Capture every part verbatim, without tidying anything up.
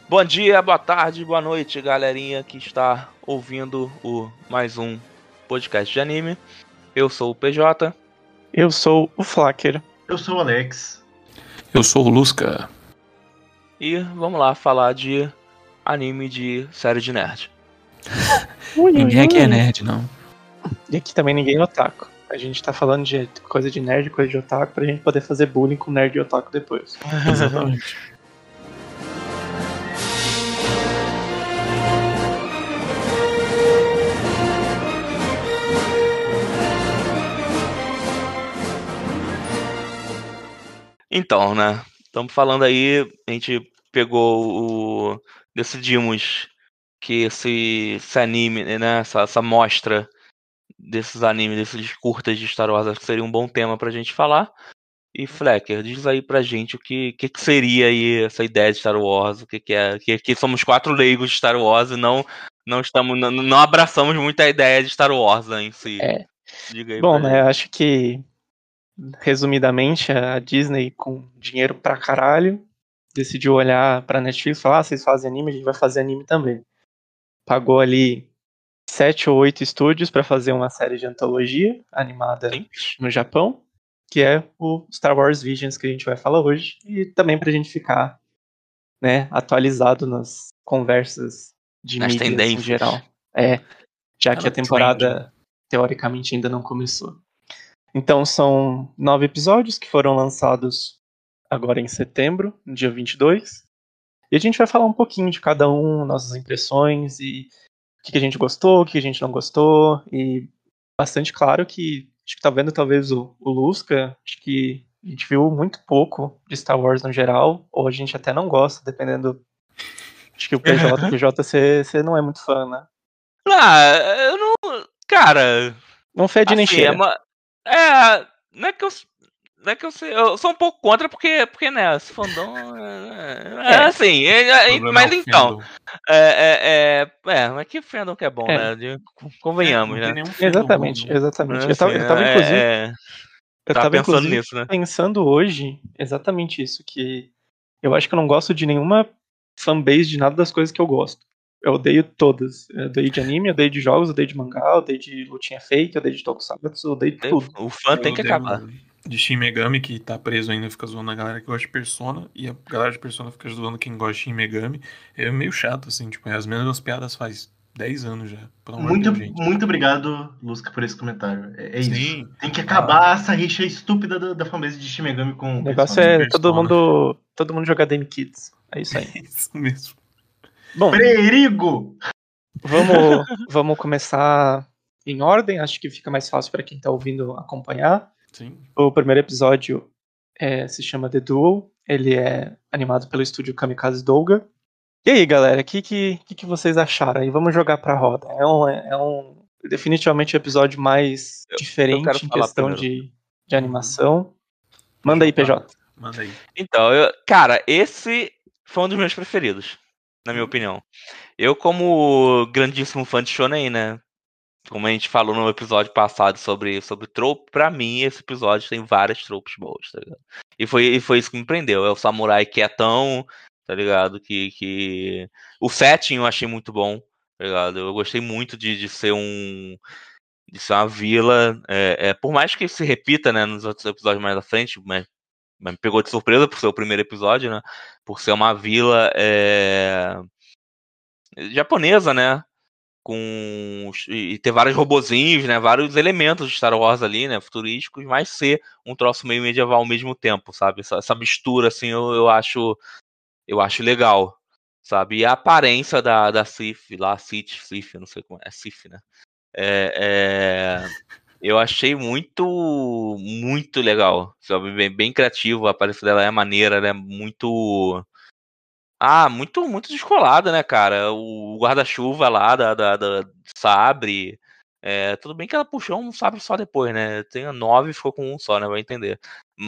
Bom dia, boa tarde, boa noite, galerinha que está ouvindo o mais um podcast de anime. Eu sou o P J. Eu sou o Flacker. Eu sou o Alex. Eu sou o Lusca. E vamos lá falar de anime de série de nerd. Ui, Ninguém ui, aqui é ui. nerd, não. E aqui também ninguém é otaku. A gente tá falando de coisa de nerd, coisa de otaku, pra gente poder fazer bullying com nerd e otaku depois. Exatamente. Então, né? Estamos falando aí, a gente pegou o. Decidimos que esse, esse anime, né? Essa, essa mostra desses animes, desses curtas de Star Wars, acho que seria um bom tema pra gente falar. E Flecker, diz aí pra gente o que, que, que seria aí essa ideia de Star Wars, o que, que é. Que, que somos quatro leigos de Star Wars e não, não estamos. Não, não abraçamos muito a ideia de Star Wars, né, em si. É. Diga aí Bom, pra né? gente. Acho que, resumidamente, a Disney, com dinheiro pra caralho, decidiu olhar pra Netflix e falar: ah, vocês fazem anime, a gente vai fazer anime também. Pagou ali sete ou oito estúdios pra fazer uma série de antologia animada Simples. no Japão, que é o Star Wars Visions que a gente vai falar hoje, e também pra gente ficar, né, atualizado nas conversas de Nas mídias tendências. em geral. É, já que a Ela temporada trending. teoricamente ainda não começou. Então são nove episódios que foram lançados agora em setembro, no dia vinte e dois. E a gente vai falar um pouquinho de cada um, nossas impressões e o que que a gente gostou, o que a gente não gostou. E bastante claro que, acho que tá vendo talvez o, o Lusca, acho que a gente viu muito pouco de Star Wars no geral, ou a gente até não gosta, dependendo. Acho que o P J, P J você você não é muito fã, né? Ah, eu não. Cara. Não fede nem Assim, é cheira. uma. É. Não é que eu. Não é que eu sei. Eu sou um pouco contra porque, porque né, esse fandom. É, é, É. assim. é- é- O problema mas é o então. fandom. É, é, é, é, mas que fandom que é bom, É. né? De- É, convenhamos, não tem né? nenhum fandom ruim, Exatamente, não. exatamente. Eu Assim, tava, eu tava inclusive, é, é, eu tava tava pensando inclusive nisso, né? pensando hoje exatamente isso, que eu acho que eu não gosto de nenhuma fanbase de nada das coisas que eu gosto. Eu odeio todas. Eu odeio de anime, eu odeio de jogos, eu odeio de mangá, eu odeio de lutinha fake, eu odeio de tokusatsu, eu odeio de tudo. O fã tem Eu que odeio acabar. de Shin Megami, que tá preso ainda, fica zoando a galera que gosta de Persona, e a galera de Persona fica zoando quem gosta de Shin Megami. É meio chato, assim, tipo, é as mesmas piadas faz dez anos já, pelo amor de Muito, Deus, gente. muito obrigado, Lusca, por esse comentário. É, é isso. Sim. Tem que Ah. acabar essa rixa estúpida da, da fanbase de Shin Megami com O o negócio Persona. é Persona. todo mundo, todo mundo jogar Dame Kids. É isso aí. Isso mesmo. Bom, Perigo! vamos, vamos começar em ordem, acho que fica mais fácil para quem tá ouvindo acompanhar. Sim. O primeiro episódio é, se chama The Duel. Ele é animado pelo estúdio Kamikaze Douga. E aí, galera, o que, que, que, que vocês acharam? E vamos jogar pra roda. É um, é um definitivamente o episódio mais Eu quero diferente em falar questão primeiro. de, de animação. Manda aí, P J. Manda aí. Então, eu, cara, esse foi um dos meus preferidos, na minha opinião. Eu, como grandíssimo fã de Shonen, né? Como a gente falou no episódio passado sobre, sobre trope, pra mim esse episódio tem várias tropes boas, tá ligado? E foi, e foi isso que me prendeu. É o samurai quietão, tá ligado? Que, que... O setting eu achei muito bom, tá ligado? Eu gostei muito de, de ser um... de ser uma vila. É, é, por mais que se repita, né, nos outros episódios mais à frente, mas, mas me pegou de surpresa por ser o primeiro episódio, né? Por ser uma vila é, japonesa, né? Com e ter vários robozinhos, né, vários elementos de Star Wars ali, né, futurísticos, mas ser um troço meio medieval ao mesmo tempo, sabe? Essa, essa mistura assim, eu, eu acho eu acho legal, sabe? E a aparência da da Sif lá, Sith, Sif, eu não sei como é, é Sif, né? É, é, eu achei muito muito legal, sabe? Bem, bem criativo, a aparência dela é maneira, ela é muito ah, muito, muito descolada, né, cara? O guarda-chuva lá da, da, da sabre. É, tudo bem que ela puxou um sabre só depois, né? Tem a nove e ficou com um só, né? Vai entender.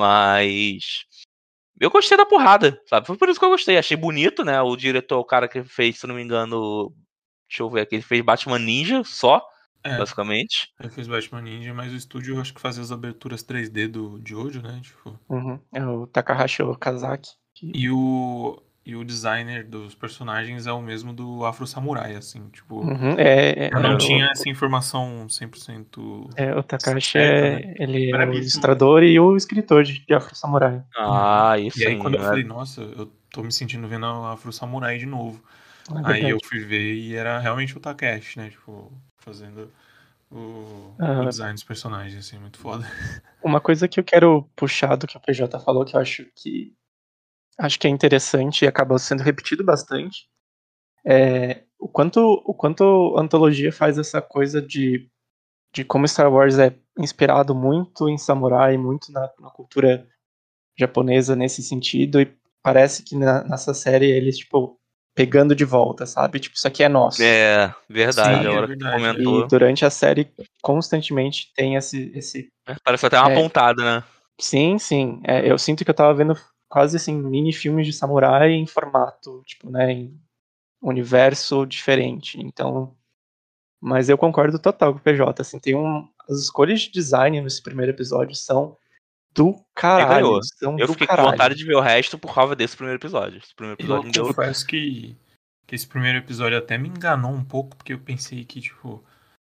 Mas. Eu gostei da porrada, sabe? Foi por isso que eu gostei. Achei bonito, né? O diretor, o cara que fez, se não me engano. Deixa eu ver aqui, ele fez Batman Ninja só, É, basicamente. eu fiz Batman Ninja, mas o estúdio eu acho que fazia as aberturas três D do Jojo, né? Tipo. Uhum. É o Takahashi Okazaki. E o. e o designer dos personagens é o mesmo do Afro Samurai, assim, tipo... Uhum, é, é, Eu não é, tinha o, essa informação cem por cento é, o Takashi certa, né? é, ele é o Bravíssimo. ilustrador e o escritor de, de Afro Samurai. Ah, isso E aí sim. quando eu né? falei, nossa, eu tô me sentindo vendo a Afro Samurai de novo. É Aí eu verdade. fui ver e era realmente o Takeshi, né? Tipo, fazendo o, o Ah, design dos personagens, assim, muito foda. uma coisa que eu quero puxar do que o P J falou, que eu acho que acho que é interessante e acaba sendo repetido bastante, é o quanto, o quanto a antologia faz essa coisa de, de como Star Wars é inspirado muito em samurai, muito na, na cultura japonesa nesse sentido, e parece que na- nessa série eles, tipo, pegando de volta, sabe? Tipo, isso aqui é nosso. É, verdade. Sim, A é hora que tu verdade, é. E comentou. durante a série, constantemente tem esse. esse é, Parece até uma é, pontada, né? sim, sim. É, eu sinto que eu tava vendo quase assim, mini filmes de samurai em formato, tipo, né? Em universo diferente. Então. Mas eu concordo total com o P J. Assim, tem um. As escolhas de design nesse primeiro episódio são do E caralho. ganhou. São Eu do fiquei com caralho. vontade de ver o resto por causa desse primeiro episódio. Esse primeiro episódio Eu me deu. confesso que, que esse primeiro episódio até me enganou um pouco, porque eu pensei que, tipo,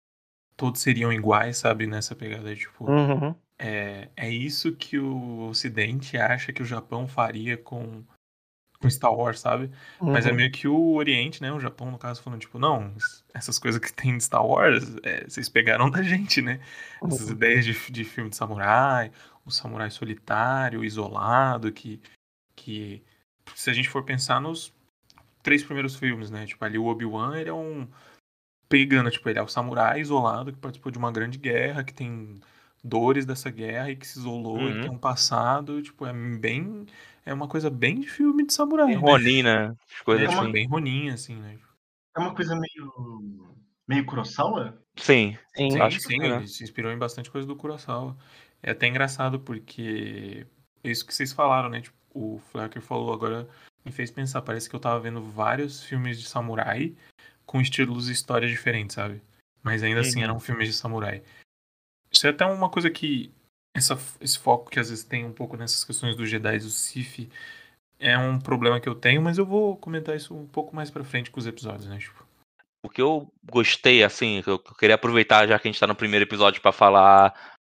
todos seriam iguais, sabe? Nessa pegada, tipo, Uhum. é, é isso que o Ocidente acha que o Japão faria com, com Star Wars, sabe? Mas é Uhum. meio que o Oriente, né? O Japão, no caso, falando, tipo, não, essas coisas que tem de Star Wars, é, vocês pegaram da gente, né? Essas Uhum. ideias de, de filme de samurai, o samurai solitário, isolado, que, que se a gente for pensar nos três primeiros filmes, né? Tipo, ali o Obi-Wan, ele é um pegando, tipo, ele é o samurai isolado que participou de uma grande guerra, que tem dores dessa guerra e que se isolou e que Uhum. tem um passado, tipo, é bem é uma coisa bem de filme de Tem samurai, né? Ronin, né? As É, coisas É tipo, uma, assim. bem Ronin, assim, né? é uma coisa meio. meio Kurosawa? Sim. Sim. Sim, Acho que sim, sim, né? ele se inspirou em bastante coisa do Kurosawa. É até engraçado porque isso que vocês falaram, né? Tipo, o Flacker falou agora me fez pensar, parece que eu tava vendo vários filmes de samurai com estilos e histórias diferentes, sabe? Mas ainda assim Uhum. eram filmes de samurai. Isso é até uma coisa que essa, esse foco que às vezes tem um pouco nessas questões dos Jedi e do Sith é um problema que eu tenho, mas eu vou comentar isso um pouco mais pra frente com os episódios, né? Tipo, O que eu gostei, assim, que eu que eu queria aproveitar já que a gente tá no primeiro episódio pra falar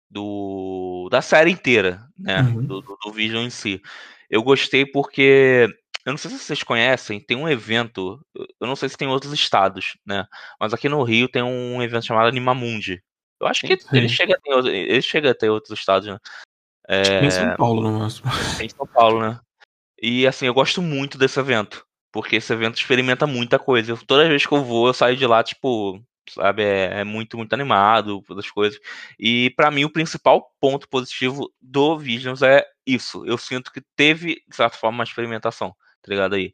do da série inteira, né? Uhum. Do, do, do Vision em si. Eu gostei porque. Eu não sei se vocês conhecem, tem um evento. Eu não sei se tem em outros estados, né? Mas aqui no Rio tem um evento chamado Animamundi. Eu acho Sim. que ele Sim. chega a ter, outro- ele chega a ter outros estados, né? Acho que em São É, Paulo no máximo. tem em São Paulo, né? E assim, eu gosto muito desse evento. Porque esse evento experimenta muita coisa. Eu- toda vez que eu vou, eu saio de lá, tipo, sabe, é, é muito, muito animado das coisas. E pra mim, o principal ponto positivo do Visions é isso. Eu sinto que teve, de certa forma, uma experimentação, tá ligado aí?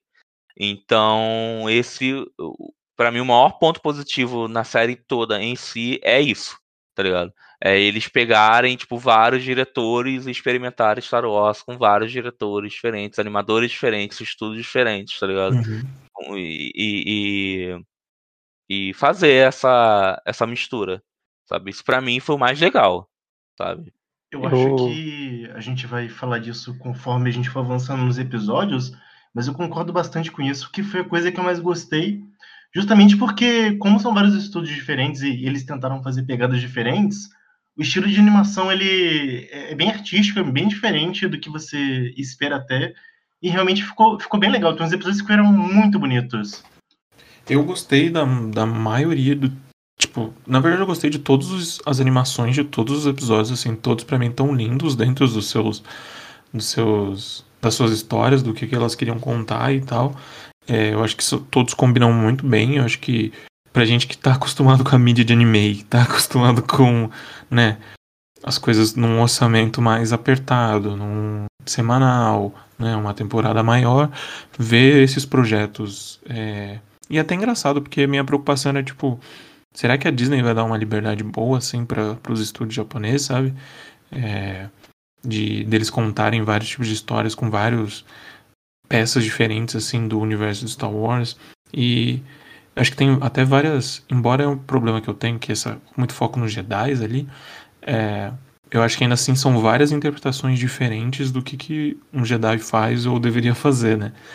Então, esse, o- pra mim, o maior ponto positivo na série toda em si é isso, tá ligado? É eles pegarem, tipo, vários diretores e experimentarem Star Wars com vários diretores diferentes, animadores diferentes, estudos diferentes, tá ligado? Uhum. E, e, e, e fazer essa, essa mistura, sabe? Isso pra mim foi o mais legal, sabe? Eu acho Eu. que a gente vai falar disso conforme a gente for avançando nos episódios, mas eu concordo bastante com isso, que foi a coisa que eu mais gostei, justamente porque, como são vários estúdios diferentes e eles tentaram fazer pegadas diferentes, o estilo de animação ele é bem artístico, é bem diferente do que você espera até, e realmente ficou, ficou bem legal. Tem uns episódios que ficaram muito bonitos. Eu gostei da, da maioria do. Tipo, na verdade eu gostei de todas as animações de todos os episódios, assim, todos pra mim tão lindos dentro dos seus. Dos seus. Das suas histórias, do que, que elas queriam contar e tal. É, eu acho que isso- todos combinam muito bem. Eu acho que pra gente que tá acostumado com a mídia de anime, que tá acostumado com, né, as coisas num orçamento mais apertado, num semanal, né, uma temporada maior, ver esses projetos. É... E é até engraçado, porque minha preocupação era, tipo, será que a Disney vai dar uma liberdade boa, assim, para os estúdios japoneses, sabe? É... De deles contarem vários tipos de histórias com vários peças diferentes, assim, do universo de Star Wars. E acho que tem até várias. Embora é um problema que eu tenho, que é essa, muito foco nos Jedi ali, é, eu acho que ainda assim são várias interpretações diferentes do que, que um Jedi faz ou deveria fazer, né?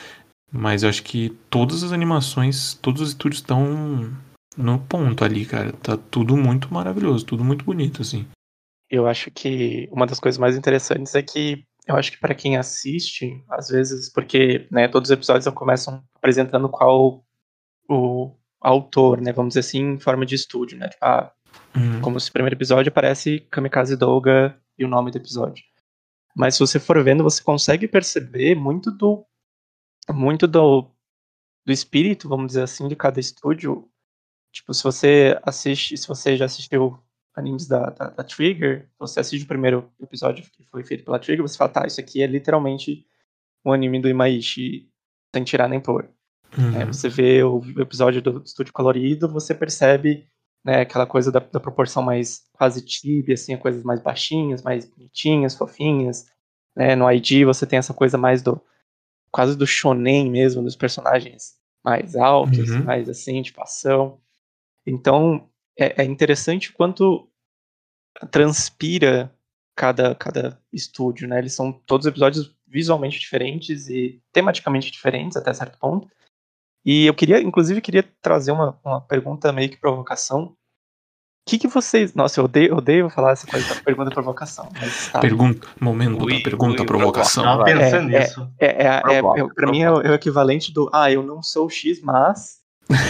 Mas eu acho que todas as animações, todos os estúdios estão no ponto ali, cara. Tá tudo muito maravilhoso, tudo muito bonito, assim. Eu acho que uma das coisas mais interessantes é que eu acho que para quem assiste, às vezes, porque né, todos os episódios começam apresentando qual o autor, né, vamos dizer assim, em forma de estúdio, né? Tipo, ah, Uhum. como se o primeiro episódio aparece Kamikaze Douga e o nome do episódio. Mas se você for vendo, você consegue perceber muito do muito do, do espírito, vamos dizer assim, de cada estúdio. Tipo, se você assiste, se você já assistiu animes da, da, da Trigger, você assiste o primeiro episódio que foi feito pela Trigger, você fala, tá, isso aqui é literalmente um anime do Imaishi, sem tirar nem pôr. Uhum. É, você vê o episódio do Estúdio Colorido, você percebe, né, aquela coisa da, da proporção mais quase tibia, assim, coisas mais baixinhas, mais bonitinhas, fofinhas. Né, no I D você tem essa coisa mais do quase do shonen mesmo, dos personagens mais altos, Uhum. mais assim, tipo ação. Então, é, é interessante o quanto transpira cada, cada estúdio, né? Eles são todos episódios visualmente diferentes e tematicamente diferentes até certo ponto. E eu queria, inclusive, queria trazer uma, uma pergunta meio que provocação. O que, que vocês... Nossa, eu odeio, odeio falar essa coisa da pergunta provocação, mas tá. Pergunta, momento Ui, da pergunta, ui, provocação. Tava Vai. pensando É, nisso. É, é, é, Provoca, é, pra mim é o, é o equivalente do ah, eu não sou X, mas...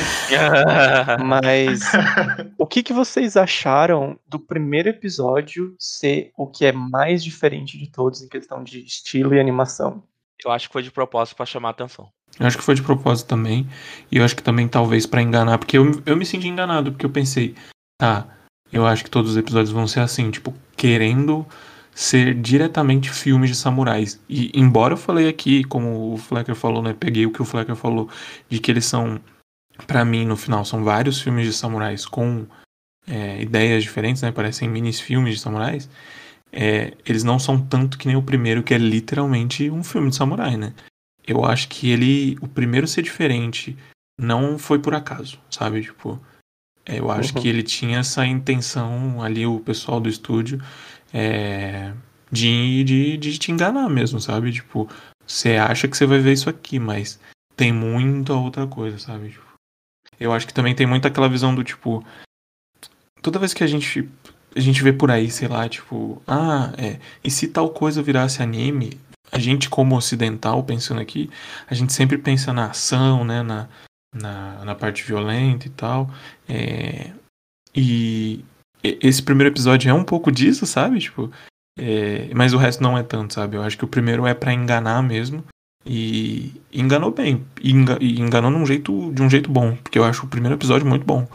Mas o que, que vocês acharam do primeiro episódio ser o que é mais diferente de todos em questão de estilo e animação? Eu acho que foi de propósito pra chamar a atenção. Eu acho que foi de propósito também. E eu acho que também talvez pra enganar. Porque eu, eu me senti enganado. Porque eu pensei, tá, eu acho que todos os episódios vão ser assim. Tipo, querendo ser diretamente filmes de samurais. E embora eu falei aqui, como o Flecker falou, né? Peguei o que o Flecker falou. De que eles são, pra mim, no final, são vários filmes de samurais com é, ideias diferentes, né? Parecem minis filmes de samurais. É, eles não são tanto que nem o primeiro, que é literalmente um filme de samurai, né? Eu acho que ele, o primeiro ser diferente, não foi por acaso, sabe? Tipo, é, eu acho Uhum. que ele tinha essa intenção ali, o pessoal do estúdio, é, de, de, de te enganar mesmo, sabe? Tipo, você acha que você vai ver isso aqui, mas tem muita outra coisa, sabe? Tipo, eu acho que também tem muito aquela visão do tipo, toda vez que a gente a gente vê por aí, sei lá, tipo, ah, é, e se tal coisa virasse anime, a gente como ocidental, pensando aqui, a gente sempre pensa na ação, né, na, na, na parte violenta e tal, é, e esse primeiro episódio é um pouco disso, sabe, tipo, é, mas o resto não é tanto, sabe, eu acho que o primeiro é pra enganar mesmo, e enganou bem, e enganou num jeito, de um jeito bom, porque eu acho o primeiro episódio muito bom.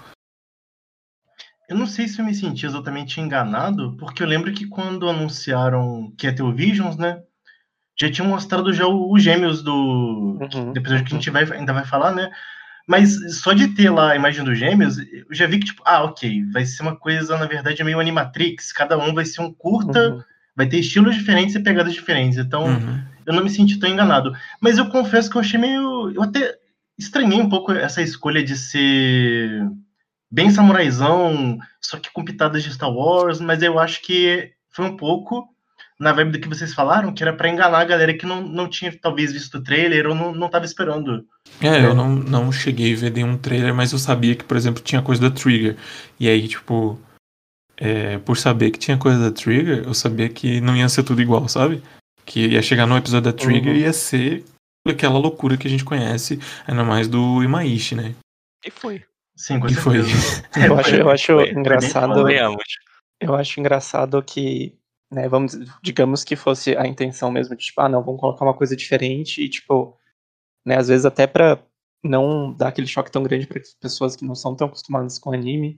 Eu não sei se eu me senti exatamente enganado, porque eu lembro que quando anunciaram que ia ter o Visions, né? Já tinham mostrado já os gêmeos do, Uhum, do episódio que a uhum. gente vai, ainda vai falar, né? Mas só de ter lá a imagem dos gêmeos, eu já vi que, tipo, ah, ok, vai ser uma coisa, na verdade, meio Animatrix. Cada um vai ser um curta, Uhum. vai ter estilos diferentes e pegadas diferentes. Então, Uhum. eu não me senti tão enganado. Mas eu confesso que eu achei meio. Eu até estranhei um pouco essa escolha de ser bem samuraizão, só que com pitadas de Star Wars, mas eu acho que foi um pouco na vibe do que vocês falaram, que era pra enganar a galera que não, não tinha talvez visto o trailer ou não, não tava esperando. É, eu não, não cheguei a ver nenhum trailer, mas eu sabia que, por exemplo, tinha coisa da Trigger. E aí, tipo, é, por saber que tinha coisa da Trigger, eu sabia que não ia ser tudo igual, sabe? Que ia chegar no episódio da Trigger Uhum. e ia ser aquela loucura que a gente conhece, ainda mais do Imaishi, né? E foi. Sim, com E foi. certeza. Eu acho, eu acho Foi- foi engraçado. Convenhamos. Eu acho engraçado que, né, vamos, digamos que fosse a intenção mesmo de, tipo, ah, não, vamos colocar uma coisa diferente e, tipo, né, às vezes até pra não dar aquele choque tão grande para pessoas que não são tão acostumadas com anime.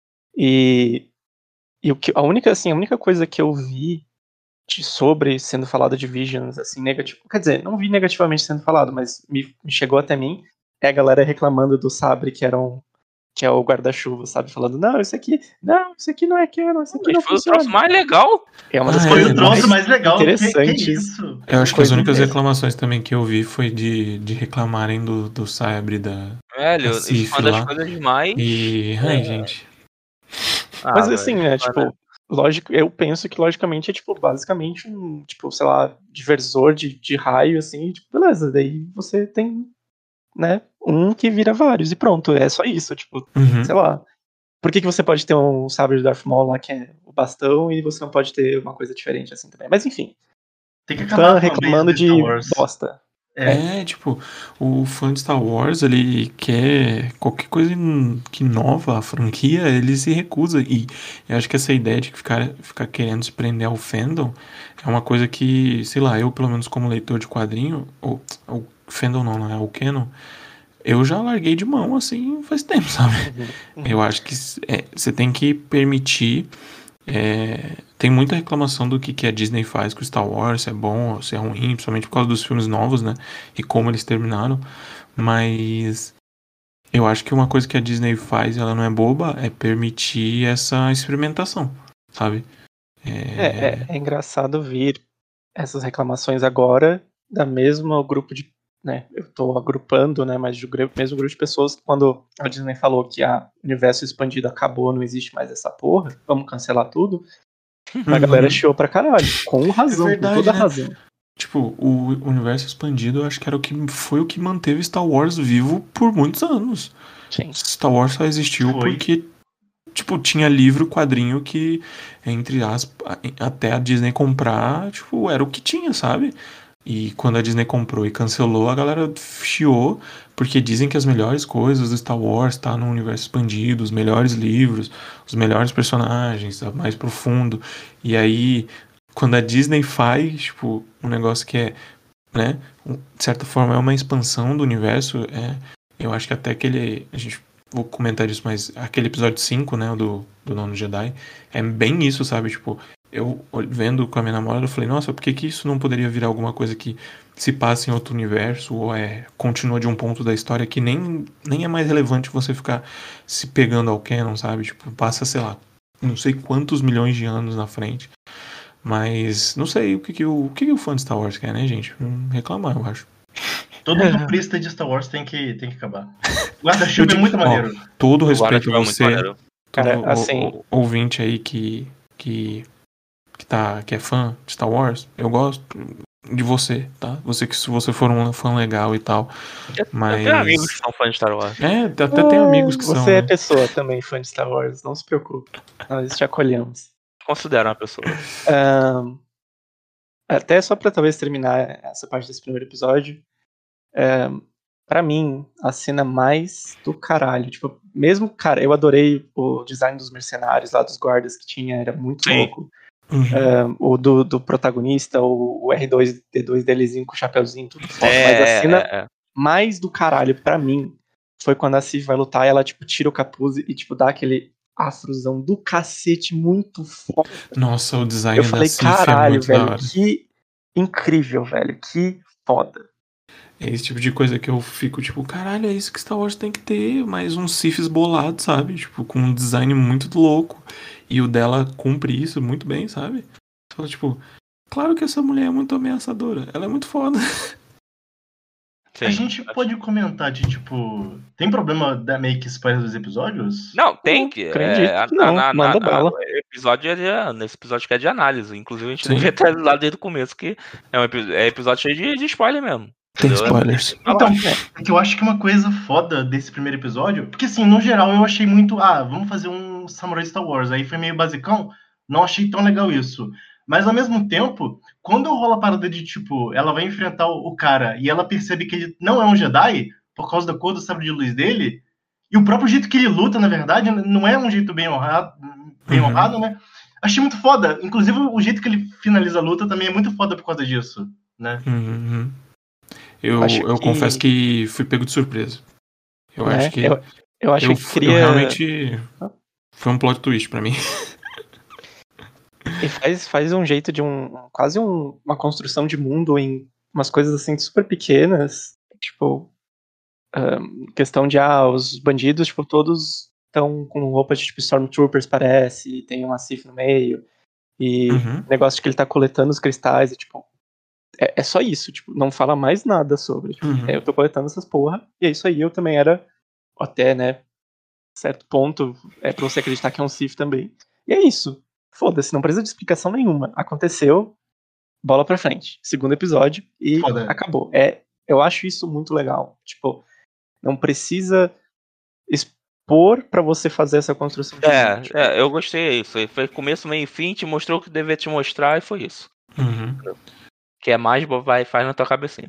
E, e o que, a única, assim, a única coisa que eu vi de, sobre sendo falado de Visions, assim, negativo, quer dizer, não vi negativamente sendo falado, mas me, me chegou até mim, é a galera reclamando do sabre que era um que é o guarda-chuva, sabe? Falando, não, isso aqui, não, isso aqui não é canon, isso aqui não Mas foi o funciona. troço mais legal. É uma Ah, das é, Foi coisas o troço nossa, mais legal. Que, que interessantes. isso? Eu acho que as Coisa únicas mesmo. reclamações também que eu vi foi de, de reclamarem do, do sabre da, Velho, da isso foi Sif uma das lá. coisas mais. E, ai, É. gente. Ah, Mas velho, assim, né, foi, tipo, lógico, eu penso que logicamente é, tipo, basicamente um, tipo, sei lá, diversor de, de raio, assim, tipo, beleza, daí você tem né, um que vira vários e pronto, é só isso, tipo, Uhum. sei lá. Por que, que você pode ter um sabre de Darth Maul lá que é o bastão e você não pode ter uma coisa diferente assim também? Mas enfim, Tem que acabar fã a fanbase reclamando de Star de Wars. bosta. É. É, tipo, o fã de Star Wars, ele quer qualquer coisa in- que inova a franquia, ele se recusa. E eu acho que essa ideia de ficar, ficar querendo se prender ao fandom é uma coisa que, sei lá, eu, pelo menos como leitor de quadrinho, ou o fandom não, não é o canon, eu já larguei de mão, assim, faz tempo, sabe? Uhum, uhum. Eu acho que é, você tem que permitir. É, tem muita reclamação do que, que a Disney faz com o Star Wars, se é bom ou se é ruim, principalmente por causa dos filmes novos, né? E como eles terminaram. Mas eu acho que uma coisa que a Disney faz, ela não é boba, é permitir essa experimentação, sabe? É, é, É... é engraçado ver essas reclamações agora da mesma grupo de, né, eu tô agrupando, né, mas do gru- mesmo grupo de pessoas que quando a Disney falou que a universo expandido acabou, não existe mais essa porra, vamos cancelar tudo, a galera Uhum. chiou pra caralho, com razão, É com verdade, toda né? razão. Tipo, o universo expandido, eu acho que era o que foi o que manteve Star Wars vivo por muitos anos. Sim. Star Wars só existiu Foi. porque, tipo, tinha livro, quadrinho que, entre aspas, até a Disney comprar, tipo, era o que tinha, sabe? E quando a Disney comprou e cancelou, a galera chiou, porque dizem que as melhores coisas do Star Wars tá no universo expandido, os melhores livros, os melhores personagens, tá mais profundo. E aí, quando a Disney faz, tipo, um negócio que é, né, um- de certa forma é uma expansão do universo, é, eu acho que até aquele, a gente vou comentar isso, mas aquele episódio cinco, né, do, do Nono Jedi, é bem isso, sabe? Tipo, eu ol- vendo com a minha namorada, eu falei, nossa, por que que isso não poderia virar alguma coisa que se passa em outro universo, ou é, continua de um ponto da história que nem, nem é mais relevante você ficar se pegando ao canon, sabe? Tipo, passa, sei lá, não sei quantos milhões de anos na frente. Mas não sei o que, que, o, o que, que o fã de Star Wars quer, né, gente? Hum, reclamar, eu acho. Todo humorista de Star Wars tem que, tem que acabar. Guarda-chuva Eu é muito ó, maneiro. todo O respeito a Guarda-Chuva é muito você, maneiro. todo Cara, o- assim, o- ouvinte aí que, que, que, tá, que é fã de Star Wars, eu gosto de você, tá? Você que se você for um fã legal e tal, Eu, eu tenho amigos que mas... são fãs de Star Wars. É, até tem amigos que são, você é né? pessoa também, fã de Star Wars, não se preocupe, nós te acolhemos. Considero uma pessoa. Ahn, até só pra talvez terminar essa parte desse primeiro episódio, é, pra mim, a cena mais do caralho, tipo, mesmo, cara, eu adorei o design dos mercenários lá, dos guardas que tinha, era muito Sim. louco. Uhum. Um, o do, do protagonista, o, o R dois D dois delezinho com o chapeuzinho, tudo foda. É, Mas a é, cena é, é. mais do caralho pra mim foi quando a Sif vai lutar e ela, tipo, tira o capuz e, tipo, dá aquele afrozão do cacete muito foda. Nossa, o design Eu da falei, Sif é caralho, muito da velho, hora. que incrível, velho, que foda. É esse tipo de coisa que eu fico tipo, caralho, é isso que Star Wars tem que ter, mais um Sifis bolado, sabe? Tipo, com um design muito louco. E o dela cumpre isso muito bem, sabe? Você fala, tipo, claro que essa mulher é muito ameaçadora, ela é muito foda. Sim. A gente pode comentar de, tipo... Tem problema da make spoiler dos episódios? Não, tem Não, que. acredito É, que não, a- a- manda a- bala. a- episódio é de, nesse episódio que é de análise. Inclusive, a gente Sim. devia ter lá desde o começo que é um epi- é episódio cheio de, de spoiler mesmo. Tem Entendeu? spoilers. Então, é que eu acho que uma coisa foda desse primeiro episódio... Porque, assim, no geral, eu achei muito... Ah, vamos fazer um Samurai Star Wars. Aí foi meio basicão. Não achei tão legal isso. Mas, ao mesmo tempo, quando rola a parada de, tipo... Ela vai enfrentar o o cara e ela percebe que ele não é um Jedi... Por causa da cor do sabre de luz dele... E o próprio jeito que ele luta, na verdade, não é um jeito bem honrado, bem Uhum. honrado, né? Achei muito foda. Inclusive, o jeito que ele finaliza a luta também é muito foda por causa disso, né? Uhum. Eu, Acho eu que- confesso que fui pego de surpresa. Eu né? acho que. Eu, eu acho eu, que eu cria. realmente. Foi um plot twist pra mim. E faz, faz um jeito de um. Quase um- uma construção de mundo em umas coisas assim super pequenas. Tipo. ahn, questão de, ah, os bandidos, tipo, todos estão com roupas de tipo Stormtroopers, parece, e tem uma Sif no meio. E Uhum. negócio de que ele tá coletando os cristais, e tipo. É, é só isso, tipo, não fala mais nada sobre. Tipo, Uhum. é, eu tô coletando essas porra, e é isso aí, eu também era, até, né, certo ponto, é pra você acreditar que é um Sith também. E é isso. Foda-se, não precisa de explicação nenhuma. Aconteceu, bola pra frente. Segundo episódio e Foda. acabou. É, eu acho isso muito legal. Tipo, Não precisa expor pra você fazer essa construção de É, mundo. Tipo, é, eu gostei disso. Foi começo, meio e fim, te mostrou o que devia te mostrar e foi isso. Uhum. Que é mais, vai, faz na tua cabecinha.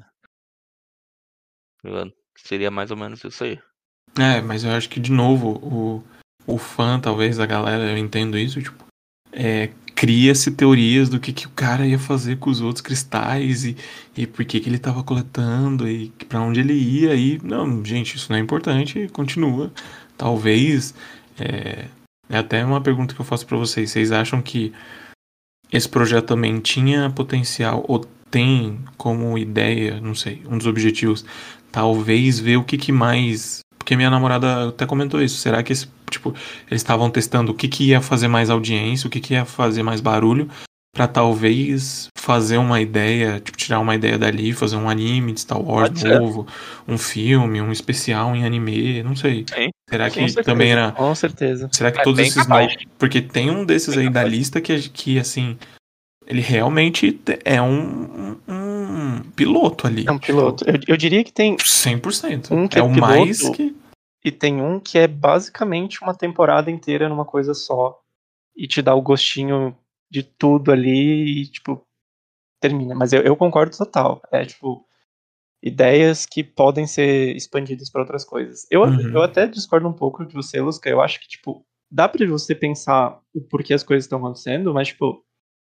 Tá ligado? Seria mais ou menos isso aí. É, mas eu acho que, de novo, o, o fã, talvez, a galera, eu entendo isso, tipo, é, cria-se teorias do que, que o cara ia fazer com os outros cristais e, e por que, que ele tava coletando e pra onde ele ia e, não, gente, isso não é importante, continua. Talvez, é, é até uma pergunta que eu faço pra vocês, vocês acham que esse projeto também tinha potencial ou tem como ideia, não sei, um dos objetivos, talvez ver o que, que mais. Porque minha namorada até comentou isso. Será que esse, tipo, eles estavam testando o que, que ia fazer mais audiência, o que, que ia fazer mais barulho, pra talvez fazer uma ideia, tipo, tirar uma ideia dali, fazer um anime de Star Wars Pode ser. novo, um filme, um especial em anime, não sei. Sim. Será com que certeza, também era. com certeza. Será que É todos bem esses capaz. novos. Porque tem um desses Bem aí da capaz. lista que, que assim. Ele realmente é um, um, um piloto ali. É um piloto. Eu, eu diria que tem cem por cento. um que É é o piloto mais que. e tem um que é basicamente uma temporada inteira numa coisa só. E te dá o gostinho de tudo ali e, tipo, termina. Mas eu, eu concordo total. É, tipo, ideias que podem ser expandidas para outras coisas. Eu, Uhum. eu até discordo um pouco de você, Lusca. Eu acho que, tipo, dá pra você pensar o porquê as coisas estão acontecendo, mas, tipo,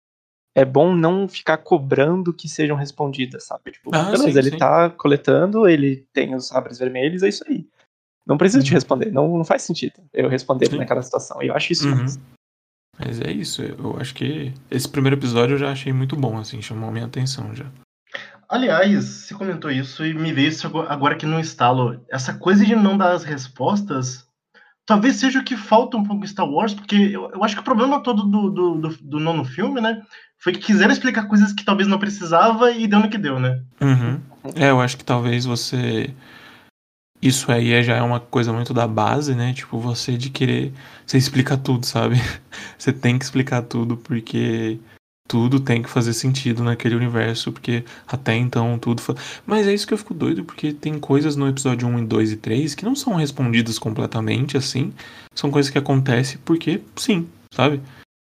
é bom não ficar cobrando que sejam respondidas, sabe? Tipo, Ah, beleza, sim, ele sim. tá coletando, ele tem os sabres vermelhos, é isso aí. Não precisa te Uhum. responder, não, não faz sentido eu responder Sim. naquela situação. E eu acho isso Uhum. massa. Mas é isso. Eu acho que esse primeiro episódio eu já achei muito bom, assim, chamou a minha atenção já. Aliás, você comentou isso e me veio isso agora agora aqui no estalo. Essa coisa de não dar as respostas, talvez seja o que falta um pouco em Star Wars, porque eu, eu acho que o problema todo do, do, do, do nono filme, né, foi que quiseram explicar coisas que talvez não precisava e deu no que deu, né? Uhum. É, eu acho que talvez você. Isso aí é- já é uma coisa muito da base, né? Tipo, você de querer. Você explica tudo, sabe? Você tem que explicar tudo porque tudo tem que fazer sentido naquele universo, porque até então tudo. Fa... Mas é isso que eu fico doido, porque tem coisas no episódio um, dois e três que não são respondidas completamente assim. São coisas que acontecem porque sim, sabe?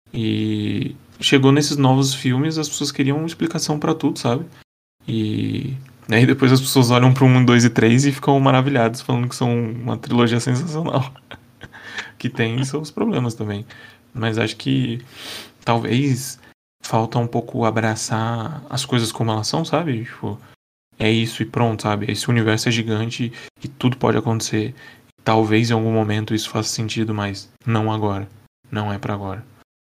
E chegou nesses novos filmes, as pessoas queriam uma explicação pra tudo, sabe? E aí depois as pessoas olham pro um, dois e três e ficam maravilhadas, falando que são uma trilogia sensacional. Que tem seus problemas também. Mas acho que talvez falta um pouco abraçar as coisas como elas são, sabe? Tipo, é isso e pronto, sabe? Esse universo é gigante e tudo pode acontecer. Talvez em algum momento isso faça sentido, mas não agora. Não é pra agora.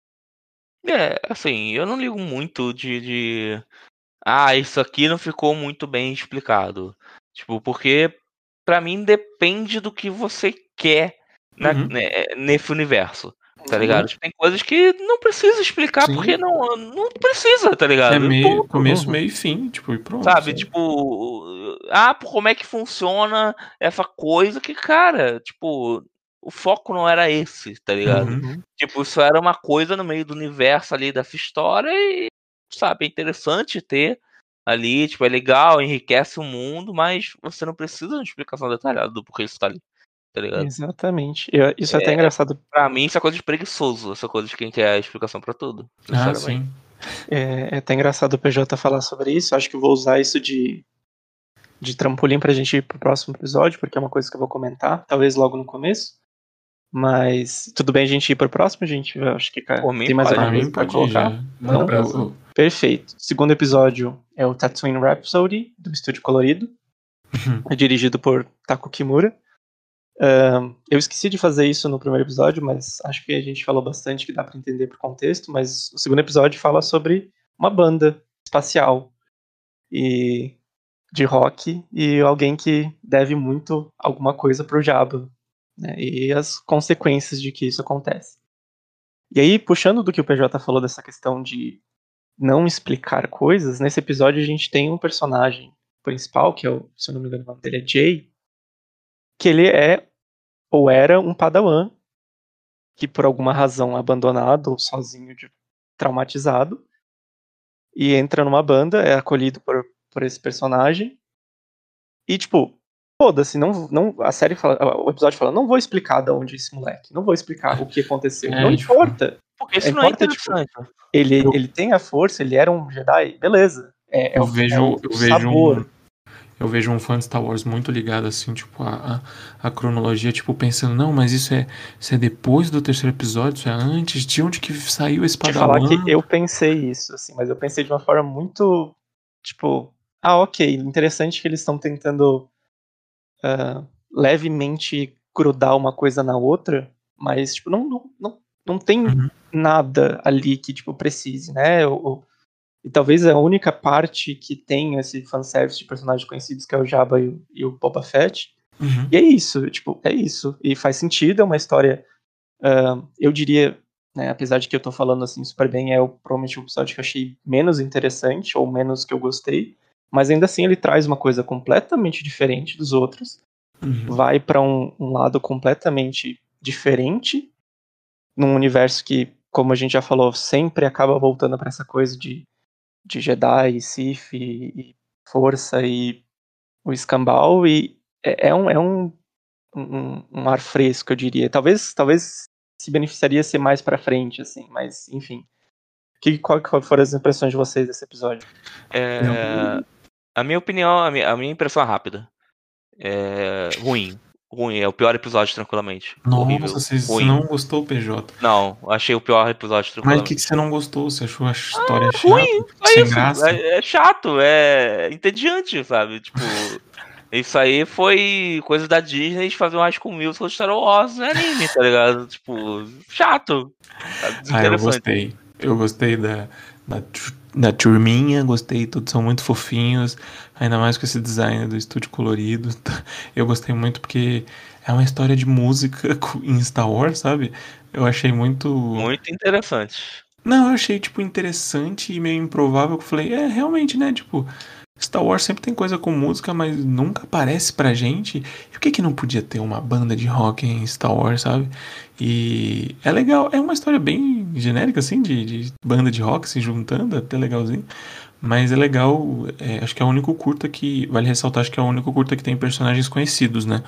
É, assim, eu não ligo muito de, de. Ah, isso aqui não ficou muito bem explicado. Tipo, porque pra mim depende do que você quer na, Uhum. né, nesse universo. Tá Uhum. ligado? Tipo, tem coisas que não precisa explicar Sim. porque não, não precisa, tá É ligado? meio, Ponto. começo, Uhum. meio e fim, tipo, e pronto. Sabe, Sabe? tipo, ah, pô, como é que funciona essa coisa que, cara, tipo, o foco não era esse, tá ligado? Uhum. Uhum. Tipo, isso era uma coisa no meio do universo ali dessa história e, sabe, é interessante ter ali, tipo, é legal, enriquece o mundo, mas você não precisa de uma explicação detalhada do porquê isso tá ali, tá ligado? Exatamente. Eu- isso é até É, engraçado. pra mim, isso é coisa de preguiçoso, essa coisa de quem quer a explicação pra tudo, Ah, sinceramente. sim. É, é até engraçado o P J falar sobre isso. Acho que eu vou usar isso de, de trampolim pra gente ir pro próximo episódio, porque é uma coisa que eu vou comentar, talvez logo no começo. Mas tudo bem a gente ir pro próximo, gente? Eu acho que cara, Por mim, tem mais pode. alguma Pra coisa mim pra pode ir colocar? já. Manda Não? pra Eu- essa. eu- Perfeito. Segundo episódio é o Tatooine Rhapsody, do Estúdio Colorido. É dirigido por Taku Kimura. Ahn, eu esqueci de fazer isso no primeiro episódio, mas acho que a gente falou bastante que dá pra entender pro contexto. Mas o segundo episódio fala sobre uma banda espacial e de rock e alguém que deve muito alguma coisa pro Jabba, né? E as consequências de que isso acontece. E aí, puxando do que o P J falou dessa questão de não explicar coisas, nesse episódio a gente tem um personagem principal, que é o, se eu não me engano, o nome dele é Jay, que ele é ou era um padawan que por alguma razão abandonado ou sozinho, de, traumatizado, e entra numa banda, é acolhido por, por esse personagem, e tipo, foda-se, não, não, a série fala, o episódio fala, não vou explicar de onde é esse moleque, não vou explicar o que aconteceu, É, não tipo, importa. Porque isso É, não é importa, tipo, interessante. ele, Eu- ele tem a força, ele era um Jedi, beleza. É, é Eu o, vejo, é o eu vejo sabor. um, eu vejo um fã de Star Wars muito ligado, assim, tipo, a, a, a cronologia, tipo, pensando, não, mas isso é, isso é depois do terceiro episódio, isso é antes, de onde que saiu esse Te falar que Padawan? eu pensei isso, assim, mas eu pensei de uma forma muito, tipo, ah, ok, interessante que eles estão tentando ah, levemente grudar uma coisa na outra, mas, tipo, não, não, não, não tem Uhum. nada ali que, tipo, precise, né? O, o- e talvez a única parte que tem esse fanservice de personagens conhecidos, que é o Jabba e o, e o Boba Fett, Uhum. e é isso, tipo, é isso. E faz sentido, é uma história, ah, eu diria, né, apesar de que eu tô falando assim super bem, é o, provavelmente o episódio que eu achei menos interessante, ou menos que eu gostei, mas ainda assim ele traz uma coisa completamente diferente dos outros, Uhum. vai pra um, um lado completamente diferente, num universo que, como a gente já falou, sempre acaba voltando pra essa coisa de, de Jedi, Sith e, e força e o escambau, e é, é um, é um um, um ar fresco, eu diria. Talvez, talvez se beneficiaria ser mais pra frente, assim, mas enfim. Que, qual que foram as impressões de vocês desse episódio? É, a minha opinião, a minha, a minha impressão é rápida. É ruim. Ruim, é o pior episódio, tranquilamente. Nossa, Horrível. você você Ruim. não gostou, P J? Não, achei o pior episódio, Mas o que, que tranquilamente. você não gostou? Você achou a história É chata? ruim, é Sem isso. graça? É, é chato, é entediante, sabe? Tipo, isso aí foi coisa da Disney de fazer um High School Musical de Star Wars no anime, tá ligado? Tipo, chato. Sabe? Ah, eu Desinteressante. gostei. Eu gostei da, da, tu- da turminha, gostei, todos são muito fofinhos, ainda mais com esse design do estúdio colorido. Eu gostei muito porque é uma história de música co- em Star Wars, sabe? Eu achei muito. Muito interessante. Não, eu achei, tipo, interessante e meio improvável. Que eu falei, é, realmente, né? Tipo, Star Wars sempre tem coisa com música, mas nunca aparece pra gente. E por que que não podia ter uma banda de rock em Star Wars, sabe? E é legal, é uma história bem genérica, assim, de, de banda de rock se juntando, até legalzinho. Mas é legal, é, acho que é o único curta que, vale ressaltar, acho que é o único curta que tem personagens conhecidos, né?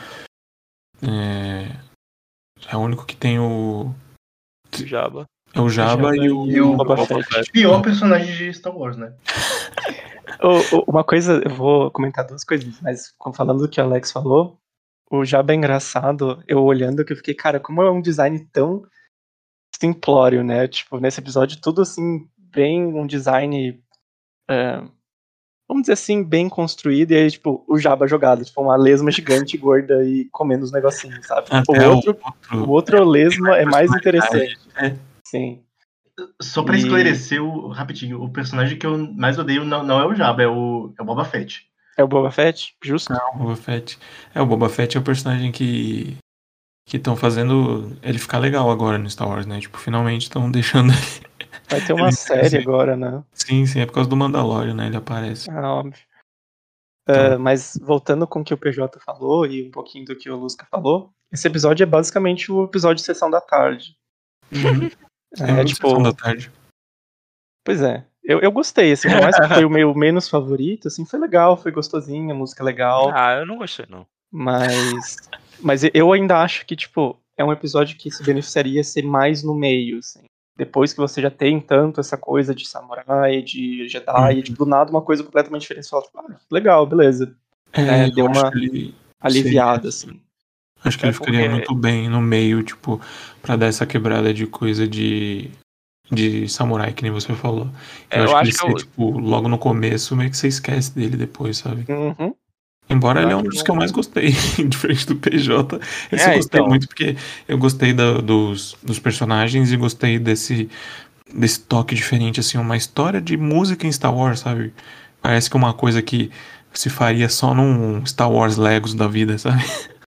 É, é o único que tem o... Jabba. É o Jabba Jabba e o, e E o Boba Boba Fett. Fett. pior personagem de Star Wars, né? Ô, ô, uma coisa, eu vou comentar duas coisinhas, mas falando do que o Alex falou, o Jabba é engraçado, eu olhando que eu fiquei, cara, como é um design tão simplório, né? Tipo, nesse episódio, tudo assim, bem um design, é, vamos dizer assim, bem construído, e aí, tipo, o Jabba jogado, tipo, uma lesma gigante, gorda e comendo os negocinhos, sabe? O até o outro, o outro... outro lesma é mais personalidade. interessante. É. Sim. Só pra E esclarecer o, rapidinho, o personagem que eu mais odeio não, não é o Jabba, é o, é o Boba Fett. é o Boba Fett, justo? Não, o Boba Fett. É, o Boba Fett é o personagem que que estão fazendo ele ficar legal agora no Star Wars, né? Tipo, finalmente estão deixando ele. Vai ter uma ele série crescer. agora, né? Sim, sim, é por causa do Mandalorian, né? Ele aparece. É óbvio. Então, É, mas voltando com o que o P J falou e um pouquinho do que o Lusca falou, esse episódio é basicamente o episódio de Sessão da Tarde. uhum. É É, muito sessão da tipo, tarde. pois é. Eu, eu gostei, assim, por mais que foi o meu menos favorito, assim, foi legal, foi gostosinho, a música é legal, Ah, eu não gostei, não. mas. Mas eu ainda acho que, tipo, é um episódio que se beneficiaria ser mais no meio, assim. Depois que você já tem tanto essa coisa de samurai, de Jedi, Uhum. e tipo, do nada uma coisa completamente diferente. Você fala, tipo, ah, legal, beleza. É, Né? eu Deu acho uma que ele seria, aliviada, assim. acho que É ele ficaria porque muito bem no meio, tipo, pra dar essa quebrada de coisa de de samurai, que nem você falou. Eu é, acho eu que ele acho que ser, eu, tipo, logo no começo, meio que você esquece dele depois, sabe? Uhum. Embora eu ele é acho um que dos que eu não. mais gostei, diferente do P J. Esse eu É, gostei então. muito porque eu gostei da- dos, dos personagens e gostei desse, desse toque diferente, assim, uma história de música em Star Wars, sabe? Parece que é uma coisa que se faria só num Star Wars Legos da vida, sabe?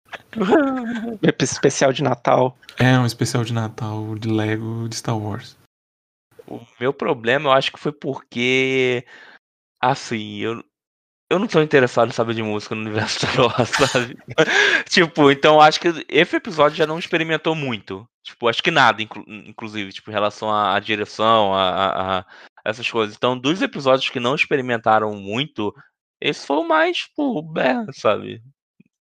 Especial de Natal. É um especial de Natal de Lego de Star Wars. O meu problema, eu acho que foi porque, assim, eu, eu não sou interessado em saber de música no universo Star Wars, sabe? Tipo, então eu acho que esse episódio já não experimentou muito. Tipo, acho que nada, inclu- inclusive, tipo, em relação à, à direção, a, a- a essas coisas. Então, dos episódios que não experimentaram muito, esse foi o mais, tipo, bé, sabe?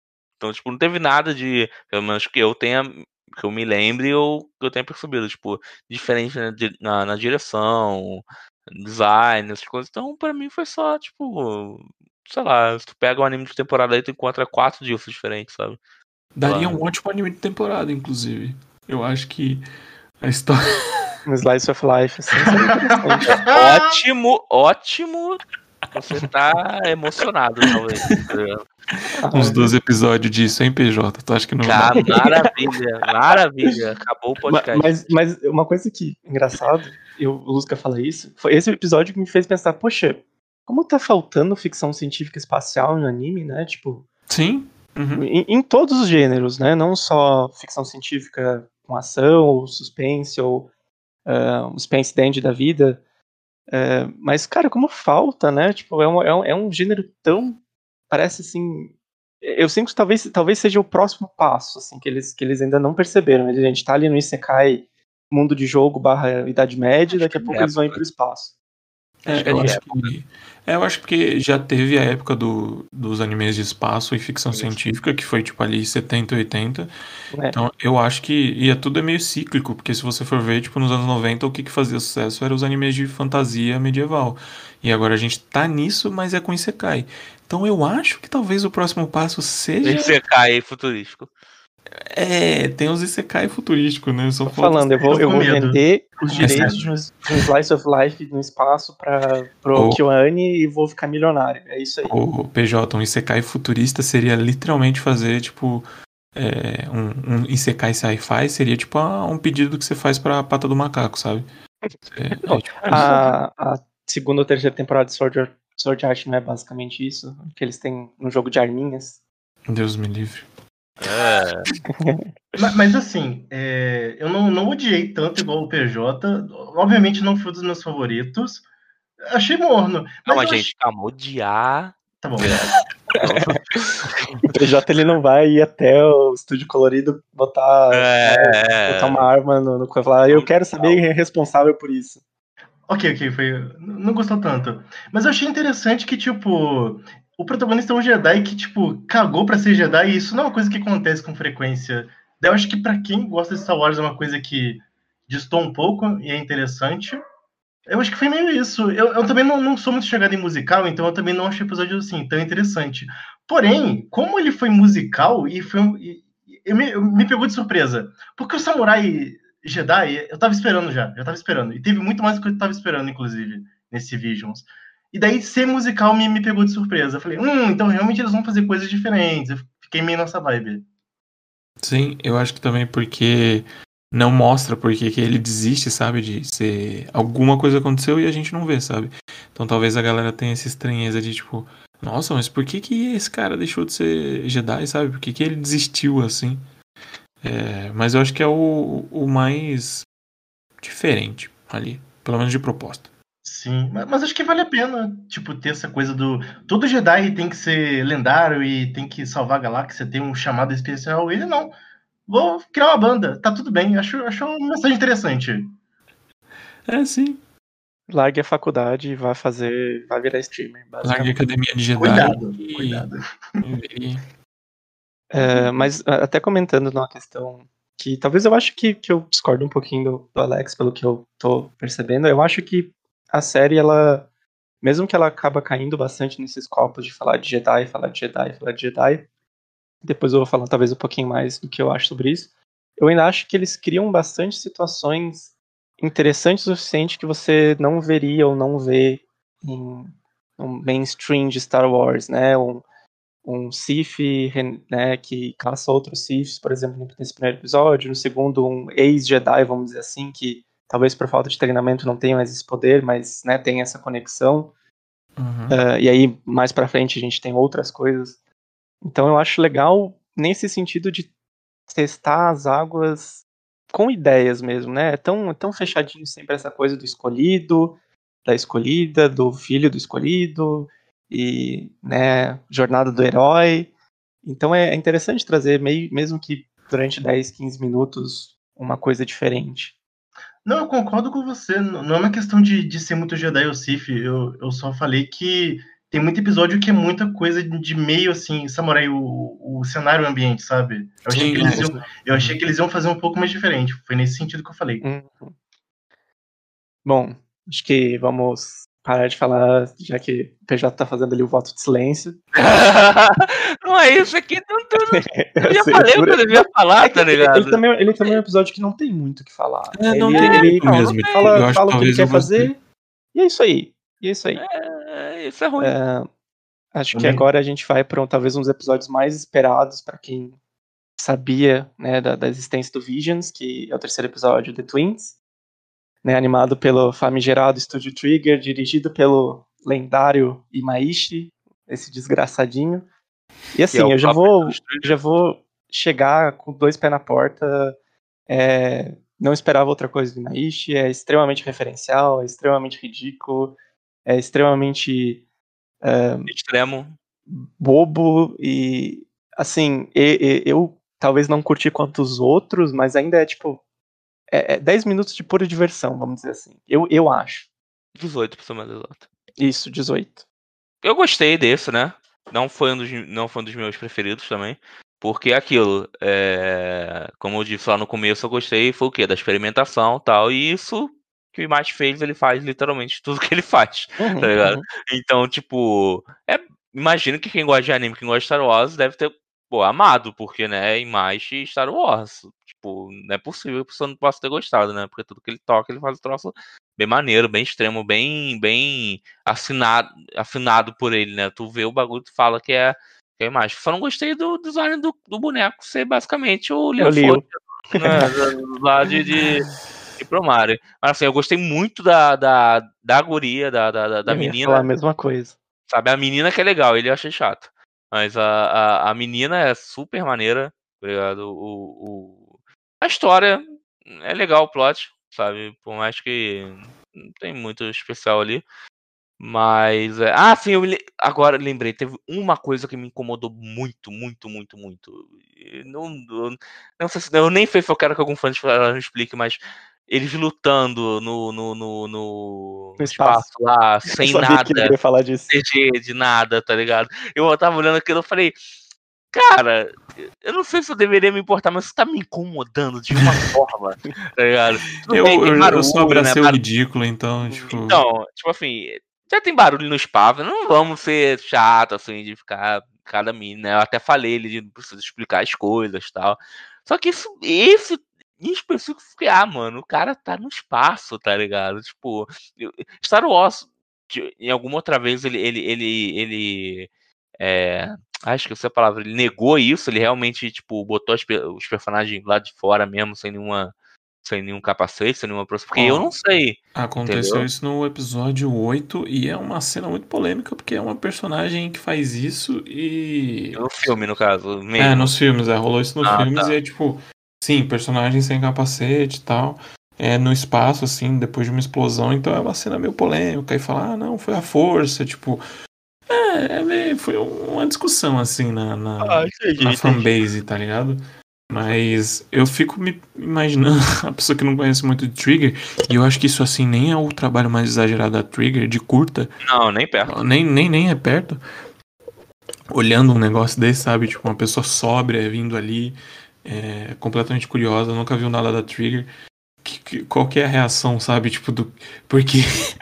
Então, tipo, não teve nada de, pelo menos que eu tenha, que eu me lembre ou que eu tenha percebido, tipo, diferente na, di- na, na direção, design, essas coisas. Então, pra mim foi só, tipo, sei lá, se tu pega um anime de temporada aí, tu encontra quatro dias diferentes, sabe? Sei Daria lá. um ótimo anime de temporada, inclusive. Eu acho que a história. Um Slice of Life, assim, seria interessante. Ótimo, ótimo. Você tá emocionado, talvez. Uns Ah, doze episódios disso, hein, P J? Tu acha que não dá? Cara, maravilha, maravilha. Acabou o ma- podcast. mas, mas uma coisa que, engraçado, eu, o Lusca fala isso, foi esse episódio que me fez pensar, poxa, como tá faltando ficção científica espacial no anime, né? Tipo, Sim? Uhum. em, em todos os gêneros, né? Não só ficção científica com ação, ou suspense, ou uh, um Space Dandy da vida. É, mas, cara, como falta, né? Tipo, é um, é um, é um gênero tão. Parece assim. Eu sinto que talvez, talvez seja o próximo passo, assim, que eles, que eles ainda não perceberam. A gente tá ali no Isekai, mundo de jogo barra Idade Média, e Acho daqui a que pouco é eles vão ir época. pro espaço. É, Acho que eu é acho época. que. É, eu acho porque já teve a época do, dos animes de espaço e ficção Isso. científica, que foi tipo ali setenta, oitenta. Né? Então eu acho que. E é tudo é meio cíclico, porque se você for ver, tipo, nos anos noventa, o que, que fazia sucesso eram os animes de fantasia medieval. E agora a gente tá nisso, mas é com Isekai. Então eu acho que talvez o próximo passo seja. Esse cai futurístico. É, tem os Isekai futurísticos, né? Só Tô falta. falando, eu vou, Tô eu com vou medo. vender os É direitos sério. de um, de um Slice of Life no espaço pra, pro Ou- Kyoane e vou ficar milionário. É isso aí. O P J, um Isekai futurista seria literalmente fazer, tipo, é, um, um Isekai sci-fi seria tipo ah, um pedido que você faz pra pata do macaco, sabe? É, é tipo isso. A, a segunda ou terceira temporada de Sword Art, Sword Art não é basicamente isso? Que eles têm um jogo de arminhas. Deus me livre. É. Ma- Mas assim, é, eu não, não odiei tanto igual o P J. Obviamente não foi um dos meus favoritos. Achei morno. Mas Calma, eu gente, achei. calma. Odiar. Tá bom. O P J ele não vai ir até o estúdio colorido botar, É. botar uma arma no, no coisa lá. Eu quero saber quem é responsável por isso. Ok, ok, foi. Não gostou tanto. Mas eu achei interessante que, tipo, o protagonista é um Jedi que, tipo, cagou pra ser Jedi e isso não é uma coisa que acontece com frequência. Daí eu acho que pra quem gosta de Star Wars é uma coisa que distou um pouco e é interessante. Eu acho que foi meio isso. Eu, eu também não, não sou muito chegado em musical, então eu também não achei o episódio assim tão interessante. Porém, como ele foi musical e foi um, e, e me, me pegou de surpresa. Porque o Samurai Jedi, eu tava esperando já, eu tava esperando. E teve muito mais do que eu tava esperando, inclusive, nesse Visions. E daí, ser musical me, me pegou de surpresa. Eu falei, hum, então realmente eles vão fazer coisas diferentes. Eu fiquei meio nessa vibe. Sim, eu acho que também porque não mostra porque que ele desiste, sabe? De ser. Alguma coisa aconteceu e a gente não vê, sabe? Então talvez a galera tenha essa estranheza de tipo, nossa, mas por que que esse cara deixou de ser Jedi, sabe? Por que que ele desistiu assim? É, mas eu acho que é o, o mais diferente ali, pelo menos de proposta. Sim, mas, mas acho que vale a pena, tipo, ter essa coisa do... Todo Jedi tem que ser lendário e tem que salvar a galáxia, ter um chamado especial. Ele não. Vou criar uma banda, tá tudo bem. Acho, acho uma mensagem interessante. É, sim. Largue a faculdade e vai fazer. Vai virar streamer, Largue a basicamente. academia de Jedi. Cuidado, e, cuidado. e- É, mas a- até comentando numa questão que talvez eu acho que, que eu discordo um pouquinho do, do Alex, pelo que eu tô percebendo, eu acho que a série, ela, mesmo que ela acaba caindo bastante nesses copos de falar de Jedi, falar de Jedi, falar de Jedi, depois eu vou falar talvez um pouquinho mais do que eu acho sobre isso, eu ainda acho que eles criam bastante situações interessantes o suficiente que você não veria ou não vê em um mainstream de Star Wars, né, um, um Sith, né, que caça outros Siths, por exemplo, nesse primeiro episódio, no segundo um ex-Jedi, vamos dizer assim, que talvez por falta de treinamento não tenha mais esse poder, mas, né, tem essa conexão. Uhum. Uh, e aí, mais pra frente, a gente tem outras coisas. Então eu acho legal nesse sentido de testar as águas com ideias mesmo, né? É tão, é tão fechadinho sempre essa coisa do escolhido, da escolhida, do filho do escolhido, e, né, jornada do herói. Então é, é interessante trazer, meio, mesmo que durante dez, quinze minutos, uma coisa diferente. Não, eu concordo com você. Não não é uma questão de, de ser muito Jedi ou Sith. Eu, eu só falei que tem muito episódio que é muita coisa de meio, assim, samurai, o, o cenário ambiente, sabe? Eu achei, Sim, que eles é. iam, eu achei que eles iam fazer um pouco mais diferente. Foi nesse sentido que eu falei. Uhum. Bom, acho que vamos parar de falar, já que o P J tá fazendo ali o voto de silêncio. Não é isso aqui, não, não, eu Eu já sei, falei o por- que eu devia falar, É que tá ele, ligado? ele também, ele também é um episódio que não tem muito o que falar. É, não ele tem ele muito não, mesmo. não tem. fala, Eu acho fala que o que ele talvez quer eu gostei. fazer, e é isso aí. E é isso aí. É, isso é ruim. É, acho que Também. agora a gente vai para talvez uns episódios mais esperados para quem sabia, né, da, da existência do Visions, que é o terceiro episódio, The Twins, né, animado pelo famigerado Studio Trigger, dirigido pelo lendário Imaishi, esse desgraçadinho. E Que é assim, o eu já próprio vou, Studio Trigger. já vou chegar com dois pés na porta. É, não esperava outra coisa do Imaishi, é extremamente referencial, é extremamente ridículo, é extremamente Extremo. bobo e assim, e- e- eu talvez não curti quanto os outros, mas ainda é tipo é, é dez minutos de pura diversão, vamos dizer assim. Eu, eu acho. dezoito, pra ser mais exato. Isso, dezoito. Eu gostei desse, né? Não foi um dos, não foi um dos meus preferidos também. Porque é aquilo, é... como eu disse lá no começo, eu gostei, foi o quê? Da experimentação e tal. E isso que o Image fez, ele faz literalmente tudo que ele faz, Uhum, tá ligado? uhum. Então, tipo, é... imagino que quem gosta de anime, quem gosta de Star Wars, deve ter, pô, amado, porque, né, Image e Star Wars. Tipo, não é possível que a pessoa não possa ter gostado, né? Porque tudo que ele toca, ele faz o troço bem maneiro, bem extremo, bem, bem assinado, afinado por ele, né? Tu vê o bagulho, tu fala que é, que é Imagem. Só não gostei do design do, do boneco ser basicamente o Eu li. Leonfone, né? Lá de, de, de Promare. Mas assim, eu gostei muito da, da, da guria, da, da, da Eu ia menina, falar a mesma coisa. sabe? A menina que é legal, ele eu achei chato. Mas a, a, a menina é super maneira, tá ligado? O, o, a história é legal, o plot, sabe? Por mais que não tem muito especial ali. Mas. é- Ah, sim, eu me le- agora lembrei. Teve uma coisa que me incomodou muito, muito, muito, muito. E Não, eu- não sei se. Eu nem sei se eu quero que algum fã de Flash explique, mas eles lutando no, no, no, no No espaço espaço. lá, Eu sem sabia que ele nada, ia falar disso. C G de nada, tá ligado? Eu tava olhando aquilo e falei, cara, eu não sei se eu deveria me importar, mas isso tá me incomodando de uma forma, tá ligado? Tudo Eu, bem, tem eu, eu só barulho, né? abracei o Barulho. ridículo, então, tipo. Então, tipo assim, já tem barulho no espaço, não vamos ser chato assim de ficar cada mina, né? Eu até falei ele de não precisa explicar as coisas e tal. Só que isso, esse em específico, fiquei, ah, mano, o cara tá no espaço, tá ligado? Tipo, eu- Star Wars, de- em alguma outra vez ele, ele, ele, ele é, acho que essa palavra, ele negou isso, ele realmente, tipo, botou as pe- os personagens lá de fora mesmo, sem nenhuma, sem nenhum capacete, sem nenhuma proteção, porque eu Ó, não sei. aconteceu Entendeu? isso no episódio oito e é uma cena muito polêmica porque é uma personagem que faz isso e. No filme, no caso, É, mesmo. nos filmes, é, rolou isso nos Ah, filmes tá. e é tipo, sim, personagem sem capacete e tal, é no espaço, assim, depois de uma explosão, então é uma cena meio polêmica e falar, ah, não, foi a força, tipo. É, é meio- foi uma discussão, assim, na, na, Ah, entendi, na entendi. fanbase, tá ligado? Mas eu fico me imaginando a pessoa que não conhece muito de Trigger, e eu acho que isso assim nem é o trabalho mais exagerado da Trigger, de curta, Não, nem perto. nem, nem, nem é perto. Olhando um negócio desse, sabe? Tipo, uma pessoa sóbria vindo ali, é, completamente curiosa, nunca viu nada da Trigger. Que, que- qual que é a reação, sabe? Tipo, do. Porque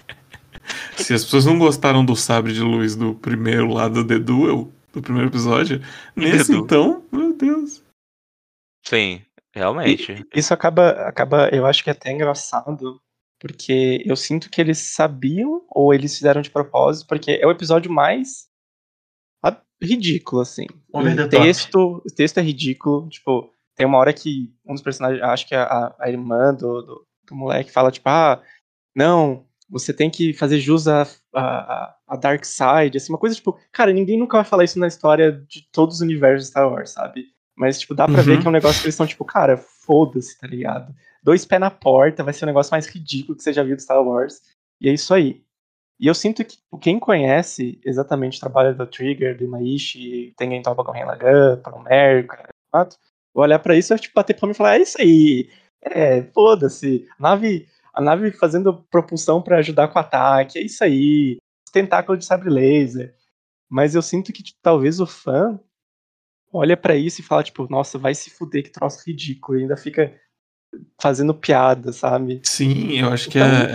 se as pessoas não gostaram do sabre de luz do primeiro lá do The Duel, do primeiro episódio, nesse Duel. então, meu Deus. Sim, E realmente. isso acaba, acaba, eu acho que é até engraçado, porque eu sinto que eles sabiam, ou eles fizeram de propósito, porque é o episódio mais a- ridículo, assim. Over O the top. texto, o texto é ridículo, tipo, tem uma hora que um dos personagens, acho que é a, a irmã do, do, do moleque fala, tipo, ah, não, você tem que fazer jus a, a, a Dark Side, assim, uma coisa, tipo, cara, ninguém nunca vai falar isso na história de todos os universos de Star Wars, sabe? Mas, tipo, dá pra ver Uhum. que é um negócio que eles estão, tipo, cara, foda-se, tá ligado? Dois pés na porta, vai ser o negócio mais ridículo que você já viu de Star Wars. E é isso aí. E eu sinto que quem conhece exatamente o trabalho do Trigger, do Imaishi, Tengen Toppa com Renlagan, Palmer, cara, vai olhar pra isso e tipo, bater palma e falar, é isso aí, é, foda-se, a nave, a nave fazendo propulsão pra ajudar com o ataque, é isso aí, tentáculo de sabre laser. Mas eu sinto que tipo, talvez o fã olha pra isso e fala, tipo, nossa, vai se fuder, que troço ridículo. E ainda fica fazendo piada, sabe? Sim, eu acho que Então, é.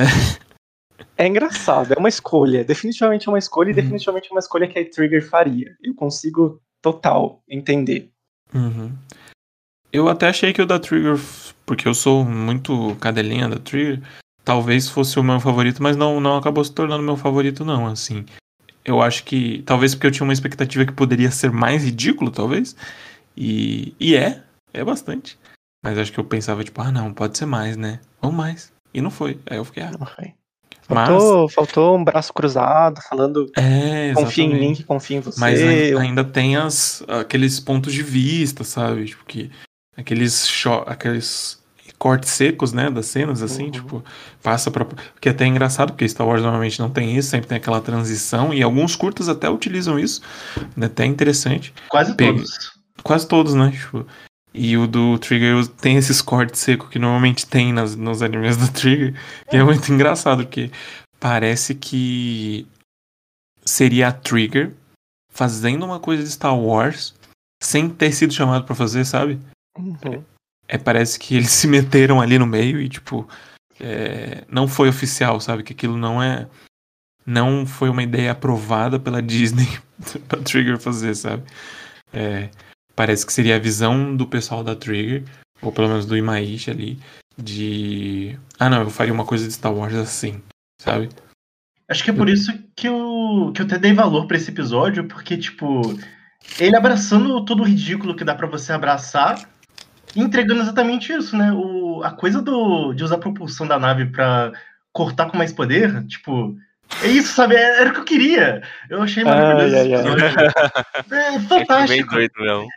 é engraçado, é uma escolha. Definitivamente é uma escolha e Uhum. definitivamente é uma escolha que a Trigger faria. Eu consigo total entender. Uhum. Eu até achei que o da Trigger, porque eu sou muito cadelinha da Trigger, talvez fosse o meu favorito, mas não, não acabou se tornando meu favorito, não, assim. Eu acho que, talvez porque eu tinha uma expectativa que poderia ser mais ridículo, talvez, e, e é, é bastante. Mas acho que eu pensava, tipo, ah, não, pode ser mais, né? Ou mais. E não foi. Aí eu fiquei, ah. Não foi. Mas, Faltou, faltou um braço cruzado, falando é, confia em mim que exatamente. confia em Mas ai- você. ainda tem as, aqueles pontos de vista, sabe? Tipo, que aqueles, cho- aqueles cortes secos, né, das cenas, assim, Uhum. tipo, passa pra... Que é até engraçado, porque Star Wars normalmente não tem isso, sempre tem aquela transição, e alguns curtas até utilizam isso, né, até interessante. Quase Pe- todos. Quase todos, né, tipo... E o do Trigger tem esses cortes secos que normalmente tem nas, nos animes do Trigger, que é muito engraçado, porque parece que seria a Trigger fazendo uma coisa de Star Wars sem ter sido chamado pra fazer, sabe? Uhum. É, parece que eles se meteram ali no meio e, tipo, é, não foi oficial, sabe? Que aquilo não é. Não foi uma ideia aprovada pela Disney pra Trigger fazer, sabe? É, parece que seria a visão do pessoal da Trigger, ou pelo menos do Imaishi ali, de. Ah, não, eu faria uma coisa de Star Wars assim, sabe? Acho que é por isso que eu, que eu até dei valor pra esse episódio, porque, tipo, ele abraçando todo o ridículo que dá pra você abraçar e entregando exatamente isso, né? O, a coisa do, de usar a propulsão da nave pra cortar com mais poder, tipo, é isso, sabe? É- Era o que eu queria. Eu achei Ai, maravilhoso esse ai, ai. episódio. É Esse é bem fantástico. doido mesmo.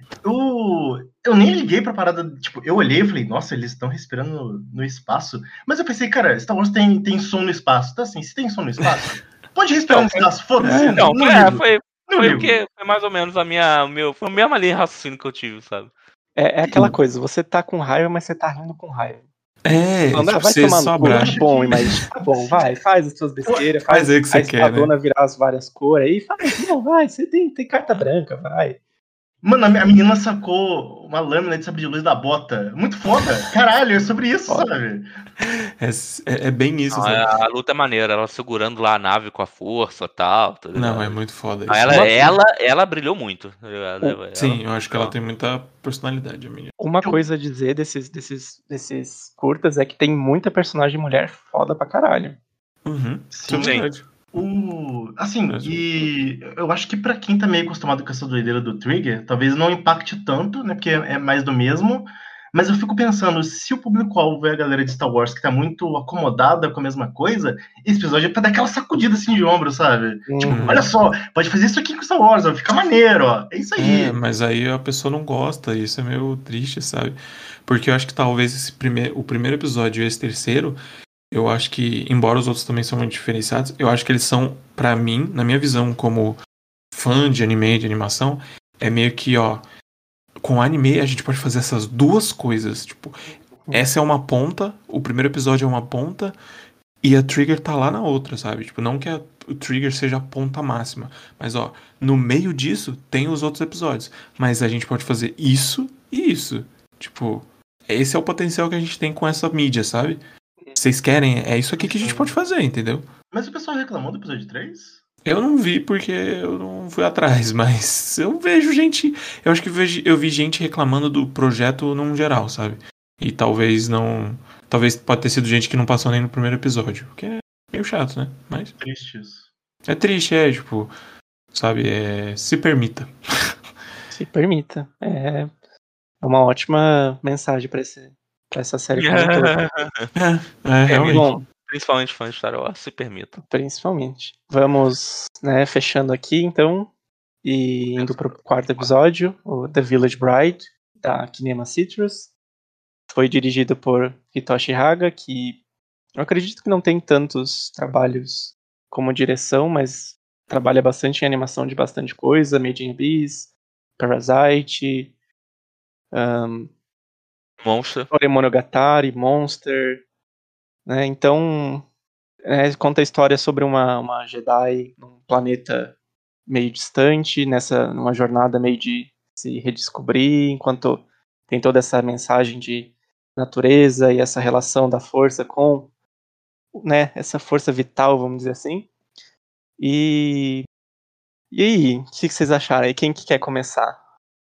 Eu, eu nem liguei pra parada, tipo, eu olhei e falei, nossa, eles estão respirando no, no espaço. Mas eu pensei, cara, Star Wars tem, tem som no espaço. Então, assim, se tem som no espaço, pode respirar Não, no foi, espaço, foda-se. É. não, Não foi, é, ligo, foi, não foi o ligo. que foi mais ou menos a minha, o meu, foi a mesma linha de raciocínio que eu tive, sabe? É, é aquela coisa, você tá com raiva, mas você tá rindo com raiva. É, Falando, ah, tipo, vai você tomar no só cu, tá abraça. bom, mas tá bom, vai, faz as suas besteiras, Faz faz aí o que a você quer, né? espadona virar as várias cores aí, faz, não, vai, você tem, tem carta branca, vai. Mano, a menina sacou uma lâmina de sabre de luz da bota. Muito foda. Caralho, é sobre isso, Foda. sabe? É, é, é bem isso, Não, sabe? a, a luta é maneira, ela segurando lá a nave com a força e tal, tá Não, é ligado? muito foda Não, isso. ela, Uma, ela, ela brilhou muito, tá ligado? um- Ela Sim, eu acho que ela tem muita personalidade, a menina. uma Eu- coisa a dizer desses, desses, desses curtas é que tem muita personagem mulher foda pra caralho. Uhum, isso é Sim. verdade. O... Assim, Parece- e eu acho que pra quem tá meio acostumado com essa doideira do Trigger, talvez não impacte tanto, né? Porque é mais do mesmo. Mas eu fico pensando, se o público-alvo é a galera de Star Wars que tá muito acomodada com a mesma coisa, esse episódio é pra dar aquela sacudida assim de ombro, sabe? Tipo, Uhum. olha só, pode fazer isso aqui com Star Wars, ó, fica maneiro, ó. É isso aí. É, mas aí a pessoa não gosta, isso é meio triste, sabe? Porque eu acho que talvez esse primeiro, o primeiro episódio e esse terceiro, eu acho que, embora os outros também são muito diferenciados, eu acho que eles são, pra mim, na minha visão como fã de anime, de animação, é meio que, ó, com anime a gente pode fazer essas duas coisas, tipo, essa é uma ponta, o primeiro episódio é uma ponta, e a Trigger tá lá na outra, sabe? Tipo, não que a, o Trigger seja a ponta máxima, mas ó, no meio disso tem os outros episódios, mas a gente pode fazer isso e isso. Tipo, esse é o potencial que a gente tem com essa mídia, sabe? Vocês querem, é isso aqui que a gente pode fazer, entendeu? Mas o pessoal reclamou do episódio três? Eu não vi porque eu não fui atrás, mas eu vejo gente. Eu acho que vejo, eu vi gente reclamando do projeto num geral, sabe? E talvez não. Talvez pode ter sido gente que não passou nem no primeiro episódio. O que é meio chato, né? Mas. Triste isso. É triste, é, tipo. Sabe? É, se permita. Se permita. É uma ótima mensagem pra, esse, pra essa série como um todo. É, é realmente. Bom, Principalmente fã de Star Wars, se permitam. principalmente. Vamos, né, fechando aqui então e indo pro quarto episódio, o The Village Bride, da Kinema Citrus. Foi dirigido por Hitoshi Haga, que eu acredito que não tem tantos trabalhos como direção, mas trabalha bastante em animação de bastante coisa, Made in Abyss, Parasite, um, Monster. Monogatari, Monster, né? Então, é, conta a história sobre uma, uma Jedi num planeta meio distante, nessa numa jornada meio de se redescobrir, enquanto tem toda essa mensagem de natureza e essa relação da força com, né, essa força vital, vamos dizer assim. E, e aí, o que vocês acharam aí? Quem que quer começar?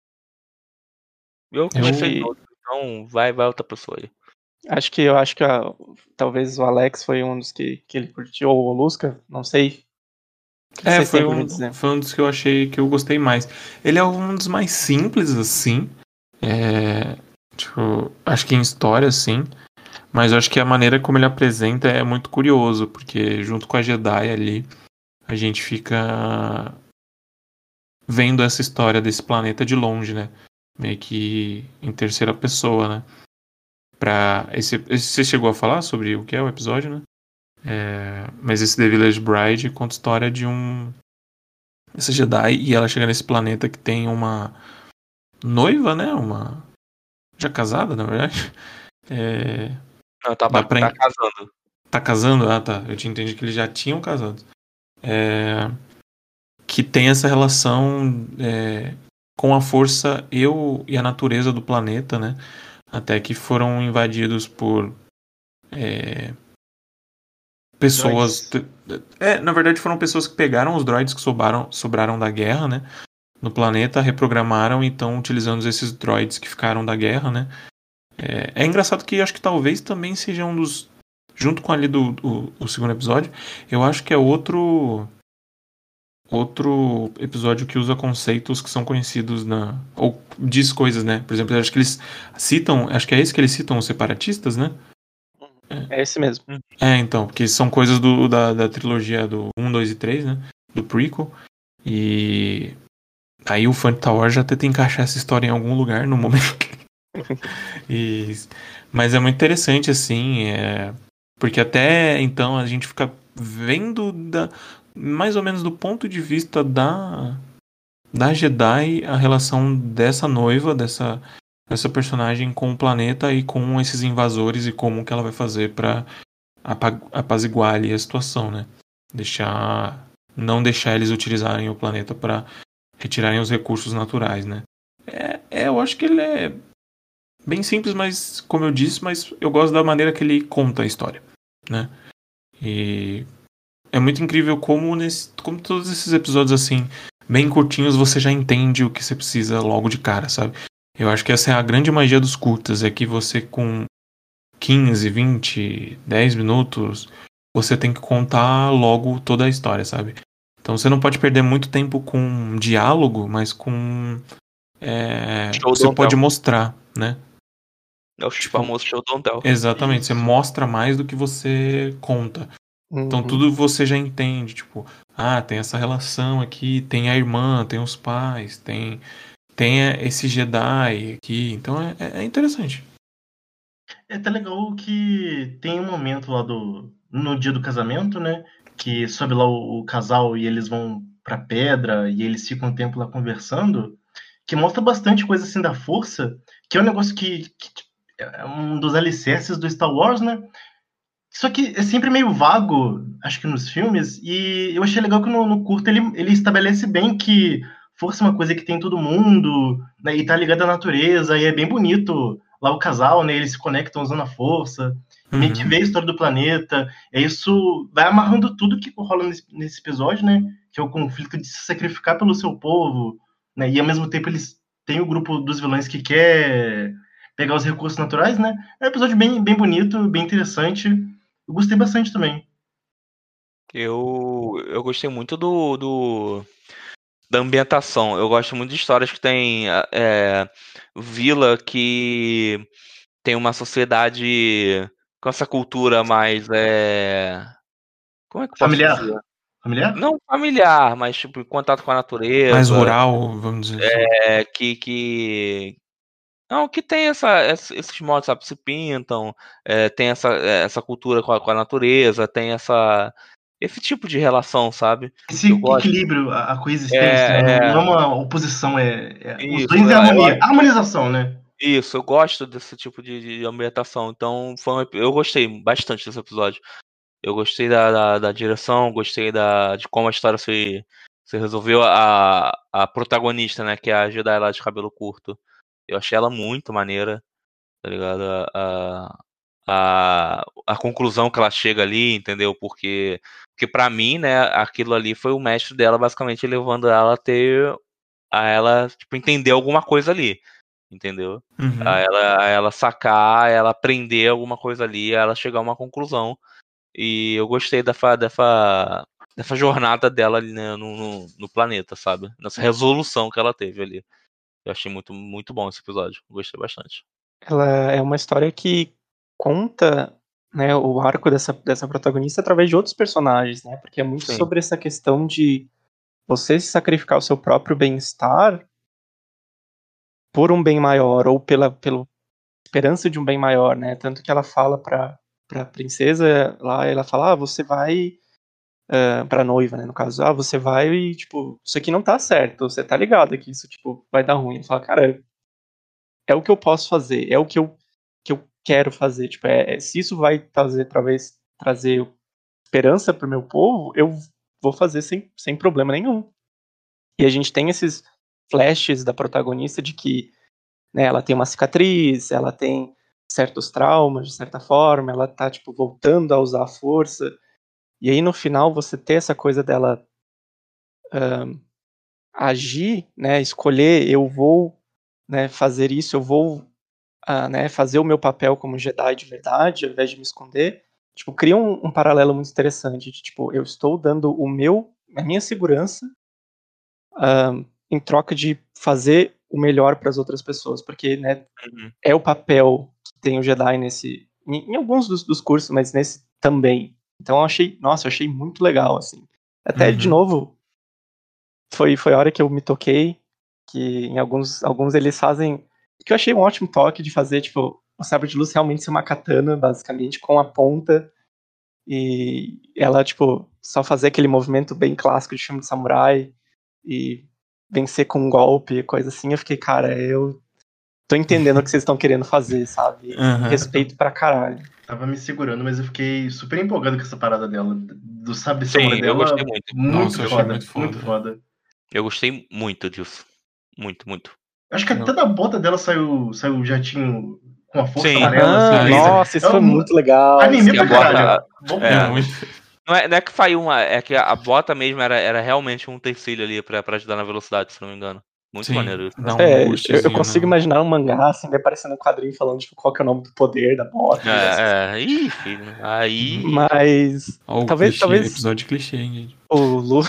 Eu comecei Eu- todo, então vai, vai outra pessoa aí. Acho que eu acho que a- talvez o Alex foi um dos que, que ele curtiu, ou o Lusca, não sei. O que, que É, vocês têm foi pra me um, dizer? foi um dos que eu achei que eu gostei mais. Ele é um dos mais simples, assim. É, tipo, acho que em história, assim. Mas eu acho que a maneira como ele apresenta é muito curioso, porque junto com a Jedi ali, a gente fica vendo essa história desse planeta de longe, né? Meio que em terceira pessoa, né? Pra esse, esse, você chegou a falar sobre o que é o episódio, né? É, mas esse The Village Bride conta a história de um essa Jedi e ela chega nesse planeta que tem uma noiva, né? Uma já casada, na verdade. É, Não, tá, dá ba- pra... tá casando. Tá casando? Ah, tá. Eu tinha entendido que eles já tinham casado. É, que tem essa relação é, com a força eu e a natureza do planeta, né? Até que foram invadidos por é, pessoas. Droids. É, na verdade, foram pessoas que pegaram os droids que sobraram, sobraram da guerra, né? No planeta, reprogramaram e estão utilizando esses droids que ficaram da guerra, né? É, é engraçado que acho que talvez também seja um dos. Junto com ali do, do o segundo episódio, eu acho que é outro. Outro episódio que usa conceitos que são conhecidos na. Ou diz coisas, né? Por exemplo, eu acho que eles citam. Acho que é esse que eles citam os separatistas, né? É esse mesmo. É, então, porque são coisas do, da, da trilogia do um, dois e três, né? Do prequel. E aí o fã de Star Wars já tenta encaixar essa história em algum lugar no momento. e... Mas é muito interessante, assim, é... porque até então a gente fica vendo da... mais ou menos do ponto de vista da, da Jedi a relação dessa noiva, dessa, dessa personagem com o planeta e com esses invasores e como que ela vai fazer pra apaziguar ali a situação, né? Deixar, não deixar eles utilizarem o planeta para retirarem os recursos naturais, né? É, é, eu acho que ele é bem simples, mas como eu disse, mas eu gosto da maneira que ele conta a história, né? E é muito incrível como nesse, como todos esses episódios assim, bem curtinhos, você já entende o que você precisa logo de cara, sabe? Eu acho que essa é a grande magia dos curtas, é que você com quinze, vinte, dez minutos, você tem que contar logo toda a história, sabe? Então você não pode perder muito tempo com diálogo, mas com... É, Show você don't pode tell. mostrar, né? É o Tipo, famoso show don't tell. exatamente, você Isso. mostra mais do que você conta. Então Uhum. tudo você já entende, tipo, ah, tem essa relação aqui, tem a irmã, tem os pais, tem, tem esse Jedi aqui, então é, é interessante. É até legal que tem um momento lá do. No dia do casamento, né? Que sobe lá o, o casal e eles vão pra pedra e eles ficam um tempo lá conversando. Que mostra bastante coisa assim da força. Que é um negócio que, que é um dos alicerces do Star Wars, né? Só que é sempre meio vago, acho que nos filmes, e eu achei legal que no, no curto ele, ele estabelece bem que força é uma coisa que tem em todo mundo, né, e tá ligada à natureza, e é bem bonito lá o casal, né, eles se conectam usando a força, e meio que Uhum. vê a história do planeta, e isso vai amarrando tudo que rola nesse, nesse episódio, né, que é o conflito de se sacrificar pelo seu povo, né, e ao mesmo tempo eles têm o grupo dos vilões que quer pegar os recursos naturais, né, é um episódio bem, bem bonito, bem interessante. Eu gostei bastante também. Eu, eu gostei muito do, do da ambientação. Eu gosto muito de histórias que tem é, vila que tem uma sociedade com essa cultura mais é, como é que eu posso Familiar? dizer? Familiar? Não familiar, mas tipo em contato com a Mais natureza, rural, vamos dizer assim. é, que que não, que tem essa, essa- esses modos, sabe, se pintam, é, tem essa, é, essa cultura com a, com a natureza, tem essa esse tipo de relação, sabe? Esse Eu gosto. equilíbrio, a, a coexistência, né? É, Não, é, não é uma oposição, é, é os isso, dois em eu, eu harmonia. acho- Harmonização, né? isso, eu gosto desse tipo de, de ambientação. Então, foi um ep- eu gostei bastante desse episódio. Eu gostei da, da, da direção, gostei da, de como a história foi, Você resolveu a, a protagonista, né? Que é a Jedi lá de cabelo curto. Eu achei ela muito maneira, tá ligado? A, a, a conclusão que ela chega ali, entendeu? Porque, porque pra mim, né, aquilo ali foi o mestre dela basicamente levando ela a ter, a ela, tipo, entender alguma coisa ali, entendeu? Uhum. A ela, a ela sacar, a ela aprender alguma coisa ali, a ela chegar a uma conclusão. E eu gostei dessa, dessa, dessa jornada dela ali, né, no, no, no planeta, sabe? Nessa resolução que ela teve ali. Eu achei muito, muito bom esse episódio. Gostei bastante. Ela é uma história que conta, né, o arco dessa, dessa protagonista através de outros personagens, né? Porque é muito Sim. sobre essa questão de você se sacrificar o seu próprio bem-estar por um bem maior, ou pela, pela esperança de um bem maior, né? Tanto que ela fala pra, pra princesa lá, ela fala, ah, você vai... Uh, pra noiva, né, no caso, ah, você vai e, tipo, isso aqui não tá certo, você tá ligado que isso, tipo, vai dar ruim. Ela fala, cara, é o que eu posso fazer, é o que eu, que eu quero fazer, tipo, é, é, se isso vai trazer, talvez, trazer esperança pro meu povo, eu vou fazer sem, sem problema nenhum. E a gente tem esses flashes da protagonista de que, né, ela tem uma cicatriz, ela tem certos traumas, de certa forma, ela tá, tipo, voltando a usar a força. E aí, no final, você ter essa coisa dela uh, agir, né, escolher, eu vou, né, fazer isso, eu vou uh, né, fazer o meu papel como Jedi de verdade, ao invés de me esconder, tipo, cria um, um paralelo muito interessante de, tipo, eu estou dando o meu, a minha segurança uh, em troca de fazer o melhor para as outras pessoas, porque, né, Uhum. é o papel que tem o Jedi nesse, em, em alguns dos, dos cursos, mas nesse também. Então eu achei, nossa, eu achei muito legal, assim. Até, Uhum. de novo, foi, foi a hora que eu me toquei, que em alguns, alguns eles fazem, que eu achei um ótimo toque de fazer, tipo, o sabre de luz realmente ser uma katana, basicamente, com a ponta, e ela, tipo, só fazer aquele movimento bem clássico de filme de samurai, e vencer com um golpe, coisa assim. Eu fiquei, cara, eu tô entendendo o que vocês estão querendo fazer, sabe? Uhum. Respeito pra caralho. Tava me segurando, mas eu fiquei super empolgado com essa parada dela. Do sabre Sim, samurai eu dela. gostei muito. Muito Nossa, eu achei foda, muito foda. muito foda. Eu gostei muito disso. Muito, muito. Acho que até da bota dela saiu, saiu um jatinho com a força Sim. amarela, assim, Aham, laser. nossa, isso É foi um- muito legal. Anime Que pra a bota- caralho. Bom é. é. muito. Não é, não é que saiu uma. É que a bota mesmo era, era realmente um utensílio ali pra, pra ajudar na velocidade, se não me engano. Muito Sim, maneiro isso. dá um É, eu, eu boostzinho, consigo né? imaginar um mangá, assim, aparecendo um quadrinho falando, tipo, qual que é o nome do poder da bota. e essas- É, é. Ih, filho. Aí. Mas, Ó, o talvez, clichê, talvez episódio clichê, hein, gente. o, Lu,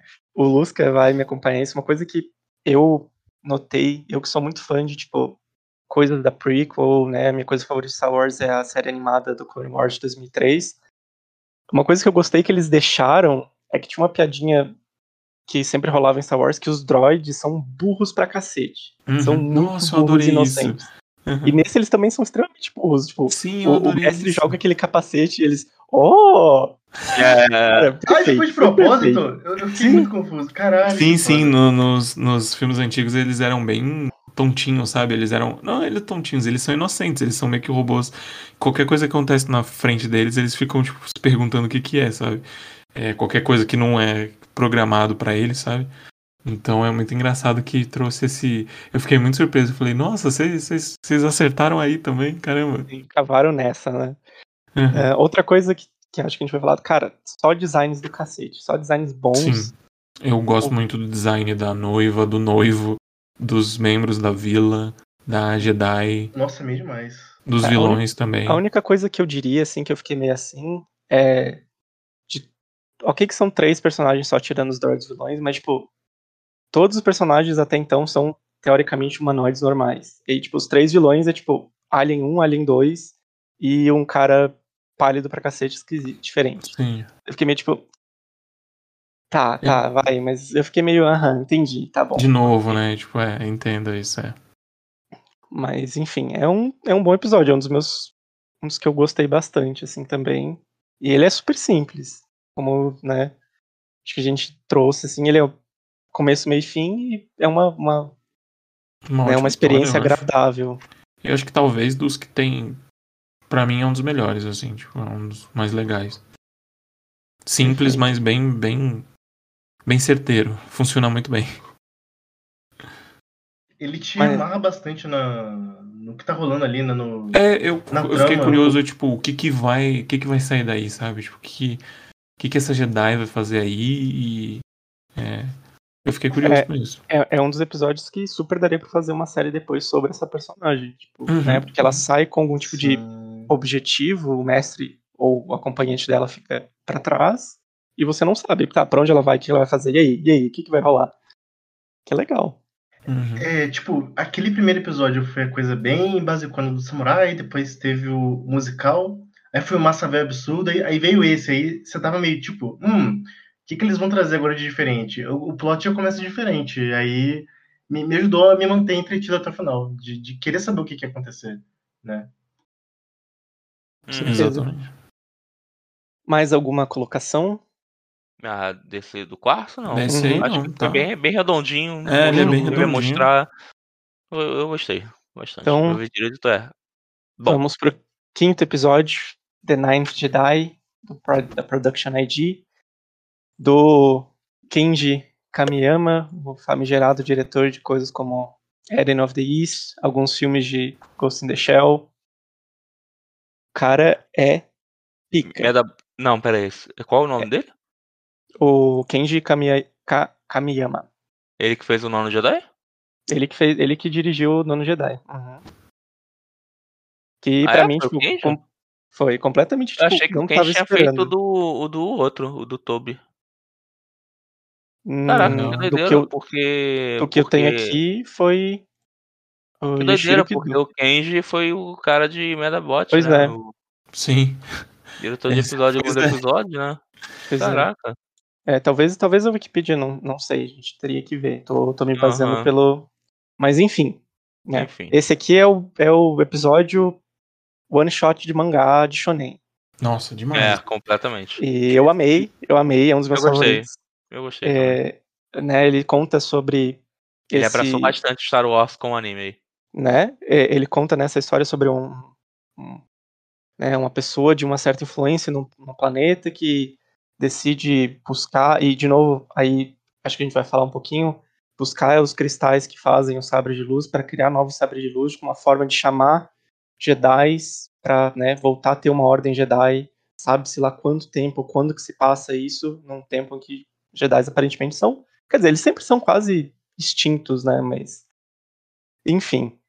o Lusca vai me acompanhar isso. Uma coisa que eu notei, eu que sou muito fã de, tipo, coisas da prequel, né? Minha coisa favorita de Star Wars é a série animada do Clone Wars de dois mil e três. Uma coisa que eu gostei que eles deixaram é que tinha uma piadinha que sempre rolava em Star Wars, que os droids são burros pra cacete. Uhum. São muito Nossa, eu burros adorei e inocentes. isso. Uhum. E nesse eles também são extremamente burros. Tipo, Sim, eu o, o adorei mestre isso. joga aquele capacete e eles. Oh! É, Cara, Ah, isso foi perfeito, de propósito? perfeito. Eu, eu fiquei Sim. muito confuso. Caralho. Sim, que sim, foda. no- nos, nos filmes antigos eles eram bem tontinhos, sabe? Eles eram. Não, eles tontinhos, eles são inocentes, eles são meio que robôs. Qualquer coisa que acontece na frente deles, eles ficam, tipo, se perguntando o que que é, sabe? É, qualquer coisa que não é programado pra eles, sabe? Então é muito engraçado que trouxe esse. Eu fiquei muito surpreso. Eu falei, nossa, vocês- vocês vocês acertaram aí também, caramba. E cavaram nessa, né? Uhum. É, outra coisa que, que acho que a gente vai falar, cara, só designs do cacete. Só designs bons. Sim. Eu gosto muito do design da noiva, do noivo, dos membros da vila, da Jedi, Nossa, meio demais. dos A vilões também. A única coisa que eu diria, assim, que eu fiquei meio assim, é. De, ok, que são três personagens só tirando os droids vilões, mas, tipo, todos os personagens até então são, teoricamente, humanoides normais. E aí, tipo, os três vilões é, tipo, Alien um, Alien dois e um cara pálido pra cacete esquisito, diferente. Sim. Eu fiquei meio, tipo. Tá, tá, vai, mas eu fiquei meio, aham, entendi, tá bom. De novo, né? Tipo, é, entendo isso, é. Mas, enfim, é um, é um bom episódio, é um dos meus. Um dos que eu gostei bastante, assim, também. E ele é super simples. Como, né? Acho que a gente trouxe, assim, ele é o começo, meio e fim, e é uma, uma, Uma, né, ótima uma experiência história, eu acho. agradável. Eu acho que talvez dos que tem. Pra mim é um dos melhores, assim, tipo, é um dos mais legais. Simples, Perfeito. mas bem, bem bem certeiro. Funciona muito bem. Ele te Mas- amarra bastante na, no que tá rolando ali, né, no... É, eu, Na eu fiquei trama. curioso, tipo, o que que vai, o que que vai sair daí, sabe? Tipo, o que, o que que essa Jedi vai fazer aí e... é, eu fiquei curioso É. com isso. É, é um dos episódios que super daria pra fazer uma série depois sobre essa personagem. Tipo, Uhum. né? Porque ela sai com algum tipo de Sim. objetivo, o mestre ou o acompanhante dela fica pra trás e você não sabe, tá, pra onde ela vai, o que ela vai fazer, e aí, e aí, o que, que vai rolar? Que é legal. Uhum. É, tipo, aquele primeiro episódio foi a coisa bem basicona do samurai, depois teve o musical, aí foi o Massa Véio Absurdo, aí, aí veio esse, aí você tava meio tipo, hum, o que, que eles vão trazer agora de diferente? O, o plot já começa diferente, aí me, me ajudou a me manter entretido até o final, de, de querer saber o que, que ia acontecer, né? Com Hum. certeza. Exatamente. Mais alguma colocação? Ah, desse do quarto, não. Desse aí Uhum. Acho não, que tá. foi bem, bem redondinho. É, ele é mostrou bem o que eu ia redondinho. mostrar. Eu, eu gostei bastante. Então- Meu direito é bom. Vamos pro quinto episódio, The Ninth Jedi, do, Pro- da Production I D, do Kenji Kamiyama, o famigerado diretor de coisas como Eden of the East, alguns filmes de Ghost in the Shell. O cara é pica. Meda... Não, pera aí. Qual o nome dele? O Kenji Kamiya- Ka- Kamiyama. Ele que fez o Nono Jedi? Ele que, fez, ele que dirigiu o Nono Jedi. Que Ah, pra é? mim, Foi o tipo, Kenji? com- foi completamente, Eu tipo, achei que não o tava Kenji tinha esperando. feito o do, o do outro, o do Toby. Hum, Caraca, Não. que do doideira, que eu, porque... do que eu porque... tenho aqui foi o Que Yoshiro doideira, porque Kido. o Kenji foi o cara de Medabot, Pois né? é. O Sim. diretor de Esse- episódio, pois segundo é. episódio, né? Pois é. Caraca. É, talvez, talvez a Wikipedia não, não sei, a gente teria que ver. Tô, tô me baseando Aham. pelo. Mas enfim. Né? Enfim. Esse aqui é o, é o episódio one shot de mangá de Shonen. Nossa, É, demais. completamente. E eu amei, eu amei, é um dos meus Eu gostei. favoritos. Eu gostei também. É, né, ele conta sobre Ele esse, abraçou bastante Star Wars com o anime aí. né? é, Ele conta nessa história sobre um, um, né, uma pessoa de uma certa influência no, no planeta que decide buscar, e de novo, aí acho que a gente vai falar um pouquinho, buscar os cristais que fazem o sabre de luz para criar novos sabres de luz, como uma forma de chamar Jedis para, né, voltar a ter uma ordem Jedi. Sabe-se lá quanto tempo, quando que se passa isso, num tempo em que Jedis aparentemente são, quer dizer, eles sempre são quase extintos, né, mas enfim.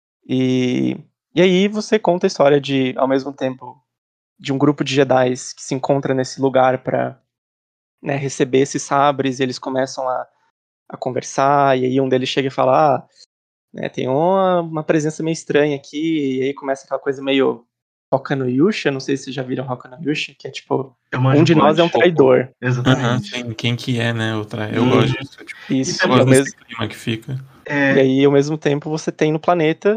E, e aí você conta a história de, ao mesmo tempo, de um grupo de Jedis que se encontra nesse lugar para, né, receber esses sabres, e eles começam a, a conversar, e aí um deles chega e fala, ah, né, tem uma, uma presença meio estranha aqui, e aí começa aquela coisa meio Roka no Yusha, não sei se vocês já viram Roka no Yusha, que é tipo, Eu manjo um de nós é um plot. traidor, Aham, Exatamente. sim. Quem que é, né? Outra... Eu Hum. gosto disso. Tipo, isso, E eu e ao, gosto mesmo, desse clima que fica. É, e aí ao mesmo tempo você tem no planeta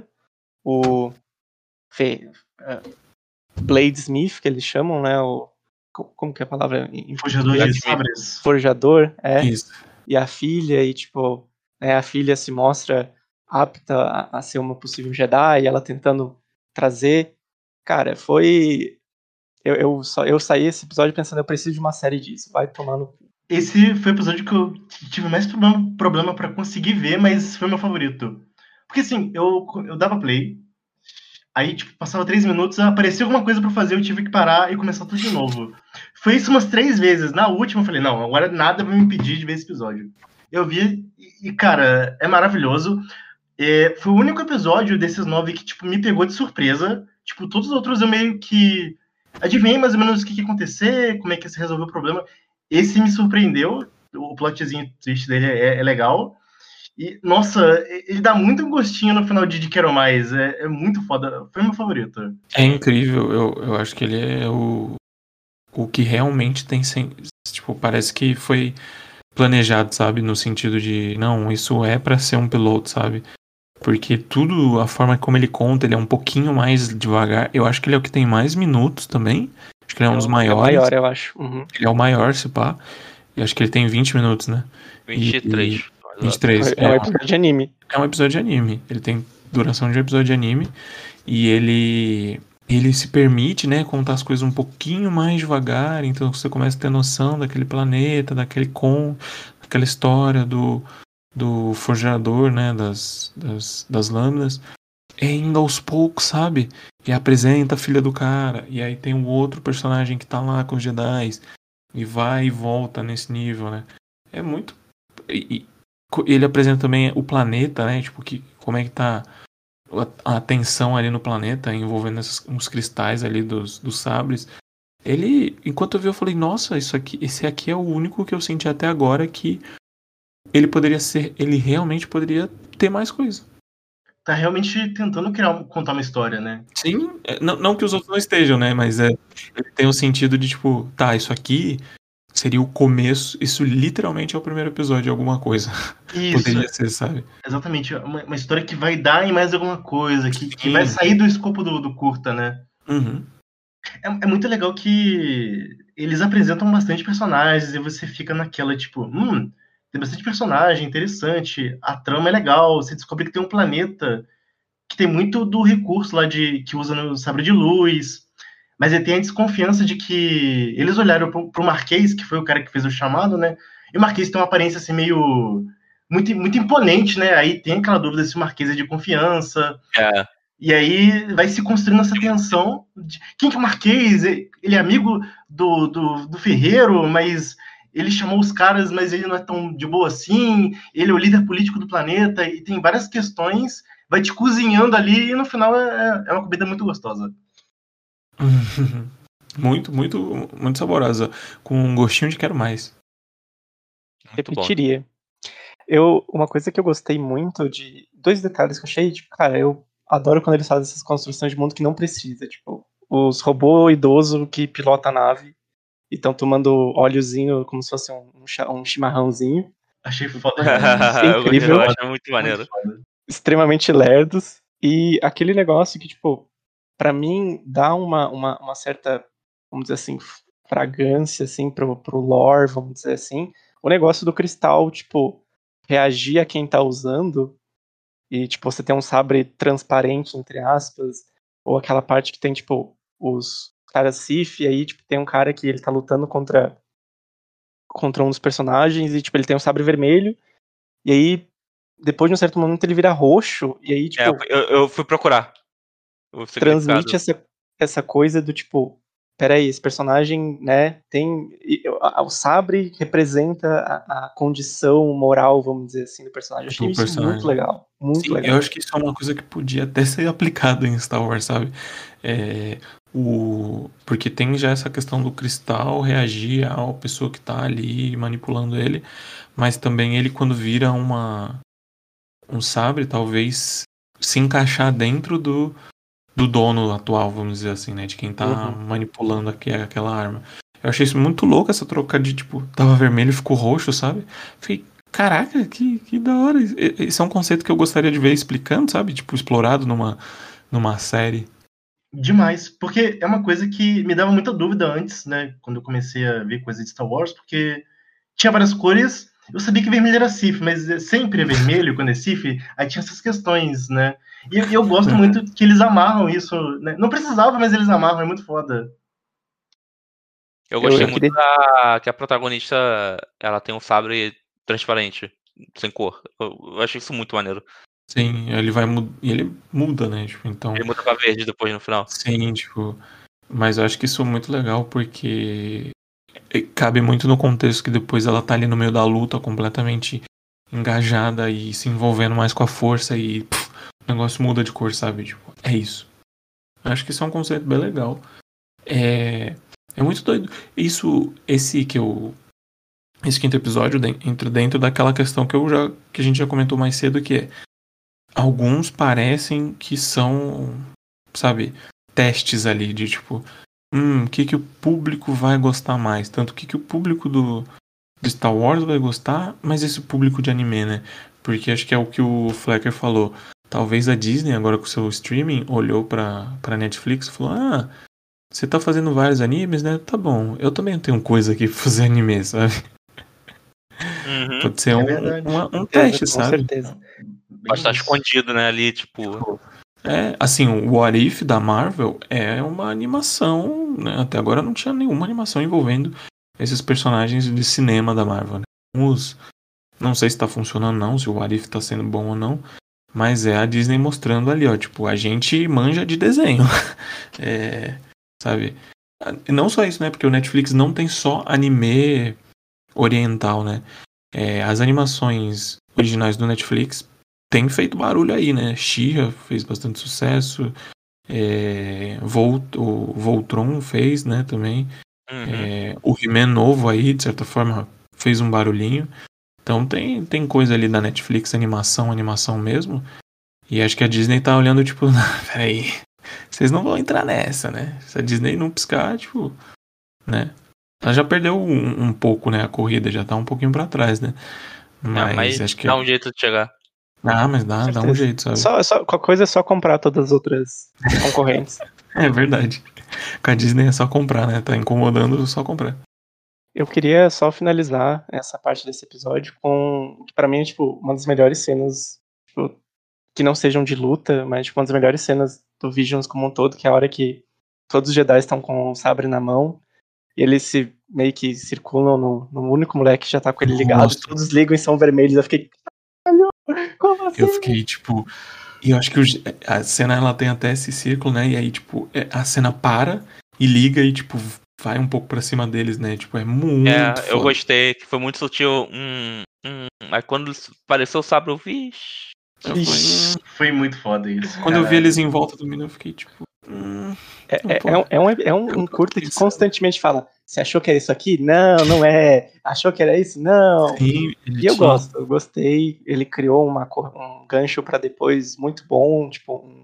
o Fe- uh, Bladesmith, que eles chamam, né, o, co- como que é a palavra em em Forjador português? de sabres. Forjador, é, Isso. e a filha, e tipo, né, a filha se mostra apta a, a ser uma possível Jedi, e ela tentando trazer, cara, foi, eu, eu, só, eu saí esse episódio pensando, eu preciso de uma série disso, vai tomando, Esse foi o episódio que eu tive mais problema, problema para conseguir ver, mas foi meu favorito. Porque assim, eu, eu dava play, aí tipo, passava três minutos, aparecia alguma coisa pra fazer, eu tive que parar e começar tudo de novo. Foi isso umas três vezes. Na última eu falei, não, agora nada vai me impedir de ver esse episódio. Eu vi e, cara, é maravilhoso. É, foi o único episódio desses nove que, tipo, me pegou de surpresa. Tipo, todos os outros eu meio que adivinhei mais ou menos o que, que ia acontecer, como é que ia se resolver o problema. Esse me surpreendeu. O plotzinho triste dele é, é legal. E, nossa, ele dá muito gostinho no final de, de Quero Mais. É, é muito foda. Foi meu favorito. É incrível. Eu, eu acho que ele é o, o que realmente tem... Sem, tipo, parece que foi planejado, sabe? No sentido de, não, isso é pra ser um piloto, sabe? Porque tudo, a forma como ele conta, ele é um pouquinho mais devagar. Eu acho que ele é o que tem mais minutos também. Acho que ele é um dos é maiores. maior, eu acho. Uhum. Ele é o maior, se pá. E acho que ele tem vinte minutos, né? vinte e três. E- vinte e três. É um É, episódio de anime. é um episódio de anime. Ele tem duração de um episódio de anime. E ele... Ele se permite, né, contar as coisas um pouquinho mais devagar. Então você começa a ter noção daquele planeta, daquele con... aquela história do, do forjador, né, das, das, das lâminas, é indo aos poucos, sabe? E apresenta a filha do cara, e aí tem um outro personagem que tá lá com os Jedi, e vai e volta nesse nível, né? É muito... E, e ele apresenta também o planeta, né? Tipo, que, como é que tá a, a tensão ali no planeta, envolvendo esses, uns cristais ali dos, dos sabres. Ele, enquanto eu vi, eu falei, nossa, isso aqui, esse aqui é o único que eu senti até agora que ele poderia ser, ele realmente poderia ter mais coisa. Tá realmente tentando criar, contar uma história, né? Sim, é, não, não que os outros não estejam, né? Mas é, ele tem o sentido de, tipo, tá, isso aqui seria o começo, isso literalmente é o primeiro episódio de alguma coisa. Isso, Poderia ser, sabe? exatamente. Uma, uma história que vai dar em mais alguma coisa, que, que Sim. vai sair do escopo do, do curta, né? Uhum. É, é muito legal que eles apresentam bastante personagens e você fica naquela, tipo, hum, tem bastante personagem interessante, a trama é legal, você descobre que tem um planeta que tem muito do recurso lá de que usa no sabre de luz, mas ele tem a desconfiança de que eles olharam pro, pro Marquês, que foi o cara que fez o chamado, né? E o Marquês tem uma aparência assim meio muito, muito imponente, né? Aí tem aquela dúvida se o Marquês é de confiança. É. E aí vai se construindo essa tensão de quem que é o Marquês? Ele é amigo do, do, do Ferreiro, mas ele chamou os caras, mas ele não é tão de boa assim. Ele é o líder político do planeta e tem várias questões. Vai te cozinhando ali e no final é, é uma comida muito gostosa. Muito, muito, muito saborosa. Com um gostinho de quero mais. Muito bom. Repetiria. Eu, uma coisa que eu gostei muito de... Dois detalhes que eu achei, tipo, cara, eu adoro quando eles fazem essas construções de mundo que não precisa. Tipo, os robôs idosos que pilotam a nave e estão tomando óleozinho como se fosse um, um, cha- um chimarrãozinho. Achei foda. Eu Incrível. Eu acho muito maneiro. Muito foda. Extremamente lerdos. E aquele negócio que, tipo, pra mim dá uma, uma, uma certa, vamos dizer assim, fragrância, assim, pro, pro lore, vamos dizer assim. O negócio do cristal, tipo, reagir a quem tá usando e, tipo, você tem um sabre transparente, entre aspas, ou aquela parte que tem, tipo, os caras Sith, e aí, tipo, tem um cara que ele tá lutando contra contra um dos personagens e, tipo, ele tem um sabre vermelho, e aí, depois de um certo momento, ele vira roxo, e aí, tipo, É, eu, eu fui procurar o significado. transmite essa, essa coisa do, tipo, peraí, esse personagem, né, tem... e, a- O sabre representa a, a condição moral, vamos dizer assim, do personagem. Eu achei Do isso personagem. muito legal, muito Sim, legal. eu acho que isso é uma coisa que podia até ser aplicada em Star Wars, sabe? É, o... Porque tem já essa questão do cristal reagir à pessoa que tá ali manipulando ele, mas também ele quando vira uma um sabre, talvez se encaixar dentro do, do dono atual, vamos dizer assim, né? De quem tá Uhum. manipulando aqui, aquela arma. Eu achei isso muito louco, essa troca de, tipo, tava vermelho e ficou roxo, sabe? Fiquei, caraca, que, que da hora. Esse é um conceito que eu gostaria de ver explicando, sabe? Tipo, explorado numa, numa série. Demais, porque é uma coisa que me dava muita dúvida antes, né? Quando eu comecei a ver coisas de Star Wars, porque tinha várias cores. Eu sabia que vermelho era Sith, mas sempre é vermelho quando é Sith. Aí tinha essas questões, né? E, e eu gosto muito que eles amarram isso, né? Não precisava, mas eles amarram, é muito foda. Eu gostei Eu muito queria- da, que a protagonista ela tem um sabre transparente, sem cor. Eu, eu achei isso muito maneiro. Sim, ele vai mu- e ele muda, né? Tipo, então, Ele muda pra verde depois no final. sim, tipo, mas eu acho que isso é muito legal porque cabe muito no contexto que depois ela tá ali no meio da luta, completamente engajada e se envolvendo mais com a força e puf, o negócio muda de cor, sabe? Tipo, é isso. Eu acho que isso é um conceito bem legal. É, é muito doido. Isso, esse que eu esse quinto episódio de- entra dentro daquela questão que eu já que a gente já comentou mais cedo, que é alguns parecem que são, sabe, testes ali de tipo, hum, o que que o público vai gostar mais, tanto o que que o público do, do Star Wars vai gostar, mas esse público de anime, né? Porque acho que é o que o Flecker falou. Talvez a Disney, agora com o seu streaming, olhou pra, pra Netflix e falou, ah, você tá fazendo vários animes, né? Tá bom, eu também tenho coisa aqui pra fazer anime, sabe? Uhum. Pode ser É um, verdade. uma- um Com teste, sabe? certeza. Bem Pode estar isso. escondido, né, ali, tipo. É, assim, o What If da Marvel é uma animação, né? Até agora não tinha nenhuma animação envolvendo esses personagens de cinema da Marvel, né? Os, Não sei se tá funcionando não, se o What If tá sendo bom ou não. Mas é a Disney mostrando ali, ó. Tipo, a gente manja de desenho. É, sabe? Não só isso, né? Porque o Netflix não tem só anime oriental, né? É, as animações originais do Netflix têm feito barulho aí, né? She-Ra fez bastante sucesso. É, Volt, o Voltron fez, né? Também. Uhum. É, o He-Man novo aí, de certa forma, fez um barulhinho. Então tem, tem coisa ali da Netflix, animação, animação mesmo. E acho que a Disney tá olhando, tipo, peraí, vocês não vão entrar nessa, né? Se a Disney não piscar, tipo, né? Ela já perdeu um, um pouco, né? A corrida já tá um pouquinho pra trás, né? Mas, É, mas acho que... dá um jeito de chegar. Ah, mas dá, dá um jeito, sabe? Só, só, qualquer coisa é só comprar todas as outras concorrentes. É verdade. Com a Disney é só comprar, né? Tá incomodando, só comprar. Eu queria só finalizar essa parte desse episódio com, que pra mim é, tipo, uma das melhores cenas, tipo, que não sejam de luta, mas, tipo, uma das melhores cenas do Visions como um todo, que é a hora que todos os Jedi estão com o sabre na mão, e eles se, meio que circulam no, no único moleque que já tá com ele ligado, Nossa. todos ligam e são vermelhos, eu fiquei, caralho, como assim? Eu fiquei, tipo... E eu acho que o, a cena, ela tem até esse círculo, né? E aí, tipo, a cena para e liga e, tipo... vai um pouco pra cima deles, né? Tipo, é muito É, foda. eu gostei, que foi muito sutil. Hum, hum. Aí quando apareceu o sabre, eu vi. Eu falei, Ixi. hum. Foi muito foda isso. Quando eu vi caralho. eles em volta do menino, eu fiquei tipo. Hum, É, não é, pode. é um, é um, é um, Eu um tô curta que pensando. constantemente fala: você achou que era isso aqui? Não, não é. Achou que era isso? Não. Sim, ele E eu tinha- gosto, eu gostei. Ele criou uma, cor- um gancho pra depois muito bom, tipo, um,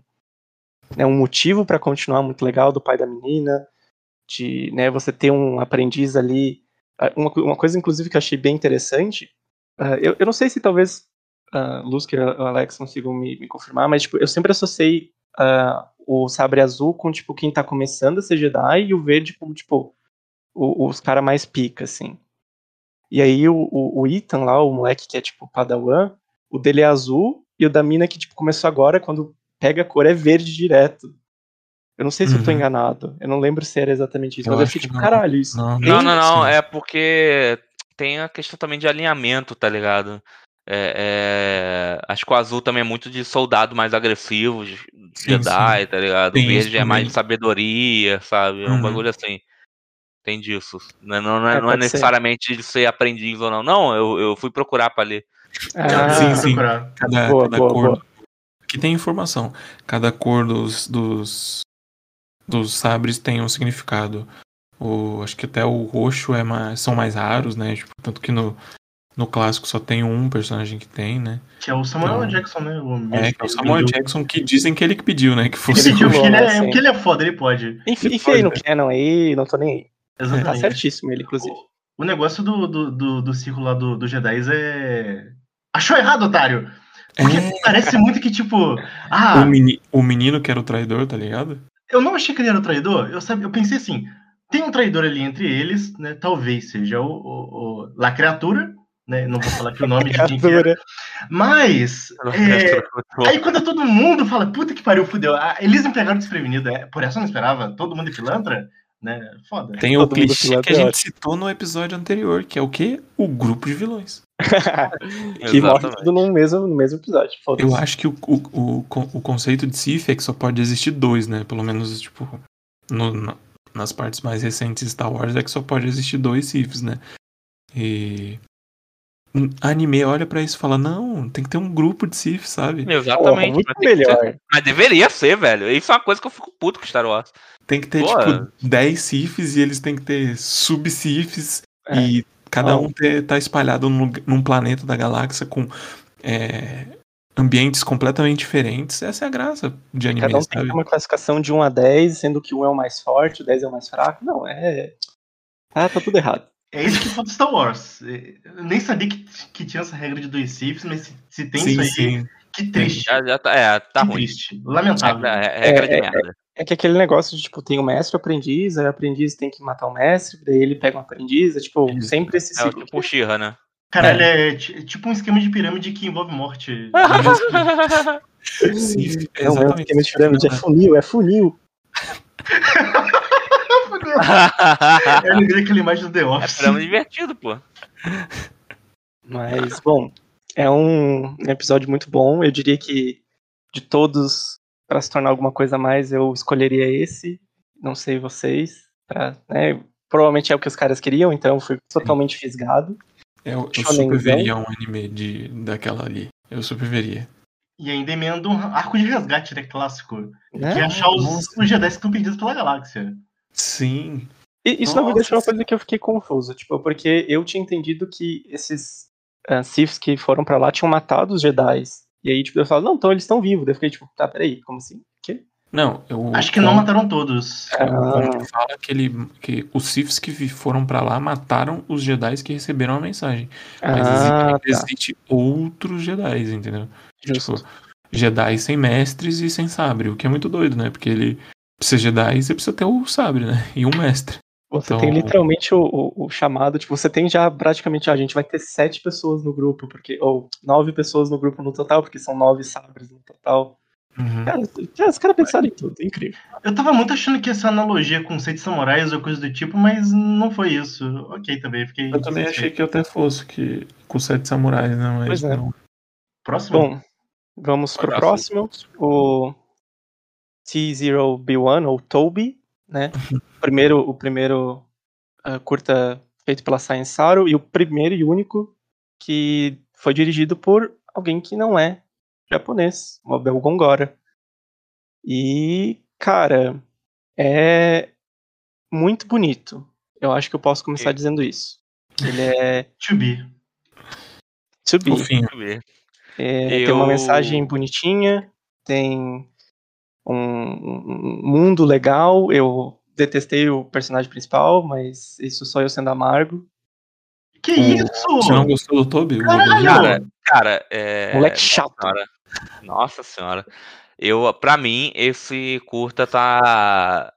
né, um motivo pra continuar muito legal do pai da menina, de, né, você ter um aprendiz ali. Ah, Uma, co- uma coisa, inclusive, que eu achei bem interessante. ah, eu, eu não sei se talvez uh, Luz e o Alex consigam me, me confirmar, mas tipo, eu sempre associei ah, o sabre azul com tipo quem tá começando a ser Jedi e o verde como tipo o- os caras mais pica, assim. E aí o, o, o Ethan lá, o moleque que é tipo Padawan, o dele é azul e o da mina que tipo começou agora, quando pega a cor é verde direto. Eu não sei se eu tô Uhum. enganado. Eu não lembro se era exatamente isso, Eu mas eu acho fiquei que tipo, não. caralho, isso. Não, tem- Não, não, não. Sim. É porque tem a questão também de alinhamento, tá ligado? É, é, acho que o azul também é muito de soldado mais agressivos, Jedi, sim. tá ligado? Tem O isso verde é mais também. de sabedoria, sabe? É um Uhum. bagulho assim. Tem disso. Não, não, não é, É, não é pode ser. necessariamente de ser aprendiz ou não. Não, eu, eu fui procurar pra ler. Ah, Eu sim, vou sim. procurar. Cada, boa, cada boa, cor. boa. Aqui tem informação. Cada cor dos, dos, dos sabres tem um significado. O, acho que até o roxo é mais, são mais raros, né? Tipo, tanto que no, no clássico só tem um personagem que tem, né? Que é o Samuel Então, Jackson, né? O É, que é o Samuel Jackson que dizem que ele que pediu, né? Que Ele fosse pediu, Falou, porque ele né, é, assim. porque ele é foda, ele pode. Enfim, enfia aí no Canon aí, não tô nem aí. Tá Exatamente. certíssimo ele, inclusive. O, o negócio do, do, do, do círculo lá do, do Jedi é. Achou errado, otário! Porque É. parece muito que, tipo. O, Ah, meni, o menino que era o traidor, tá ligado? eu não achei que ele era o traidor. Eu, sabe, eu pensei assim: tem um traidor ali entre eles, né? Talvez seja o, o, o La Criatura, né? Não vou falar aqui o nome de quem que é. Criatura. Mas. é, Aí quando todo mundo fala, puta que pariu, fudeu. Ah, eles me pegaram desprevenido. É, por essa eu não esperava. Todo mundo é pilantra, né? Foda. Tem Todo o mundo clichê pilantra que a é gente ótimo. citou no episódio anterior, que é o quê? O grupo de vilões. Que morre Exatamente. tudo no mesmo, no mesmo episódio. Foda-se. Eu acho que o, o, o, con- o conceito de Sith é que só pode existir dois, né? Pelo menos, tipo, no- na- nas partes mais recentes de Star Wars é que só pode existir dois Siths, né? E... um anime olha pra isso e fala, não, tem que ter um grupo de Sith, sabe? Porra, Exatamente. muito mas, tem que ser- melhor. mas deveria ser, velho. Isso é uma coisa que eu fico puto com Star Wars. Tem que ter, Pô, tipo, dez Siths e eles têm que ter sub-Siths É. e cada Não. um ter, tá espalhado num, num planeta da galáxia com é, ambientes completamente diferentes. Essa é a graça de anime, Cada um tem que sabe? ter uma classificação de um a dez, sendo que um é o mais forte, o dez é o mais fraco. Não, é. Ah, tá tudo errado. É isso que falta Star Wars. Eu nem sabia que, que tinha essa regra de dois Siths, mas se, se tem Sim, isso aí, sim. que triste. já, já tá, é, tá que ruim. triste. Lamentável. Regra, regra de É, é, merda. É que aquele negócio de, tipo, tem o mestre e o aprendiz, aí o aprendiz tem que matar o mestre, daí ele pega um aprendiz, é tipo, Isso. sempre esse É o ciclo. tipo um She-Ra, né? Caralho, é, ti- tipo um esquema de pirâmide que envolve morte. Sim, é Não, é um exatamente esquema de isso. pirâmide, é funil, é funil. Eu lembrei aquela imagem do The É Office. programa divertido, pô. Mas, bom, é um episódio muito bom. Eu diria que de todos, pra se tornar alguma coisa a mais, eu escolheria esse. Não sei vocês. Pra, né, provavelmente é o que os caras queriam, então eu fui totalmente fisgado. Eu, eu Shonenzão. super veria um anime de, daquela ali. Eu super veria. E ainda emenda um arco de resgate, né? Clássico. Né? Que é achar os, Nossa. os Jedi que estão perdidos pela galáxia. Sim. E isso, na Nossa, verdade, foi uma sim. coisa que eu fiquei confuso, tipo, porque eu tinha entendido que esses uh, Siths que foram pra lá tinham matado os Jedi. E aí, tipo, eu falo, não, então eles estão vivos. Daí eu fiquei, tipo, tá, peraí, como assim? Quê? Não, eu. Acho que não mataram todos. O conto Ah. fala que, ele, que os Siths que vi- foram pra lá mataram os Jedi que receberam a mensagem. Mas exi- Ah, ainda tá. existe outros Jedi, entendeu? Justo. Tipo, Jedi sem mestres e sem sabre, o que é muito doido, né? Porque ele, pra ser Jedi, você precisa ter o sabre, né? E um mestre. Você Então, tem literalmente o, o, o chamado, tipo, você tem já praticamente, ah, a gente vai ter sete pessoas no grupo, porque ou nove pessoas no grupo no total, porque são nove sabres no total. uhum. Cara, já, os caras pensaram em tudo, é incrível. Eu tava muito achando que ia ser analogia com Sete Samurais ou coisa do tipo, mas não foi isso. Ok, também, fiquei Eu também achei satisfeito. que até fosse que com sete samurais, não, mas Pois é. não. Próximo? Bom, vamos pro Próximo. próximo, o T zero B um, ou Toby, né? Primeiro, o primeiro uh, curta feito pela Science Saru, e o primeiro e único que foi dirigido por alguém que não é japonês, o Abel Gongora. E, cara, é muito bonito. Eu acho que eu posso começar É. dizendo isso. Ele é To be. to be. Fofinho. Deixa eu ver. É, Eu- Tem uma mensagem bonitinha, tem um, um mundo legal. Eu detestei o personagem principal, mas isso só eu sendo amargo. Que O- isso? Você não gostou do Toby? O Caralho! robozinho? Cara, cara, é. Moleque Nossa chato. senhora. Nossa senhora. Eu, pra mim, esse curta tá.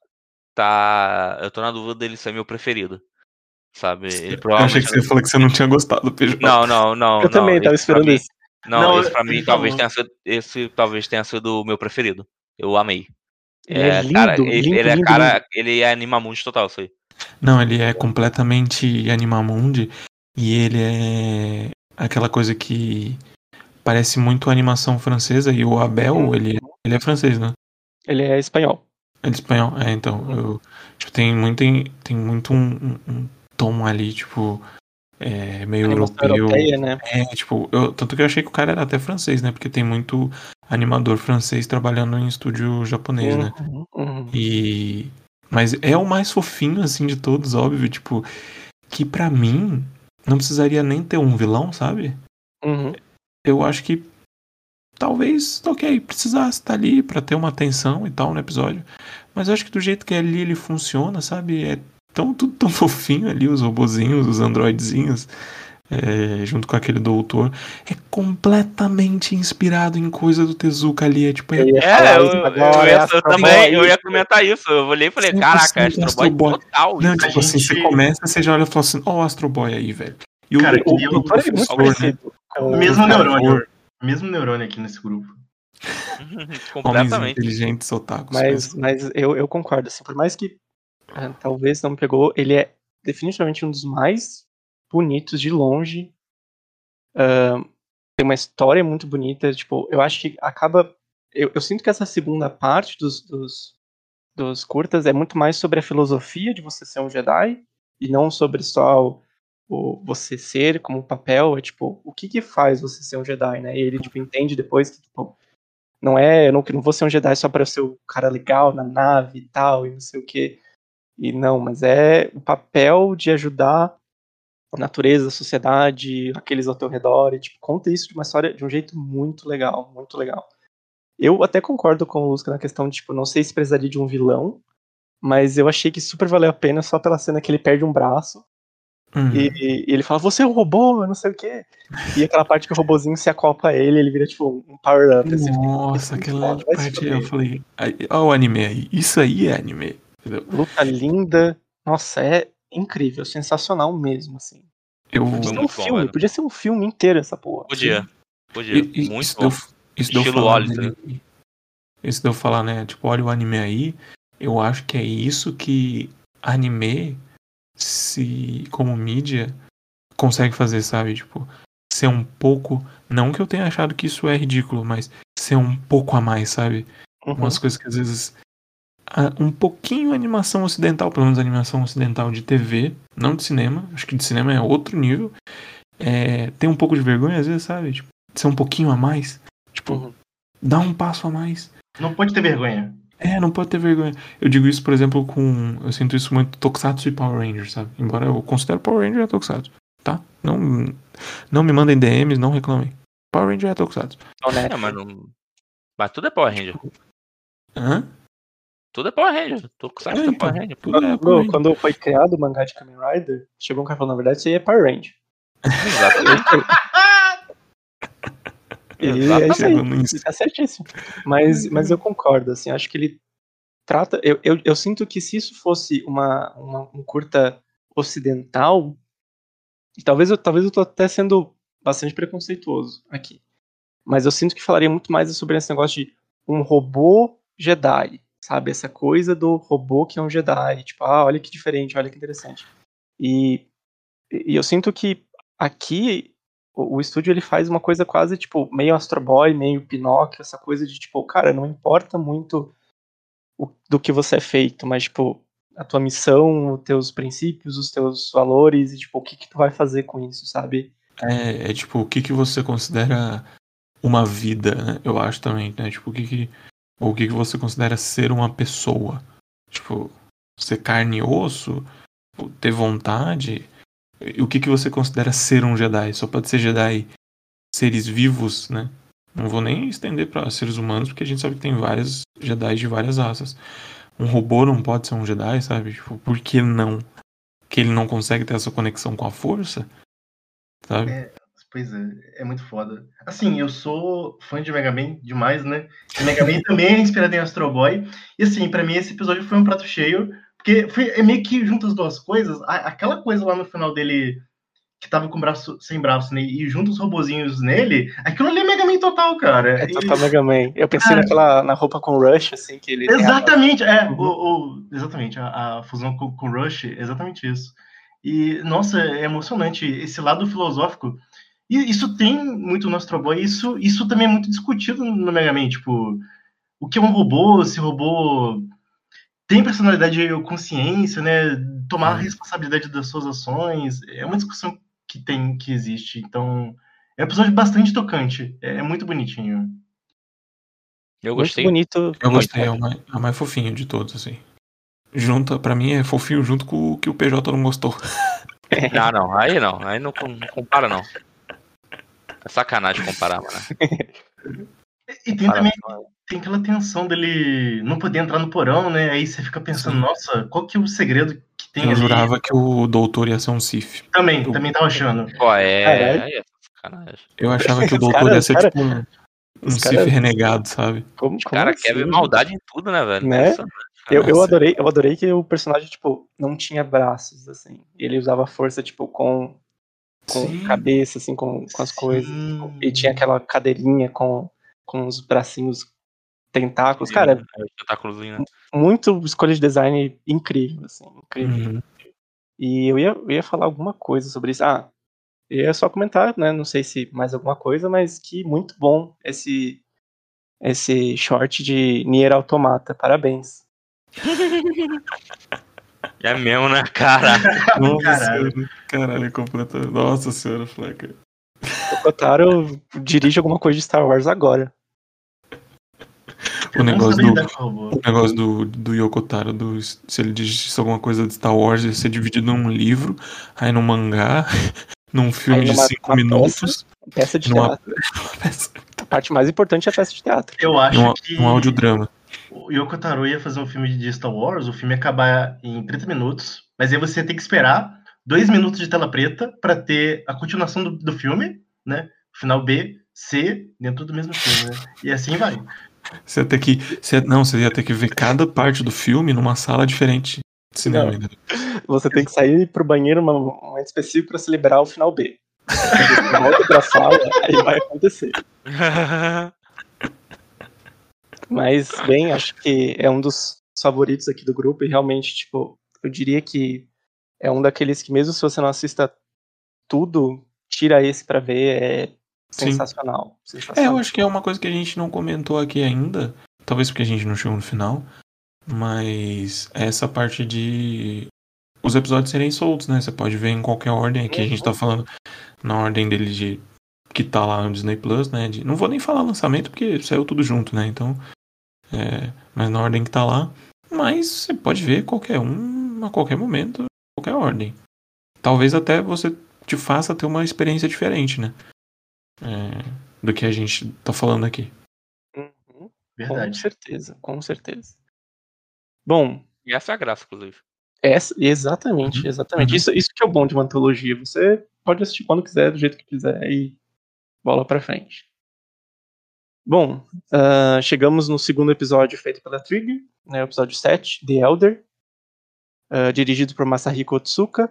Tá. Eu tô na dúvida dele ser meu preferido. Sabe? Ele Eu achei provavelmente. que você ia falar que você não tinha gostado, P J. Não, não, não. Eu não. também tava Esse pra esperando mim- isso. Não, Não, esse pra ele mim talvez falou. tenha sido. Esse talvez tenha sido o meu preferido. Eu amei. Ele é, lindo, cara, ele, lindo, ele é lindo, cara. lindo. Ele é Animamundi total, isso aí. Não, ele é completamente Animamundi e ele é aquela coisa que parece muito animação francesa e o Abel, ele, ele é francês, né? Ele é espanhol. Ele é espanhol. É, então, eu, tipo, tem muito, tem muito um, um- um tom ali, tipo, é, meio Animação europeu. europeia, né? É, tipo, eu, tanto que eu achei que o cara era até francês, né? Porque tem muito animador francês trabalhando em estúdio japonês, né? Uhum, uhum. E... Mas é o mais fofinho, assim, de todos, óbvio, tipo, que pra mim não precisaria nem ter um vilão, sabe? Uhum. Eu acho que talvez, ok, precisasse estar ali pra ter uma tensão e tal no episódio. Mas eu acho que do jeito que ali ele funciona, sabe? É tão, tudo tão fofinho ali, os robozinhos, os androidezinhos. É, junto com aquele doutor, é completamente inspirado em coisa do Tezuka ali, é tipo, é Eu ia É, falar eu, isso eu, agora, ia- é eu Astro também, Boy. eu ia comentar isso. Eu olhei e falei, cem por caraca, cento Astro Boy Astro Boy. total. Não, isso. tipo A assim, gente- você começa, você já olha e fala assim, ó, o Astro Boy aí, velho. E o, Cara, o, que o, eu- O doutor é muito professor, né? parecido com o Mesmo cara. neurônio. Mesmo neurônio aqui nesse grupo. Homens Completamente. inteligentes, otakus. Mas, mas eu, eu concordo, assim, por mais que ah, talvez não me pegou, ele é definitivamente um dos mais bonitos de longe. Ah, tem uma história muito bonita, tipo, eu acho que acaba... Eu, eu sinto que essa segunda parte dos, dos, dos curtas é muito mais sobre a filosofia de você ser um Jedi, e não sobre só o, o você ser como papel, é tipo, o que que faz você ser um Jedi, né? E ele, tipo, entende depois que, tipo, não é, eu não, não vou ser um Jedi só para eu ser o cara legal na nave e tal, e não sei o que. E não, mas é o papel de ajudar a natureza, a sociedade, aqueles ao teu redor, e tipo, conta isso de uma história de um jeito muito legal, muito legal. Eu até concordo com o Lusca na questão de, tipo, não sei se precisaria de um vilão, mas eu achei que super valeu a pena só pela cena que ele perde um braço, Uhum. e, e ele fala, você é um robô, não sei o quê. E aquela parte que o robozinho se acopla a ele, ele vira tipo um power-up. Assim, Nossa, fica, aquela "Foda, vai se parte fuder." eu falei, aí, ó o anime aí, isso aí é anime, entendeu? Luta linda. Nossa, é incrível, sensacional mesmo, assim. Eu, Podia Foi ser um muito bom, filme, velho. podia ser um filme inteiro essa porra. Podia. Podia. E- e Muito isso bom. deu, isso deu Estilo falar, Oliver. né? Isso deu falar, né? Tipo, olha o anime aí. Eu acho que é isso que anime, se como mídia, consegue fazer, sabe? Tipo, ser um pouco, não que eu tenha achado que isso é ridículo, mas ser um pouco a mais, sabe? Uhum. Umas coisas que às vezes um pouquinho animação ocidental, pelo menos animação ocidental de T V, não de cinema, acho que de cinema é outro nível. É, tem um pouco de vergonha às vezes, sabe? Tipo, ser um pouquinho a mais, tipo, Uhum. dá um passo a mais. Não pode ter vergonha. É, não pode ter vergonha. Eu digo isso, por exemplo, com... Eu sinto isso muito Tokusatsu e Power Rangers, sabe? Embora eu considere Power Ranger é Tokusatsu, tá? Não, não me mandem D Ms, não reclamem. Power Ranger é Tokusatsu. É, mas, não... mas tudo é Power Ranger. Hã? Tudo é Power Ranger. Tokusatsu é, É, é Power então, Ranger. tudo é Power Quando, Ranger. quando foi criado o mangá de Kamen Rider, chegou um cara falando, na verdade, isso aí é Power Ranger. Exatamente. E é Exatamente. isso aí, Chegou no ele ins- tá certíssimo. Mas, mas eu concordo, assim, acho que ele trata... Eu, eu, eu sinto que se isso fosse uma, uma, um curta ocidental, e talvez eu, talvez eu tô até sendo bastante preconceituoso aqui, mas eu sinto que falaria muito mais sobre esse negócio de um robô Jedi, sabe? Essa coisa do robô que é um Jedi, tipo, ah, olha que diferente, olha que interessante. E, e eu sinto que aqui o, o estúdio ele faz uma coisa quase tipo meio Astro Boy, meio Pinóquio, essa coisa de tipo, cara, não importa muito o, do que você é feito, mas tipo a tua missão, os teus princípios, os teus valores e tipo o que que tu vai fazer com isso, sabe? É, é tipo, o que que você considera uma vida, né? Eu acho também, né? Tipo, o que que, ou o que que você considera ser uma pessoa? Tipo, ser carne e osso? Ter vontade? E o que que você considera ser um Jedi? Só pode ser Jedi seres vivos, né? Não vou nem estender para seres humanos, porque a gente sabe que tem vários Jedi de várias raças. Um robô não pode ser um Jedi, sabe? Tipo, por que não? Que ele não consegue ter essa conexão com a força, sabe? É, pois é, é muito foda. Assim, eu sou fã de Mega Man demais, né? E Mega Man também é inspirado em Astro Boy. E assim, pra mim esse episódio foi um prato cheio, porque foi, é meio que junto as duas coisas. A, aquela coisa lá no final dele, que tava com o braço sem braço, né? E junto os robozinhos nele, aquilo ali é Mega Man total, cara. É E, total Mega Man. Eu pensei cara, naquela na roupa com Rush, assim, que ele exatamente, tem a... é, Uhum. o, o, exatamente, a, a fusão com o Rush, exatamente isso. E, nossa, é emocionante esse lado filosófico. E isso tem muito no Astro Boy, isso, isso também é muito discutido no Mega Man, tipo, o que é um robô, se o robô tem personalidade ou consciência, né, tomar a É. responsabilidade das suas ações, é uma discussão que tem, que existe, então, é um episódio bastante tocante, é, é muito bonitinho. Eu Muito gostei. bonito. Eu Pode gostei, é o mais, é o mais fofinho de todos, assim. Junta, pra mim é fofinho junto com o que o P J não gostou. Não, não, aí não, aí não, não compara não. É sacanagem comparar, mano. E tem também tem aquela tensão dele não poder entrar no porão, né? Aí você fica pensando, Sim. nossa, qual que é o segredo que tem Eu ali? jurava que o doutor ia ser um Sith. Também, Eu, também tava achando. Pô, é. Caralho. Aí é sacanagem. eu achava que o Os doutor cara- ia os ser cara- tipo um, um os Sith cara- renegado, sabe? Como, Os como caras assim, querem ver gente? maldade em tudo, né, velho? Né? Impressionante, cara. Eu, eu, Nossa. adorei, eu adorei que o personagem, tipo, não tinha braços, assim. Ele usava força, tipo, com, com Sim. cabeça, assim, com, com as coisas. Sim. Tipo, e tinha aquela cadeirinha com, com os bracinhos tentáculos. Cara, É o tentáculozinho, né? muito escolha de design incrível, assim, incrível. Uhum. E eu ia, eu ia falar alguma coisa sobre isso. Ah, eu ia só comentar, né? Não sei se mais alguma coisa, mas que muito bom esse, esse short de Nier Automata. Parabéns. É mesmo, né, cara? Nossa Caralho. senhora, caralho, completamente. Nossa senhora, Flecker. O Kotaro dirige alguma coisa de Star Wars agora. O negócio saber do, lidar com o robô. o negócio do, do Yokotaro, do, se ele dirigisse alguma coisa de Star Wars, ia ser dividido num livro, aí num mangá, num filme Aí de numa- cinco uma minutos, Peça de numa, teatro. A parte mais importante é a peça de teatro. Eu acho num, que num audiodrama. o Yoko Taro ia fazer um filme de Star Wars, o filme ia acabar em trinta minutos, mas aí você ia ter que esperar dois minutos de tela preta pra ter a continuação do, do filme, né? Final B, C, dentro do mesmo filme, né? E assim vai. Você ia ter que. Você, não, você ia ter que ver cada parte do filme numa sala diferente de cinema. Não. Ainda. Você tem que sair pro banheiro num momento específico pra se liberar o final B. Você volta pra sala, aí vai acontecer. Mas, bem, acho que é um dos favoritos aqui do grupo e realmente, tipo, eu diria que é um daqueles que mesmo se você não assista tudo, tira esse pra ver, é Sim. sensacional. É, sensacional. eu acho que é uma coisa que a gente não comentou aqui ainda, talvez porque a gente não chegou no final, mas essa parte de os episódios serem soltos, né? Você pode ver em qualquer ordem. Aqui a gente tá falando na ordem dele de que tá lá no Disney Plus, né? De, não vou nem falar lançamento porque saiu tudo junto, né? Então, é, mas na ordem que tá lá. Mas você pode ver qualquer um a qualquer momento, qualquer ordem. Talvez até você te faça ter uma experiência diferente, né? É, do que a gente tá falando aqui. Uhum. Com Verdade. certeza, com certeza. Bom, E essa é a graça, inclusive. essa, exatamente, Uhum, exatamente. uhum. Isso, isso que é o bom de uma antologia. Você pode assistir quando quiser, do jeito que quiser e bola pra frente. Bom, ah, chegamos no segundo episódio feito pela Trigger, né, o episódio sete, The Elder, ah, dirigido por Masahiko Otsuka.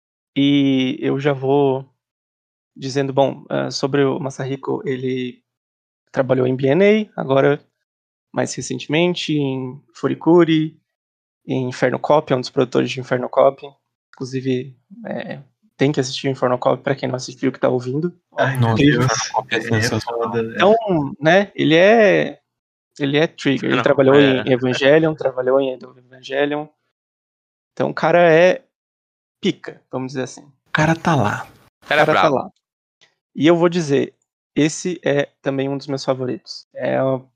E eu já vou dizendo, bom, ah, sobre o Masahiko, ele trabalhou em B N A, agora mais recentemente em Furikuri, em Inferno Cop, é um dos produtores de Inferno Cop. Inclusive, é, tem que assistir Inferno Cop pra quem não assistiu, que tá ouvindo. Ai, meu Nossa, Deus. é É, é sensacional. foda. É Então, né, ele é ele é Trigger, ele Não, trabalhou é. em Evangelion, trabalhou em Evangelion. Então o cara é pica, vamos dizer assim. O cara tá lá. O Cara, cara tá brabo. lá. E eu vou dizer, esse é também um dos meus favoritos. É,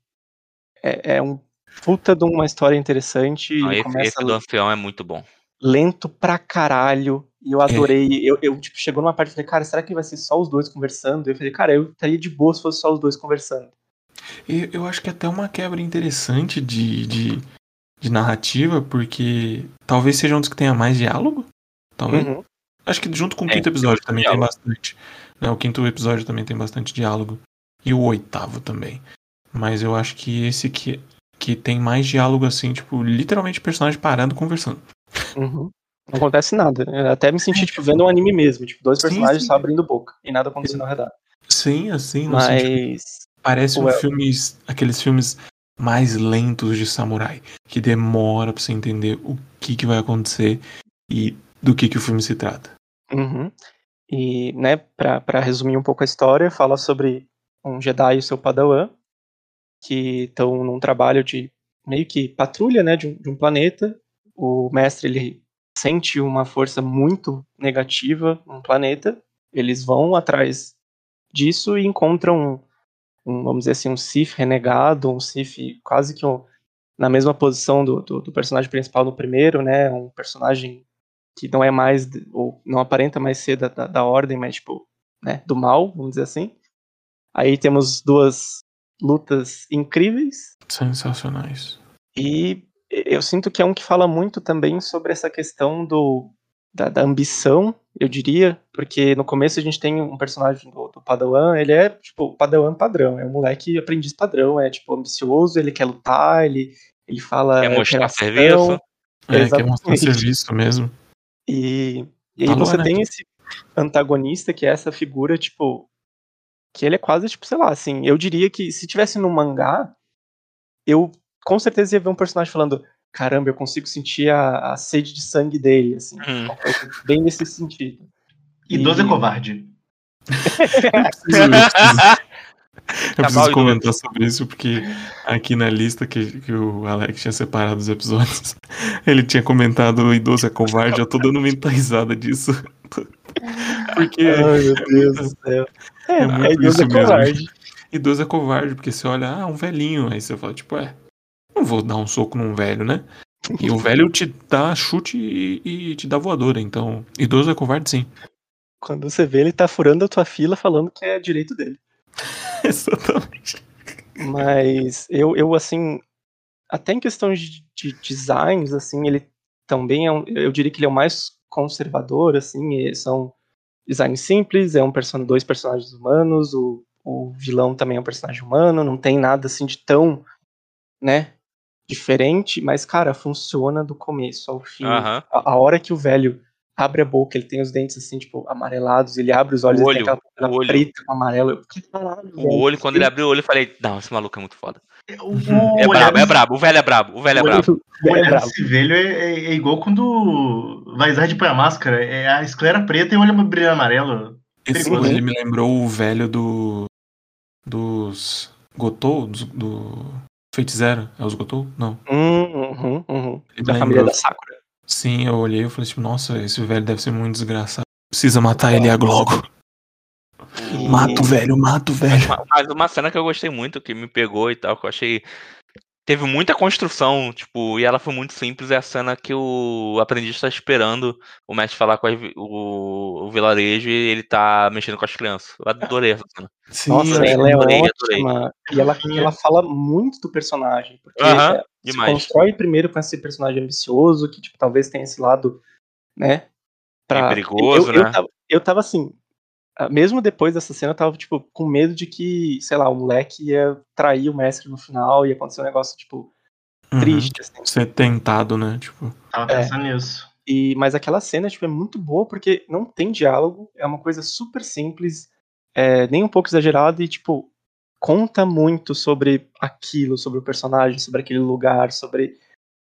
é, é um puta de uma história interessante. Não, Ele esse, começa esse do ancião é muito bom. lento pra caralho. E eu adorei. Eu, eu tipo, chegou numa parte e falei, cara, será que vai ser só os dois conversando? Eu falei, cara, eu estaria de boa se fosse só os dois conversando. E eu acho que é até uma quebra interessante de, de, de narrativa, porque talvez seja um dos que tenha mais diálogo. Talvez. Uhum. Acho que junto com o Tem, quinto episódio tem também diálogo. tem bastante. Né? O quinto episódio também tem bastante diálogo. E o oitavo também. Mas eu acho que esse que, que tem mais diálogo, assim, tipo, literalmente personagem parando conversando. Uhum. Não acontece nada. Eu até me senti, tipo, vendo um anime mesmo. Tipo, dois Sim, personagens sim. só abrindo boca. E nada acontecendo ao redor. Sim, assim, no sentido. Mas... Parece um Well. filmes, aqueles filmes mais lentos de samurai, que demora pra você entender o que, que vai acontecer e do que, que o filme se trata. Uhum. E, né, pra, pra resumir um pouco a história, fala sobre um Jedi e o seu Padawan, que estão num trabalho de meio que patrulha, né, de um, de um planeta. O mestre, ele sente uma força muito negativa num planeta. Eles vão atrás disso e encontram um, um vamos dizer assim, um Sith renegado, um Sith quase que um, na mesma posição do, do, do personagem principal no primeiro, né, um personagem que não é mais, ou não aparenta mais ser da, da, da ordem, mas tipo, né, do mal, vamos dizer assim. Aí temos duas lutas incríveis. Sensacionais. E eu sinto que é um que fala muito também sobre essa questão do, da, da ambição, eu diria, porque no começo a gente tem um personagem do, do Padawan, ele é tipo o Padawan padrão, é um moleque aprendiz padrão, é tipo ambicioso, ele quer lutar, ele, ele fala... Quer mostrar ação, serviço. É, exatamente. quer mostrar serviço mesmo. E, e aí Falou, você né? tem esse antagonista que é essa figura, tipo, que ele é quase, tipo, sei lá, assim, eu diria que se tivesse no mangá, eu com certeza ia ver um personagem falando, caramba, eu consigo sentir a, a sede de sangue dele, assim, Hum. uma coisa bem nesse sentido. Idoso E- é covarde. Eu preciso, eu preciso, eu Tá preciso mal, comentar idoso. sobre isso, porque aqui na lista que, que o Alex tinha separado os episódios, ele tinha comentado o idoso é covarde, eu tô dando muita risada disso. Porque Ai, meu Deus do céu. É, é muito é idoso isso é mesmo. covarde. Idoso é covarde, porque você olha, ah, um velhinho. Aí você fala, tipo, é, não vou dar um soco num velho, né? E o velho te dá chute e, e te dá voadora. Então, idoso é covarde, sim. Quando você vê, ele tá furando a tua fila falando que é direito dele. Exatamente. Mas eu, eu assim, até em questão de, de designs, assim, ele também é um, eu diria que ele é o mais conservador, assim, e são designs simples, é um person- dois personagens humanos, o, o vilão também é um personagem humano, não tem nada assim de tão, né, diferente, mas, cara, funciona do começo ao fim. Aham. A, a hora que o velho abre a boca, ele tem os dentes assim, tipo, amarelados, ele abre os olhos, O ele tem olho, aquela o olho. preta com amarelo. Eu, caralho, O velho, olho, quando ele abriu o olho, eu falei, não, esse maluco é muito foda. O, É o brabo, olhar, é brabo. O velho é brabo, o velho é o brabo. o é olhar bravo. desse velho é, é- é igual quando vai usar de põe a máscara. É a esclera preta e olha brilhando amarelo. Esse Perigoso. ele me lembrou o velho do. Dos. Gotou? Dos, do. Fate Zero? É os Gotou? Não. Uhum, uhum. Ele me Da família lembrou. da Sakura. Sim, eu olhei e falei tipo, nossa, esse velho deve ser muito desgraçado. Precisa matar ele logo. E- Mata o velho, mata o velho. Mas, mas uma cena que eu gostei muito, que me pegou e tal, que eu achei. Teve muita construção, tipo, e ela foi muito simples, é a cena que o aprendiz tá esperando o mestre falar com as vi- o, o vilarejo e ele tá mexendo com as crianças. Eu adorei essa cena. Sim, Nossa, eu achei- ela é adorei, adorei. ótima. E ela, Fofinha. ela fala muito do personagem. Porque Aham, é, se demais. constrói primeiro com esse personagem ambicioso, que tipo, talvez tenha esse lado, né? E Pra... perigoso, eu, eu, né? tava, eu tava assim, ah, mesmo depois dessa cena, eu tava, tipo, com medo de que, sei lá, o moleque ia trair o mestre no final, ia acontecer um negócio, tipo, Uhum. triste, assim. Ser tentado, né? Tipo. Tava É. pensando nisso. E, mas aquela cena, tipo, é muito boa porque não tem diálogo, é uma coisa super simples, é, nem um pouco exagerada e, tipo, conta muito sobre aquilo, sobre o personagem, sobre aquele lugar, sobre...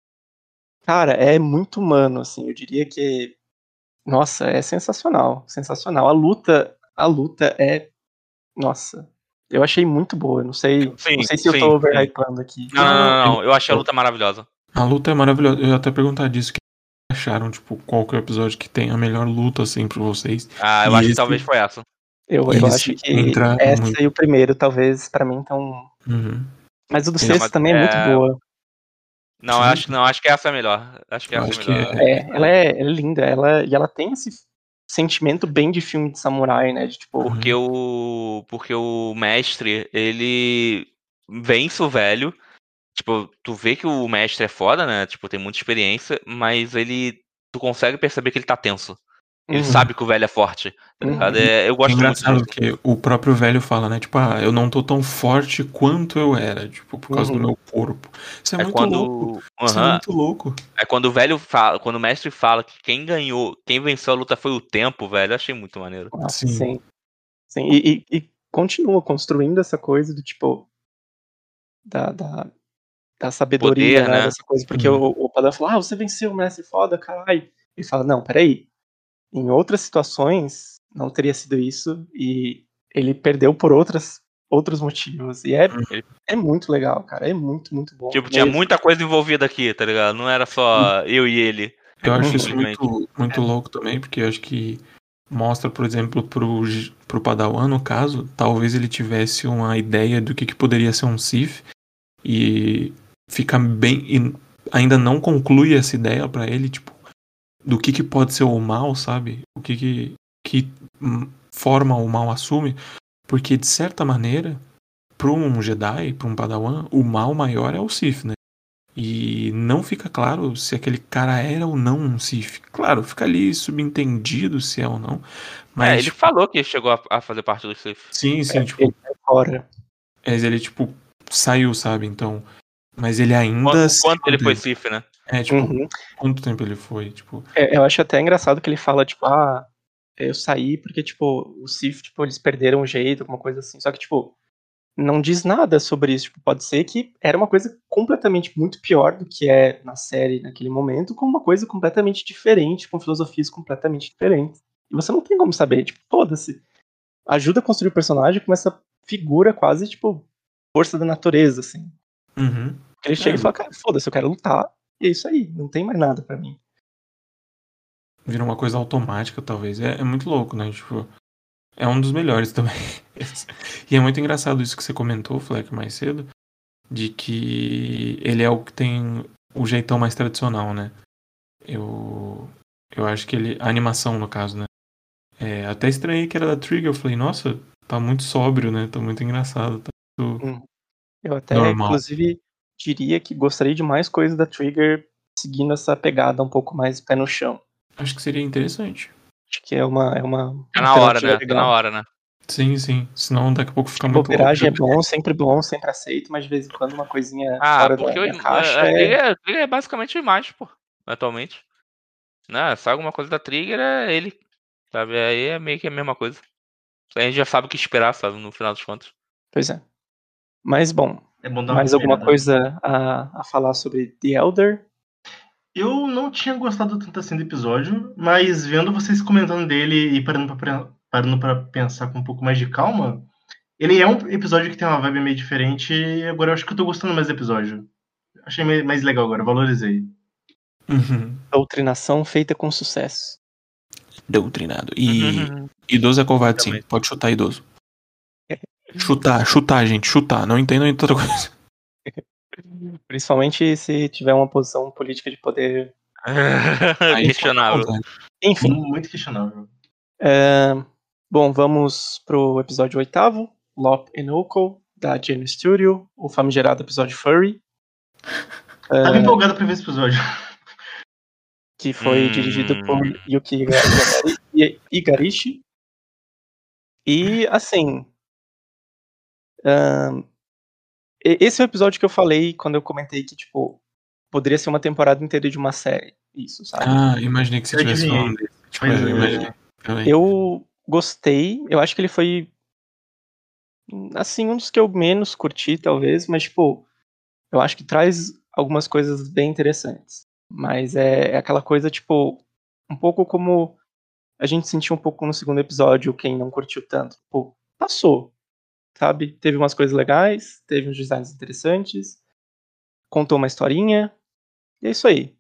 Cara, é muito humano, assim, eu diria que... Nossa, é sensacional, sensacional. A luta, a luta é... Nossa, eu achei muito boa, não sei, Sim, não sei se eu sim, tô sim. overhypando aqui. Não, não, não, não, eu- eu achei a luta maravilhosa. A luta é maravilhosa. Eu ia até perguntar disso. O que acharam, tipo, qual que é o episódio que tem a melhor luta, assim, pra vocês? Ah, eu E acho que esse- talvez foi essa. Eu, E eu esse acho que entra essa muito. e o primeiro, talvez, pra mim, estão... Uhum. Mas o do Esse- sexto mas também é muito é- boa. Não, eu acho, não, acho que essa é a melhor. Acho que Eu essa é a acho que melhor. É, ela é, ela é linda, ela, e ela tem esse sentimento bem de filme de samurai, né? De tipo, Porque o. Porque o mestre, ele vence o velho. Tipo, tu vê que o mestre é foda, né? Tipo, tem muita experiência, mas ele. Tu consegue perceber que ele tá tenso. Ele Uhum. sabe que o velho é forte, tá Uhum. ligado? É, eu É gosto muito engraçado disso. que o próprio velho fala, né? Tipo, ah, eu não tô tão forte quanto eu era, tipo, por causa Uhum. do meu corpo. Isso é, É muito quando. louco. Isso é Aham. muito louco. É quando o velho fala. Quando o mestre fala que quem ganhou, quem venceu a luta foi o tempo, velho. Eu achei muito maneiro. Nossa, Sim. sim. Sim. E, e- e continua construindo essa coisa do tipo, da, da, da sabedoria, Poder, né? né? Dessa coisa, porque Uhum. o, o Padrão fala, ah, você venceu o mestre foda, caralho. Ele fala, não, peraí. Em outras situações, não teria sido isso, e ele perdeu por outras, outros motivos. E é, Ele- é muito legal, cara. É muito, muito bom. Tipo, tinha mesmo. muita coisa envolvida aqui, tá ligado? Não era só eu e ele. Eu acho isso Simplesmente. muito, muito louco também, porque eu acho que mostra, por exemplo, pro, J- pro Padawan, no caso, talvez ele tivesse uma ideia do que, que poderia ser um Sith e fica bem. E ainda não conclui essa ideia pra ele, tipo, do que, que pode ser o mal, sabe? O que, que, que hum, forma o mal assume, porque de certa maneira, para um Jedi, para um Padawan, o mal maior é o Sith, né? E não fica claro se aquele cara era ou não um Sith. Claro, fica ali subentendido se é ou não. Mas, É, ele tipo, falou que chegou a, a fazer parte do Sith. sim, sim, É, tipo, ele sai fora. mas ele, tipo, saiu, sabe? Então. Mas ele ainda. Quanto, se quanto ele foi manteve. Sith, né? É, tipo, Uhum. quanto tempo ele foi? Tipo. É, eu acho até engraçado que ele fala, tipo, ah, eu saí porque, tipo, o Sith, tipo, eles perderam o jeito, alguma coisa assim. Só que, tipo, não diz nada sobre isso. Tipo, pode ser que era uma coisa completamente muito pior do que é na série naquele momento, com uma coisa completamente diferente, com filosofias completamente diferentes. E você não tem como saber, tipo, foda-se. Ajuda a construir o personagem com essa figura quase, tipo, força da natureza, assim. Uhum. Porque ele chega É, e fala, cara, foda-se, eu quero lutar, e é isso aí, não tem mais nada pra mim. vira uma coisa automática, talvez. É, é muito louco, né? Tipo, é um dos melhores também. E é muito engraçado isso que você comentou, Fleck, mais cedo, de que ele é o que tem o jeitão mais tradicional, né? Eu, eu acho que ele. A animação, no caso, né? É, até estranhei que era da Trigger. Eu falei, nossa, tá muito sóbrio, né? Tá muito engraçado. Tá muito Hum. Eu até, normal. inclusive, diria que gostaria de mais coisas da Trigger seguindo essa pegada um pouco mais pé no chão. Acho que seria interessante. Acho que é uma, é uma Tá na hora, alternativa né? Tá legal. na hora, né? Sim, sim. Senão daqui a pouco fica Acho que muito bobeiragem é óbvio. bom, sempre bom, sempre aceito, mas de vez em quando uma coisinha Ah, fora da, porque o, da caixa a, a é... Trigger, a Trigger é basicamente imagem, pô. Atualmente. Né? Se alguma coisa da Trigger é ele. Sabe? Aí é meio que a mesma coisa. A gente já sabe o que esperar, sabe? No final das contas. Pois é. Mas, bom, É bom dar uma mais alguma conferida. coisa a, a falar sobre The Elder? Eu não tinha gostado tanto assim do episódio, mas vendo vocês comentando dele e parando pra, parando pra pensar com um pouco mais de calma, ele é um episódio que tem uma vibe meio diferente e agora eu acho que eu tô gostando mais do episódio. Achei meio- mais legal agora, valorizei. Uhum. Doutrinação feita com sucesso. Doutrinado. E Uhum. idoso é covarde, sim. Também. Pode chutar idoso. Chutar, chutar, gente, chutar. Não entendo outra coisa. Principalmente se tiver uma posição política de poder. Aí Questionável. fica à vontade. Enfim. Muito questionável. é, Bom, vamos pro episódio oitavo. Lop and Oko, da Geno Studio. O famigerado episódio Furry. Tava é, empolgado pra ver esse episódio. Que foi Hum. dirigido por Yuki Igari- I- Igarishi. E, assim... ahn, e- esse é o episódio que eu falei quando eu comentei que, tipo, poderia ser uma temporada inteira de uma série. Isso, sabe? Ah, imaginei que você Eu estivesse adivinhei. falando desse. Tipo, Pois eu é. imaginei. Também. Eu gostei, eu acho que ele foi, assim, um dos que eu menos curti, talvez, mas, tipo, eu acho que traz algumas coisas bem interessantes. Mas é, é aquela coisa, tipo, um pouco como a gente sentiu um pouco no segundo episódio, quem não curtiu tanto. Pô, passou, sabe? Teve umas coisas legais, teve uns designs interessantes, contou uma historinha, e é isso aí.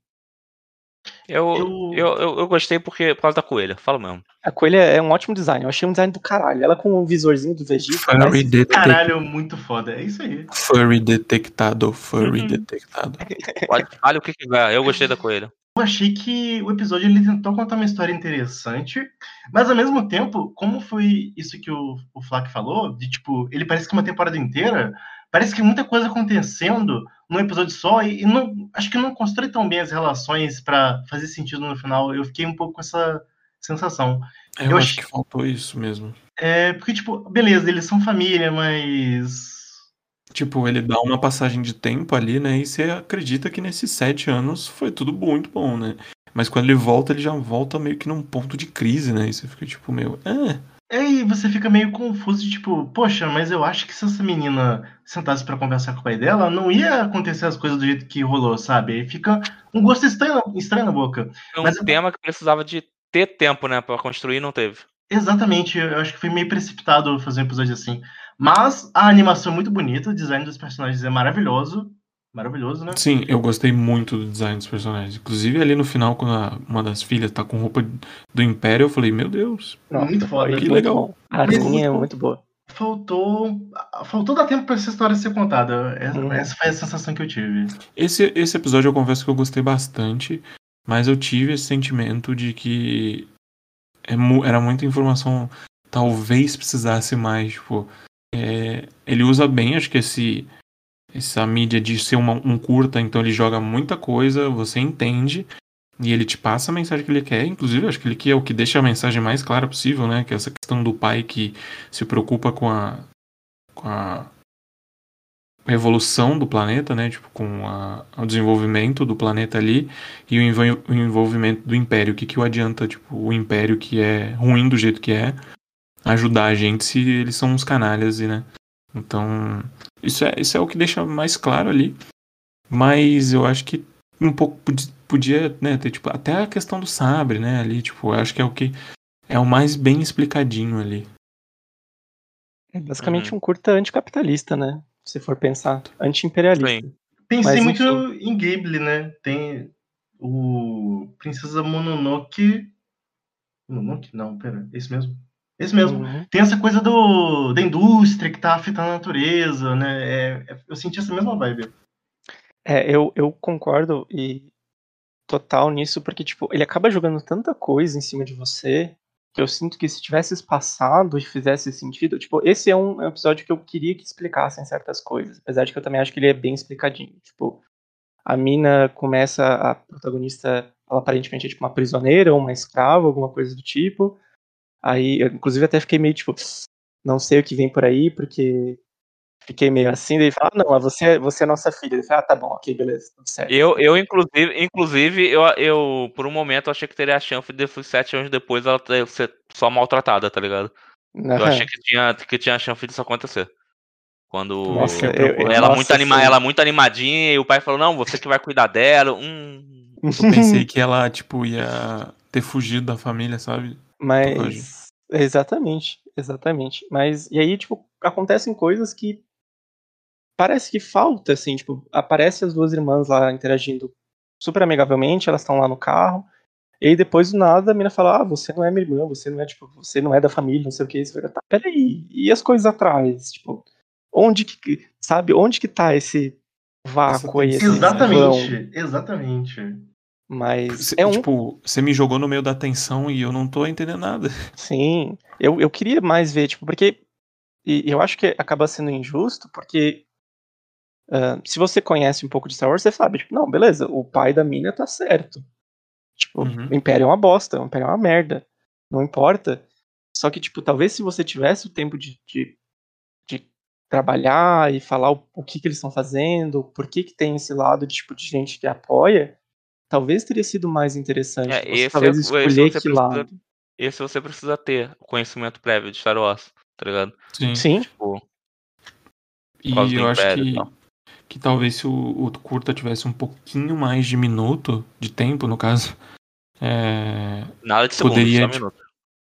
Eu, Eu- eu, eu, eu gostei porque, por causa da coelha, fala mesmo. A coelha é um ótimo design, eu achei um design do caralho. Ela com o visorzinho do Vegeta, Furry, mas... detec... Caralho, muito foda. É isso aí. Furry detectado, furry Uhum. detectado. Pode, fale o que quiser, eu gostei da coelha. Eu achei que o episódio ele tentou contar uma história interessante, mas ao mesmo tempo, como foi isso que o, o Flak falou, de tipo, ele parece que uma temporada inteira, parece que muita coisa acontecendo num episódio só, e, e não, acho que não constrói tão bem as relações pra fazer sentido no final. Eu fiquei um pouco com essa sensação. É, eu, Eu acho ach- que faltou isso mesmo. É, porque, tipo, beleza, eles são família, mas. Tipo, ele dá uma passagem de tempo ali, né? E você acredita que nesses sete anos foi tudo muito bom, né? Mas quando ele volta, ele já volta meio que num ponto de crise, né? E você fica tipo, meio. É. É, e você fica meio confuso, de tipo, poxa, mas eu acho que se essa menina sentasse pra conversar com o pai dela, não ia acontecer as coisas do jeito que rolou, sabe? Aí fica um gosto estranho, estranho na boca. Foi um Mas- tema que precisava de ter tempo, né, pra construir e não teve. Exatamente, eu acho que foi meio precipitado fazer um episódio assim. Mas a animação é muito bonita, o design dos personagens é maravilhoso. Maravilhoso, né? Sim, eu gostei muito do design dos personagens. Inclusive, ali no final, quando a- uma das filhas tá com roupa do Império, eu falei, meu Deus. Muito foda. foi Que muito legal. bom. A Mas- aranha é muito boa. Faltou. Faltou dar tempo pra essa história ser contada. Essa, Uhum. essa foi a sensação que eu tive. Esse, esse episódio eu confesso que eu gostei bastante, mas eu tive esse sentimento de que é mu- era muita informação, talvez precisasse mais, tipo, é, ele usa bem, acho que esse essa mídia de ser uma- um curta, então ele joga muita coisa, você entende, e ele te passa a mensagem que ele quer, inclusive acho que ele que é o que deixa a mensagem mais clara possível, né, que é essa questão do pai que se preocupa com a com a evolução do planeta, né, tipo, com a, o desenvolvimento do planeta ali e o, envol- o envolvimento do Império. O que que o adianta, tipo, o Império que é ruim do jeito que é, ajudar a gente se eles são uns canalhas, e, né? Então, isso é, isso é o que deixa mais claro ali. Mas eu acho que um pouco podia, podia, né, ter, tipo, até a questão do sabre, né, ali, tipo, eu acho que é o que é o mais bem explicadinho ali. É basicamente um curta anticapitalista, né? Se for pensar. Anti-imperialista. Pensei Mas, muito enfim. em Ghibli, né? Tem o Princesa Mononoke. Mononoke? Não, pera. Esse mesmo. Esse mesmo. Uhum. Tem essa coisa do, da indústria que tá afetando a natureza, né? É- é- eu senti essa mesma vibe. É, eu, eu concordo e total nisso, porque, tipo, ele acaba jogando tanta coisa em cima de você que eu sinto que se tivesse espaçado e fizesse sentido, tipo, esse é um episódio que eu queria que explicassem certas coisas, apesar de que eu também acho que ele é bem explicadinho. Tipo, a mina começa, a protagonista, ela aparentemente é tipo uma prisioneira ou uma escrava, alguma coisa do tipo. Aí, eu, inclusive, até fiquei meio tipo, não sei o que vem por aí, porque fiquei meio assim, daí fala, ah, não, você, você é nossa filha. Ele fala, ah, tá bom, ok, beleza, tudo certo. Eu, eu inclusive, inclusive eu, eu, por um momento, eu achei que teria a chance de sete anos depois ela ter- ser só maltratada, tá ligado? Eu Aham. achei que tinha, que tinha a chance disso acontecer. Quando Nossa, eu- eu- ela, nossa, muito anima, sim. ela muito animadinha e o pai falou, não, você que vai cuidar dela. Hum. Eu pensei que ela, tipo, ia ter fugido da família, sabe? Mas Exatamente, exatamente. Mas, e aí, tipo, acontecem coisas que parece que falta, assim, tipo, aparece as duas irmãs lá interagindo super amigavelmente, elas estão lá no carro, e aí depois do nada a mina fala, ah, você não é minha irmã, você não é, tipo, você não é da família, não sei o que, você fica, tá, peraí, e as coisas atrás? Tipo, onde que, sabe, onde que tá esse vácuo aí, esse vão? Exatamente, exatamente. Mas Cê, é um... Tipo, você me jogou no meio da tensão e eu não tô entendendo nada. Sim, eu, eu queria mais ver, tipo, porque, e eu acho que acaba sendo injusto, porque Uh, se você conhece um pouco de Star Wars, você sabe, tipo, não, beleza, o pai da mina tá certo. Tipo, Uhum. o Império é uma bosta, o Império é uma merda. Não importa. Só que, tipo, talvez se você tivesse o tempo de, de, de trabalhar e falar o, o que, que eles estão fazendo, por que, que tem esse lado de, tipo, de gente que apoia, talvez teria sido mais interessante. É, Você esse, talvez é, esse escolher você que precisa. lado. Esse você precisa ter o conhecimento prévio de Star Wars, tá ligado? Sim. Sim. Tipo, por E causa do eu acho Império e que, tal. que talvez se o, o curta tivesse um pouquinho mais de minuto, de tempo, no caso, é, Nada de segundos, poderia, só tipo, minuto.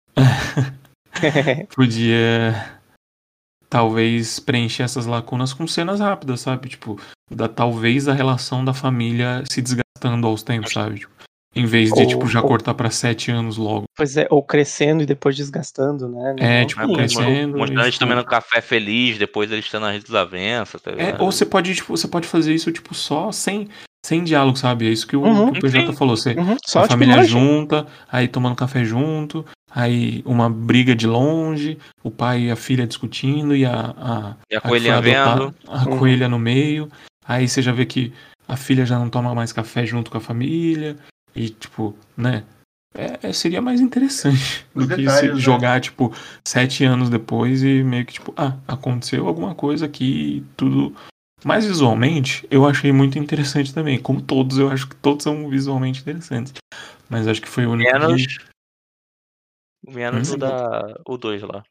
podia talvez preencher essas lacunas com cenas rápidas, sabe? Tipo, da, talvez a relação da família se desgastando aos tempos, sabe? Tipo, em vez de, tipo, ou, já ou, cortar pra sete anos logo. pois é, ou crescendo e depois desgastando, né? Não, É, não tipo, Né? tem isso. crescendo Mostrando e, eles tipo... tomando café feliz, depois eles estando nas desavenças, tá É, ligado? ou você pode, tipo, você pode fazer isso, tipo, só sem, sem diálogo, sabe? É isso que o, Uhum, que o P J sim. falou. Você, uhum. a Só, tipo, família imagem. junta, aí tomando café junto, aí uma briga de longe, o pai e a filha discutindo e a, a, E a a que foi coelhinha adotar, vendo. a Uhum. coelha no meio. Aí você já vê que a filha já não toma mais café junto com a família. E, tipo, né? É, é- seria mais interessante Os do que se detalhes, né? jogar, tipo, sete anos depois e meio que, tipo, ah, aconteceu alguma coisa aqui, tudo. Mas visualmente, eu achei muito interessante também. Como todos, eu acho que todos são visualmente interessantes. Mas acho que foi o único Menos. que. Menos Hum? o da. O dois lá.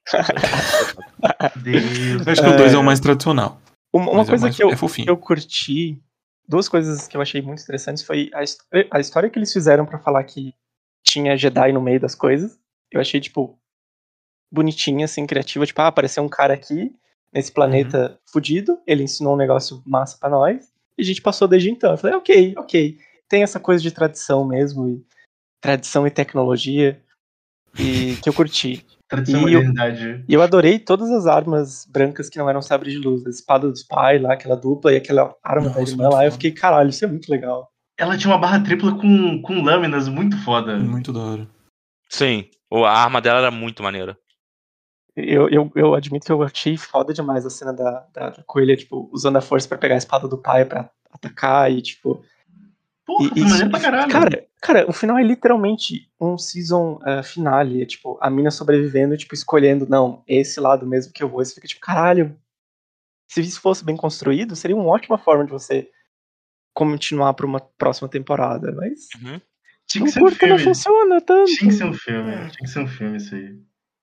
Deus. Eu acho que o dois é o mais tradicional. Uma, uma Mas é o coisa mais. que eu, É que fofinho. eu curti, duas coisas que eu achei muito interessantes foi a, his- a história que eles fizeram pra falar que tinha Jedi no meio das coisas. Eu achei, tipo, bonitinha, assim, criativa. Tipo, ah, apareceu um cara aqui, nesse planeta fudido, ele ensinou um negócio massa pra nós, e a gente passou desde então. Eu falei, ok, ok. Tem essa coisa de tradição mesmo, e tradição e tecnologia, e que eu curti. Tradição e E eu, modernidade. E eu adorei todas as armas brancas que não eram sabre de luz. A espada dos pais lá, aquela dupla, e aquela arma da Nossa, irmã muito lá. Eu foda. fiquei, caralho, isso é muito legal. Ela tinha uma barra tripla com, com lâminas muito foda. Muito da hora. Sim. O- A arma dela era muito maneira. Eu, eu, eu admito que eu achei foda demais a cena da, da, da coelha, tipo, usando a força pra pegar a espada do pai pra atacar e, tipo. Porra, E, foi isso, maneiro pra e, caralho. cara, cara, o final é literalmente um season uh, finale. É, tipo, a mina sobrevivendo, tipo, escolhendo, não, esse lado mesmo que eu vou. E você fica, tipo, caralho. Se isso fosse bem construído, seria uma ótima forma de você continuar pra uma próxima temporada, mas Uhum. Tinha que não ser um curta, não filme. funciona tanto. Tinha que ser um filme. É. Tinha que ser um filme isso aí.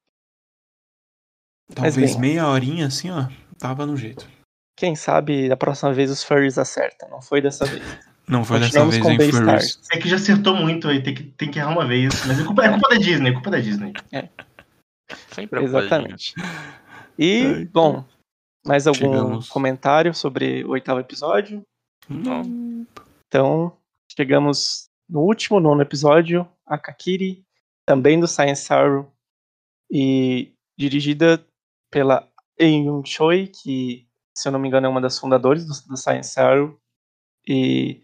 Mas Talvez bem, meia horinha assim, ó. Tava no jeito. quem sabe da próxima vez os furries acertam. Não foi dessa vez. Não foi dessa Continuamos vez com em Beastars. Furries. É que já acertou muito aí, tem que, tem que errar uma vez. Mas é culpa, é culpa da Disney, é culpa da Disney. Sempre a culpadinha. Exatamente. E, Ai, bom, mais algum Chegamos. comentário sobre o oitavo episódio? Não. Então, chegamos no último, nono episódio, a Kakiri, também do Science Saru, e dirigida pela Eun Choi, que, se eu não me engano, é uma das fundadoras do, do Science Saru, e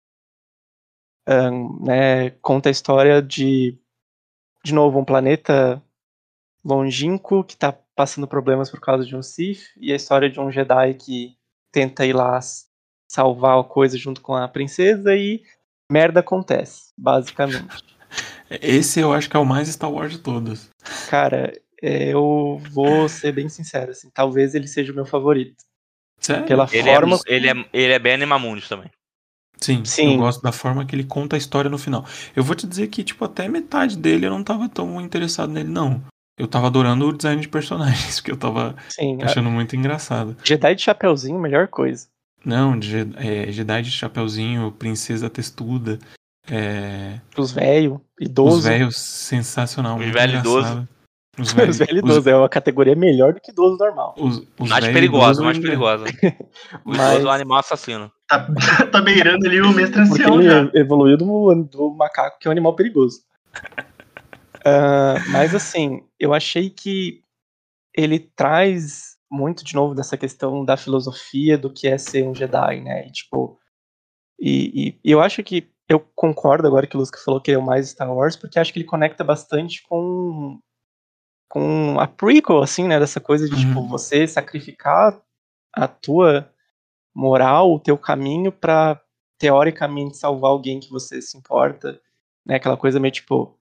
um, né, conta a história de, de novo, um planeta longínquo que está passando problemas por causa de um Sith, e a história de um Jedi que tenta ir lá salvar a coisa junto com a princesa e merda acontece, basicamente. Esse eu acho que é o mais Star Wars de todos. Cara, eu vou ser bem sincero, assim, talvez ele seja o meu favorito. Sério? Pela Ele é, forma. ele, é, ele é bem Animamundi também. Sim, Sim. eu gosto da forma que ele conta a história no final. Eu vou te dizer que, tipo, até metade dele eu não tava tão interessado nele, não. Eu tava adorando o design de personagens, que eu tava Sim, achando muito engraçado. Jedi de Chapeuzinho, melhor coisa. Não, de, é, Jedi de Chapeuzinho, Princesa Testuda, é, Os velhos, os idoso. velhos, sensacional, Os muito velhos engraçado. Os Os velhos. velhos Os, idosos é uma categoria melhor do que idoso normal. os, os Mais velhos perigosa, idosos mais ainda- perigosa. O Mas- idoso é um animal assassino. Tá, tá beirando ali o mestre Porque ancião ele já. evoluiu do, do macaco, que é um animal perigoso. Ah, mas assim, eu achei que ele traz muito de novo dessa questão da filosofia do que é ser um Jedi, né? E, tipo, e, e- e eu acho que eu concordo agora que o Lusca falou que ele é o mais Star Wars, porque acho que ele conecta bastante com com a prequel, assim, né? Dessa coisa de Uhum. tipo você sacrificar a tua moral, o teu caminho pra teoricamente salvar alguém que você se importa, né? Aquela coisa meio tipo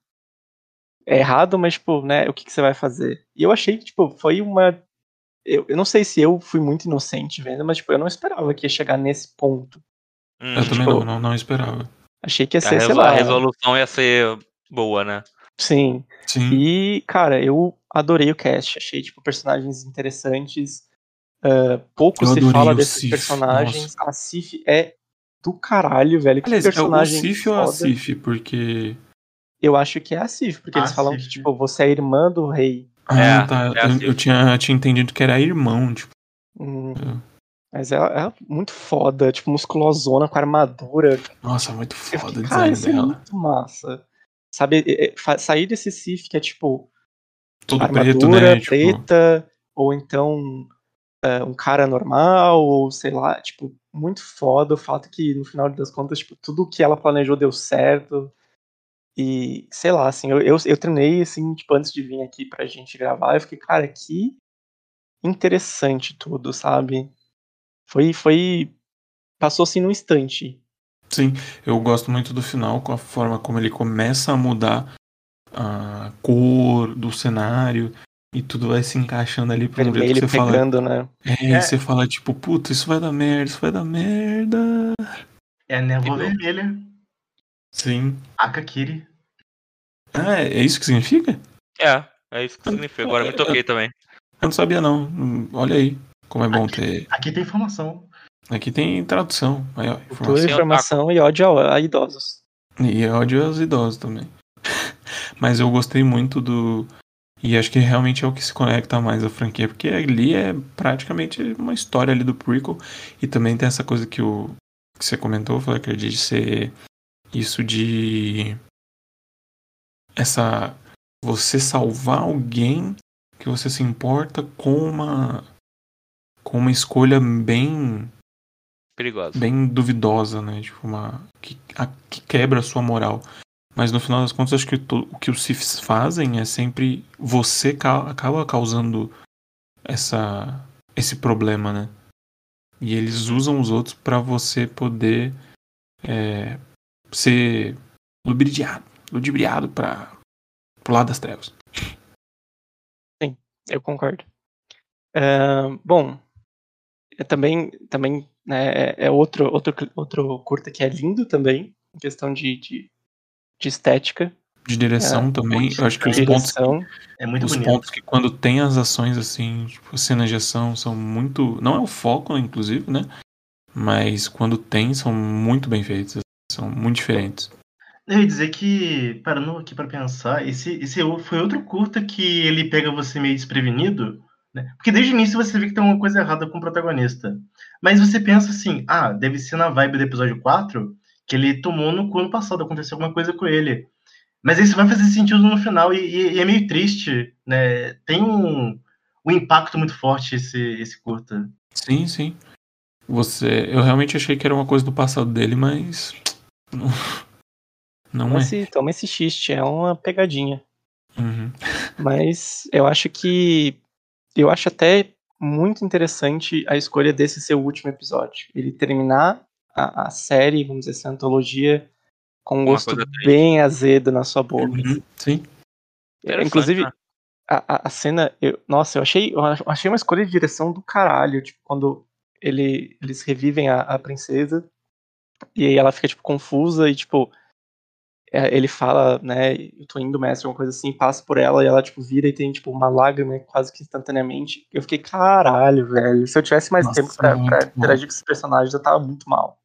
é errado, mas tipo, né? O que, que você vai fazer? E eu achei que tipo foi uma eu, eu não sei se eu fui muito inocente vendo, mas tipo eu não esperava que ia chegar nesse ponto. Hum, Eu também Tipo, não, não, não esperava. Achei que ia a, ser, sei resol- a lá, resolução ia ser boa, né? sim. Sim. E, cara, eu adorei o cast. Achei, tipo, personagens interessantes. Uh, pouco Eu se adorei fala o desses Sif, personagens. A Sif é do caralho, velho. Que Aliás, é o personagem Sif ou a foda. Sif? Porque. Eu acho que é a Sif, porque A eles falam Sif. que, tipo, você é irmã do rei. Ah, É, tá. é a eu, Sif. eu tinha, tinha entendido que era irmão, tipo. Hum, É. Mas ela é muito foda, tipo, musculosona com armadura. Nossa, muito Eu foda fiquei, o cara, design isso é dela. muito massa. Sabe, é- é- fa- sair desse Sif que é, tipo, Todo preto, armadura né? Tipo. preta, ou então é, um cara normal, ou sei lá, tipo, muito foda o fato que no final das contas, tipo, tudo que ela planejou deu certo. E, sei lá, assim, eu, eu, eu treinei, assim, tipo, antes de vir aqui pra gente gravar, eu fiquei, cara, que interessante tudo, sabe? Foi, foi, passou assim num instante. Sim, eu gosto muito do final, com a forma como ele começa a mudar a cor do cenário e tudo vai se encaixando ali pra um jeito que Vermelho você fala. pegando, né? É, É. e você fala, tipo, puta, isso vai dar merda, isso vai dar merda. É a névoa Igual. vermelha. Sim. Akakiri. Ah, é, é isso que significa? É, é isso que significa. Agora eu me toquei também. Eu não sabia, não. Hum, Olha aí como é bom ter. Aqui tem informação. Aqui tem tradução. Aí, ó, Cultura, informação. informação e ódio a, a idosos. E ódio aos idosos também. Mas eu gostei muito do. E acho que realmente é o que se conecta mais à franquia, porque ali é praticamente uma história ali do prequel. E também tem essa coisa que, o, que você comentou, Flecker, de ser isso de. Essa. Você salvar alguém que você se importa com uma. Com uma escolha bem. Perigoso. Bem duvidosa, né? Tipo, uma. Que, a, que quebra a sua moral. Mas no final das contas, acho que to, o que os Siths fazem é sempre você ca, acaba causando essa, esse problema, né? E eles usam os outros pra você poder é, ser ludibriado, ludibriado para pro lado das trevas. Sim, eu concordo. Uh, bom, é também, também né, é outro, outro, outro curta que é lindo também, em questão de, de, de estética. De direção É, também, eu acho que os pontos que, direção. É muito os bonito. pontos que quando tem as ações assim, tipo, cenas de ação são muito, não é o foco, inclusive, né? Mas quando tem, são muito bem feitos, são muito diferentes. Eu ia dizer que, parando aqui pra pensar, esse, esse foi outro curta que ele pega você meio desprevenido, né? Porque desde o início você vê que tem uma coisa errada com o protagonista. Mas você pensa assim, ah, deve ser na vibe do episódio quatro, que ele tomou no cu no passado, aconteceu alguma coisa com ele. Mas isso vai fazer sentido no final e, e, e é meio triste, né? Tem um, um impacto muito forte esse, esse curta. Sim, sim. Você, eu realmente achei que era uma coisa do passado dele, mas não, não Toma é. esse, toma esse xiste, é uma pegadinha. Uhum. Mas eu acho que. Eu acho até muito interessante a escolha desse ser o último episódio. Ele terminar a, a série, vamos dizer assim, a antologia, com um Uma gosto coisa triste. bem azedo na sua boca. Uhum. Sim. É, Interessante, inclusive, né? a, a, a cena. Eu, nossa, eu achei, eu achei uma escolha de direção do caralho. Tipo, quando ele, eles revivem a, a princesa. E aí ela fica, tipo, confusa e, tipo. É, ele fala, né, eu tô indo, mestre, alguma coisa assim, passa por ela e ela, tipo, vira e tem, tipo, uma lágrima quase que instantaneamente. Eu fiquei, caralho, velho, se eu tivesse mais Nossa, tempo pra, pra muito bom. interagir com esses personagens, eu tava muito mal.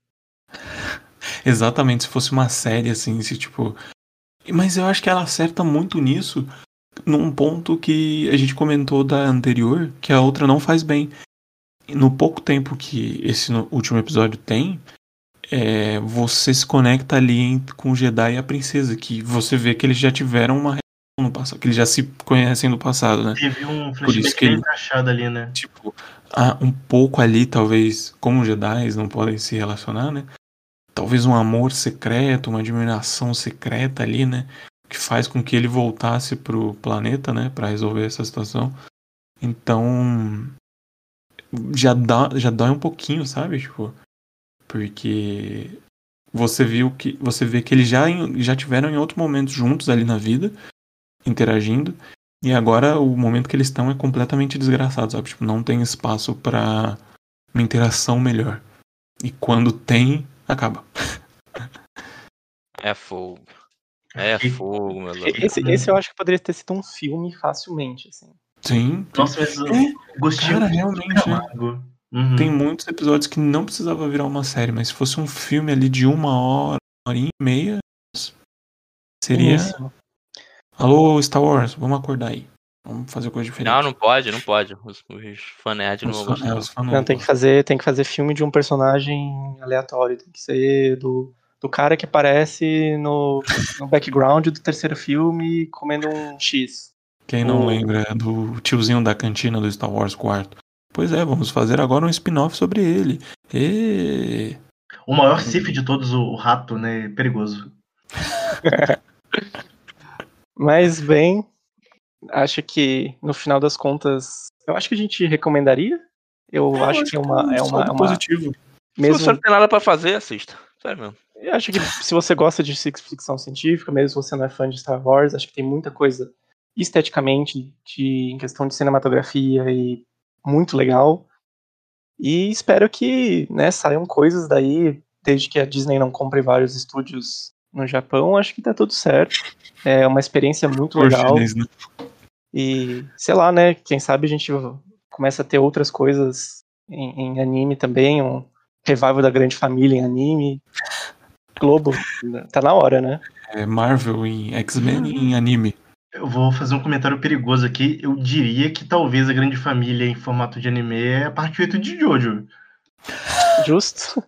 Exatamente, se fosse uma série assim, se tipo. Mas eu acho que ela acerta muito nisso, num ponto que a gente comentou da anterior, que a outra não faz bem. No pouco tempo que esse último episódio tem, é, você se conecta ali com o Jedi e a princesa, que você vê que eles já tiveram uma relação no passado, que eles já se conhecem no passado, né? Teve um Por isso flashback que bem ele, encaixado ali, né? tipo, ah, um pouco ali, talvez, como os Jedi não podem se relacionar, né? Talvez um amor secreto, uma admiração secreta ali, né? Que faz com que ele voltasse pro planeta, né? Pra resolver essa situação. Então, já, dá, já dói um pouquinho, sabe? Tipo, porque você viu que você vê que eles já, já tiveram em outro momento juntos ali na vida, interagindo, e agora o momento que eles estão é completamente desgraçado, sabe? Tipo, não tem espaço pra uma interação melhor. E quando tem, acaba. É fogo. É fogo, meu Deus. Esse, esse eu acho que poderia ter sido um filme facilmente, assim. Sim. Tem... Nossa, mas o É, gostinho cara, foi realmente, super né? amargo. Uhum. Tem muitos episódios que não precisava virar uma série, mas se fosse um filme ali de uma hora, uma hora e meia, seria... Finíssimo. Alô, Star Wars, vamos acordar aí. Vamos fazer coisa diferente. Não, não pode, não pode. Os, os fanerd não Os vão fã- gostar. é, os fãs Não, tem que fazer, tem que fazer filme de um personagem aleatório. Tem que ser do, do cara que aparece no, no background do terceiro filme comendo um X. Quem não o- lembra do tiozinho da cantina do Star Wars quarto? Pois é, vamos fazer agora um spin-off sobre ele. E... O maior Sith de todos, o rato, né? Perigoso. Mas bem, acho que no final das contas, eu acho que a gente recomendaria. Eu acho que é uma, é uma, é saldo uma positivo. Se você mesmo. não tem nada pra fazer, assista. Sério mesmo. Eu acho que se você gosta de ficção científica, mesmo se você não é fã de Star Wars, acho que tem muita coisa esteticamente, de, em questão de cinematografia e muito legal. E espero que, né, saiam coisas daí, desde que a Disney não compre vários estúdios no Japão, acho que tá tudo certo. É uma experiência muito Por legal. chinês, né? E, sei lá, né, quem sabe a gente começa a ter outras coisas em, em anime também, um revival da Grande Família em anime. Globo, tá na hora, né? É Marvel em X-Men e em anime. Eu vou fazer um comentário perigoso aqui. Eu diria que talvez a Grande Família em formato de anime é a parte oito de Jojo. Justo.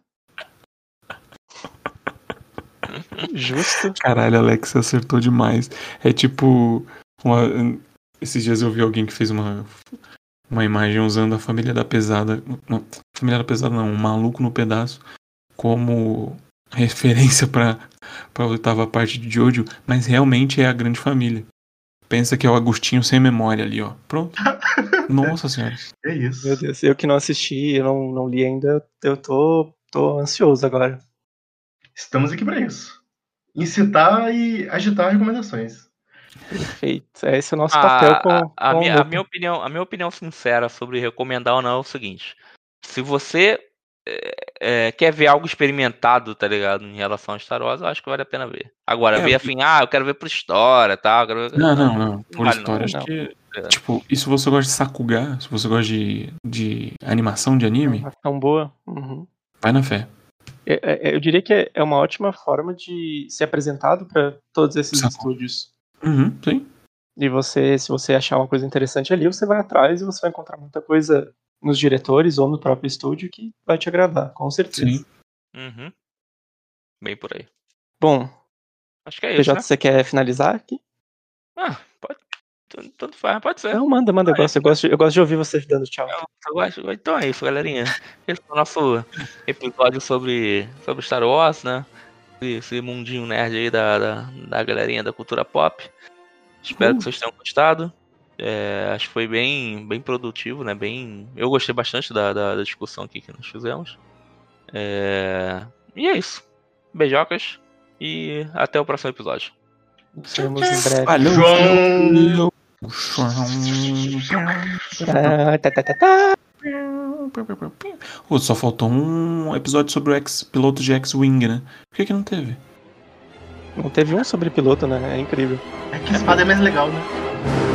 Justo. Caralho, Alex, você acertou demais. É tipo... uma- Esses dias eu vi alguém que fez uma... Uma imagem usando a Família da Pesada... Não, Família da Pesada não, um Maluco no Pedaço como referência pra, pra oitava parte de Jojo, mas realmente é a Grande Família. Pensa que é o Agostinho sem memória ali, ó. Pronto. Nossa senhora. É isso. Meu Deus, eu que não assisti, eu não, não li ainda, eu tô, tô ansioso agora. Estamos aqui para isso. Incitar e agitar recomendações. Perfeito. Esse é o nosso papel com, A, a, a, com minha, o a, minha opinião, a minha opinião sincera sobre recomendar ou não é o seguinte. Se você é, é, quer ver algo experimentado, tá ligado? Em relação a Star Wars, eu acho que vale a pena ver. Agora, É, ver assim, ah, eu quero ver por história, tal. Quero ver... Não, não, não. Por vale, história, não. acho que... É. Tipo, e se você gosta de Sakuga, se você gosta de, de animação de anime, Uma tão boa. Uhum. vai na fé. É- é- Eu diria que é- é uma ótima forma de ser apresentado para todos esses Saco. estúdios. Uhum, sim. E você, se você achar uma coisa interessante ali, você vai atrás e você vai encontrar muita coisa nos diretores ou no próprio estúdio que vai te agradar, com certeza. Sim. Uhum. Bem por aí. Bom, Acho que é P isso, J, né? você quer finalizar aqui? Ah, pode. Tanto, tanto faz, pode ser. Não, manda, manda. Eu gosto, eu gosto, de, eu gosto de ouvir você dando tchau. Eu- eu gosto- Então é isso, galerinha. Esse é o nosso episódio sobre, sobre Star Wars, né? Esse, esse mundinho nerd aí da, da, da galerinha da cultura pop. Espero Uhum. que vocês tenham gostado. É, acho que foi bem, bem produtivo, né? Bem, eu gostei bastante da, da, da discussão aqui que nós fizemos. É, e é isso. Beijocas e até o próximo episódio. Nos vemos em breve. Valeu. João! Ah, tá, tá, tá, tá. Ô, só faltou um episódio sobre o ex-piloto de X-Wing, né? Por que que não teve? Não teve um sobre piloto, né? É incrível. É que a espada é mais legal, né?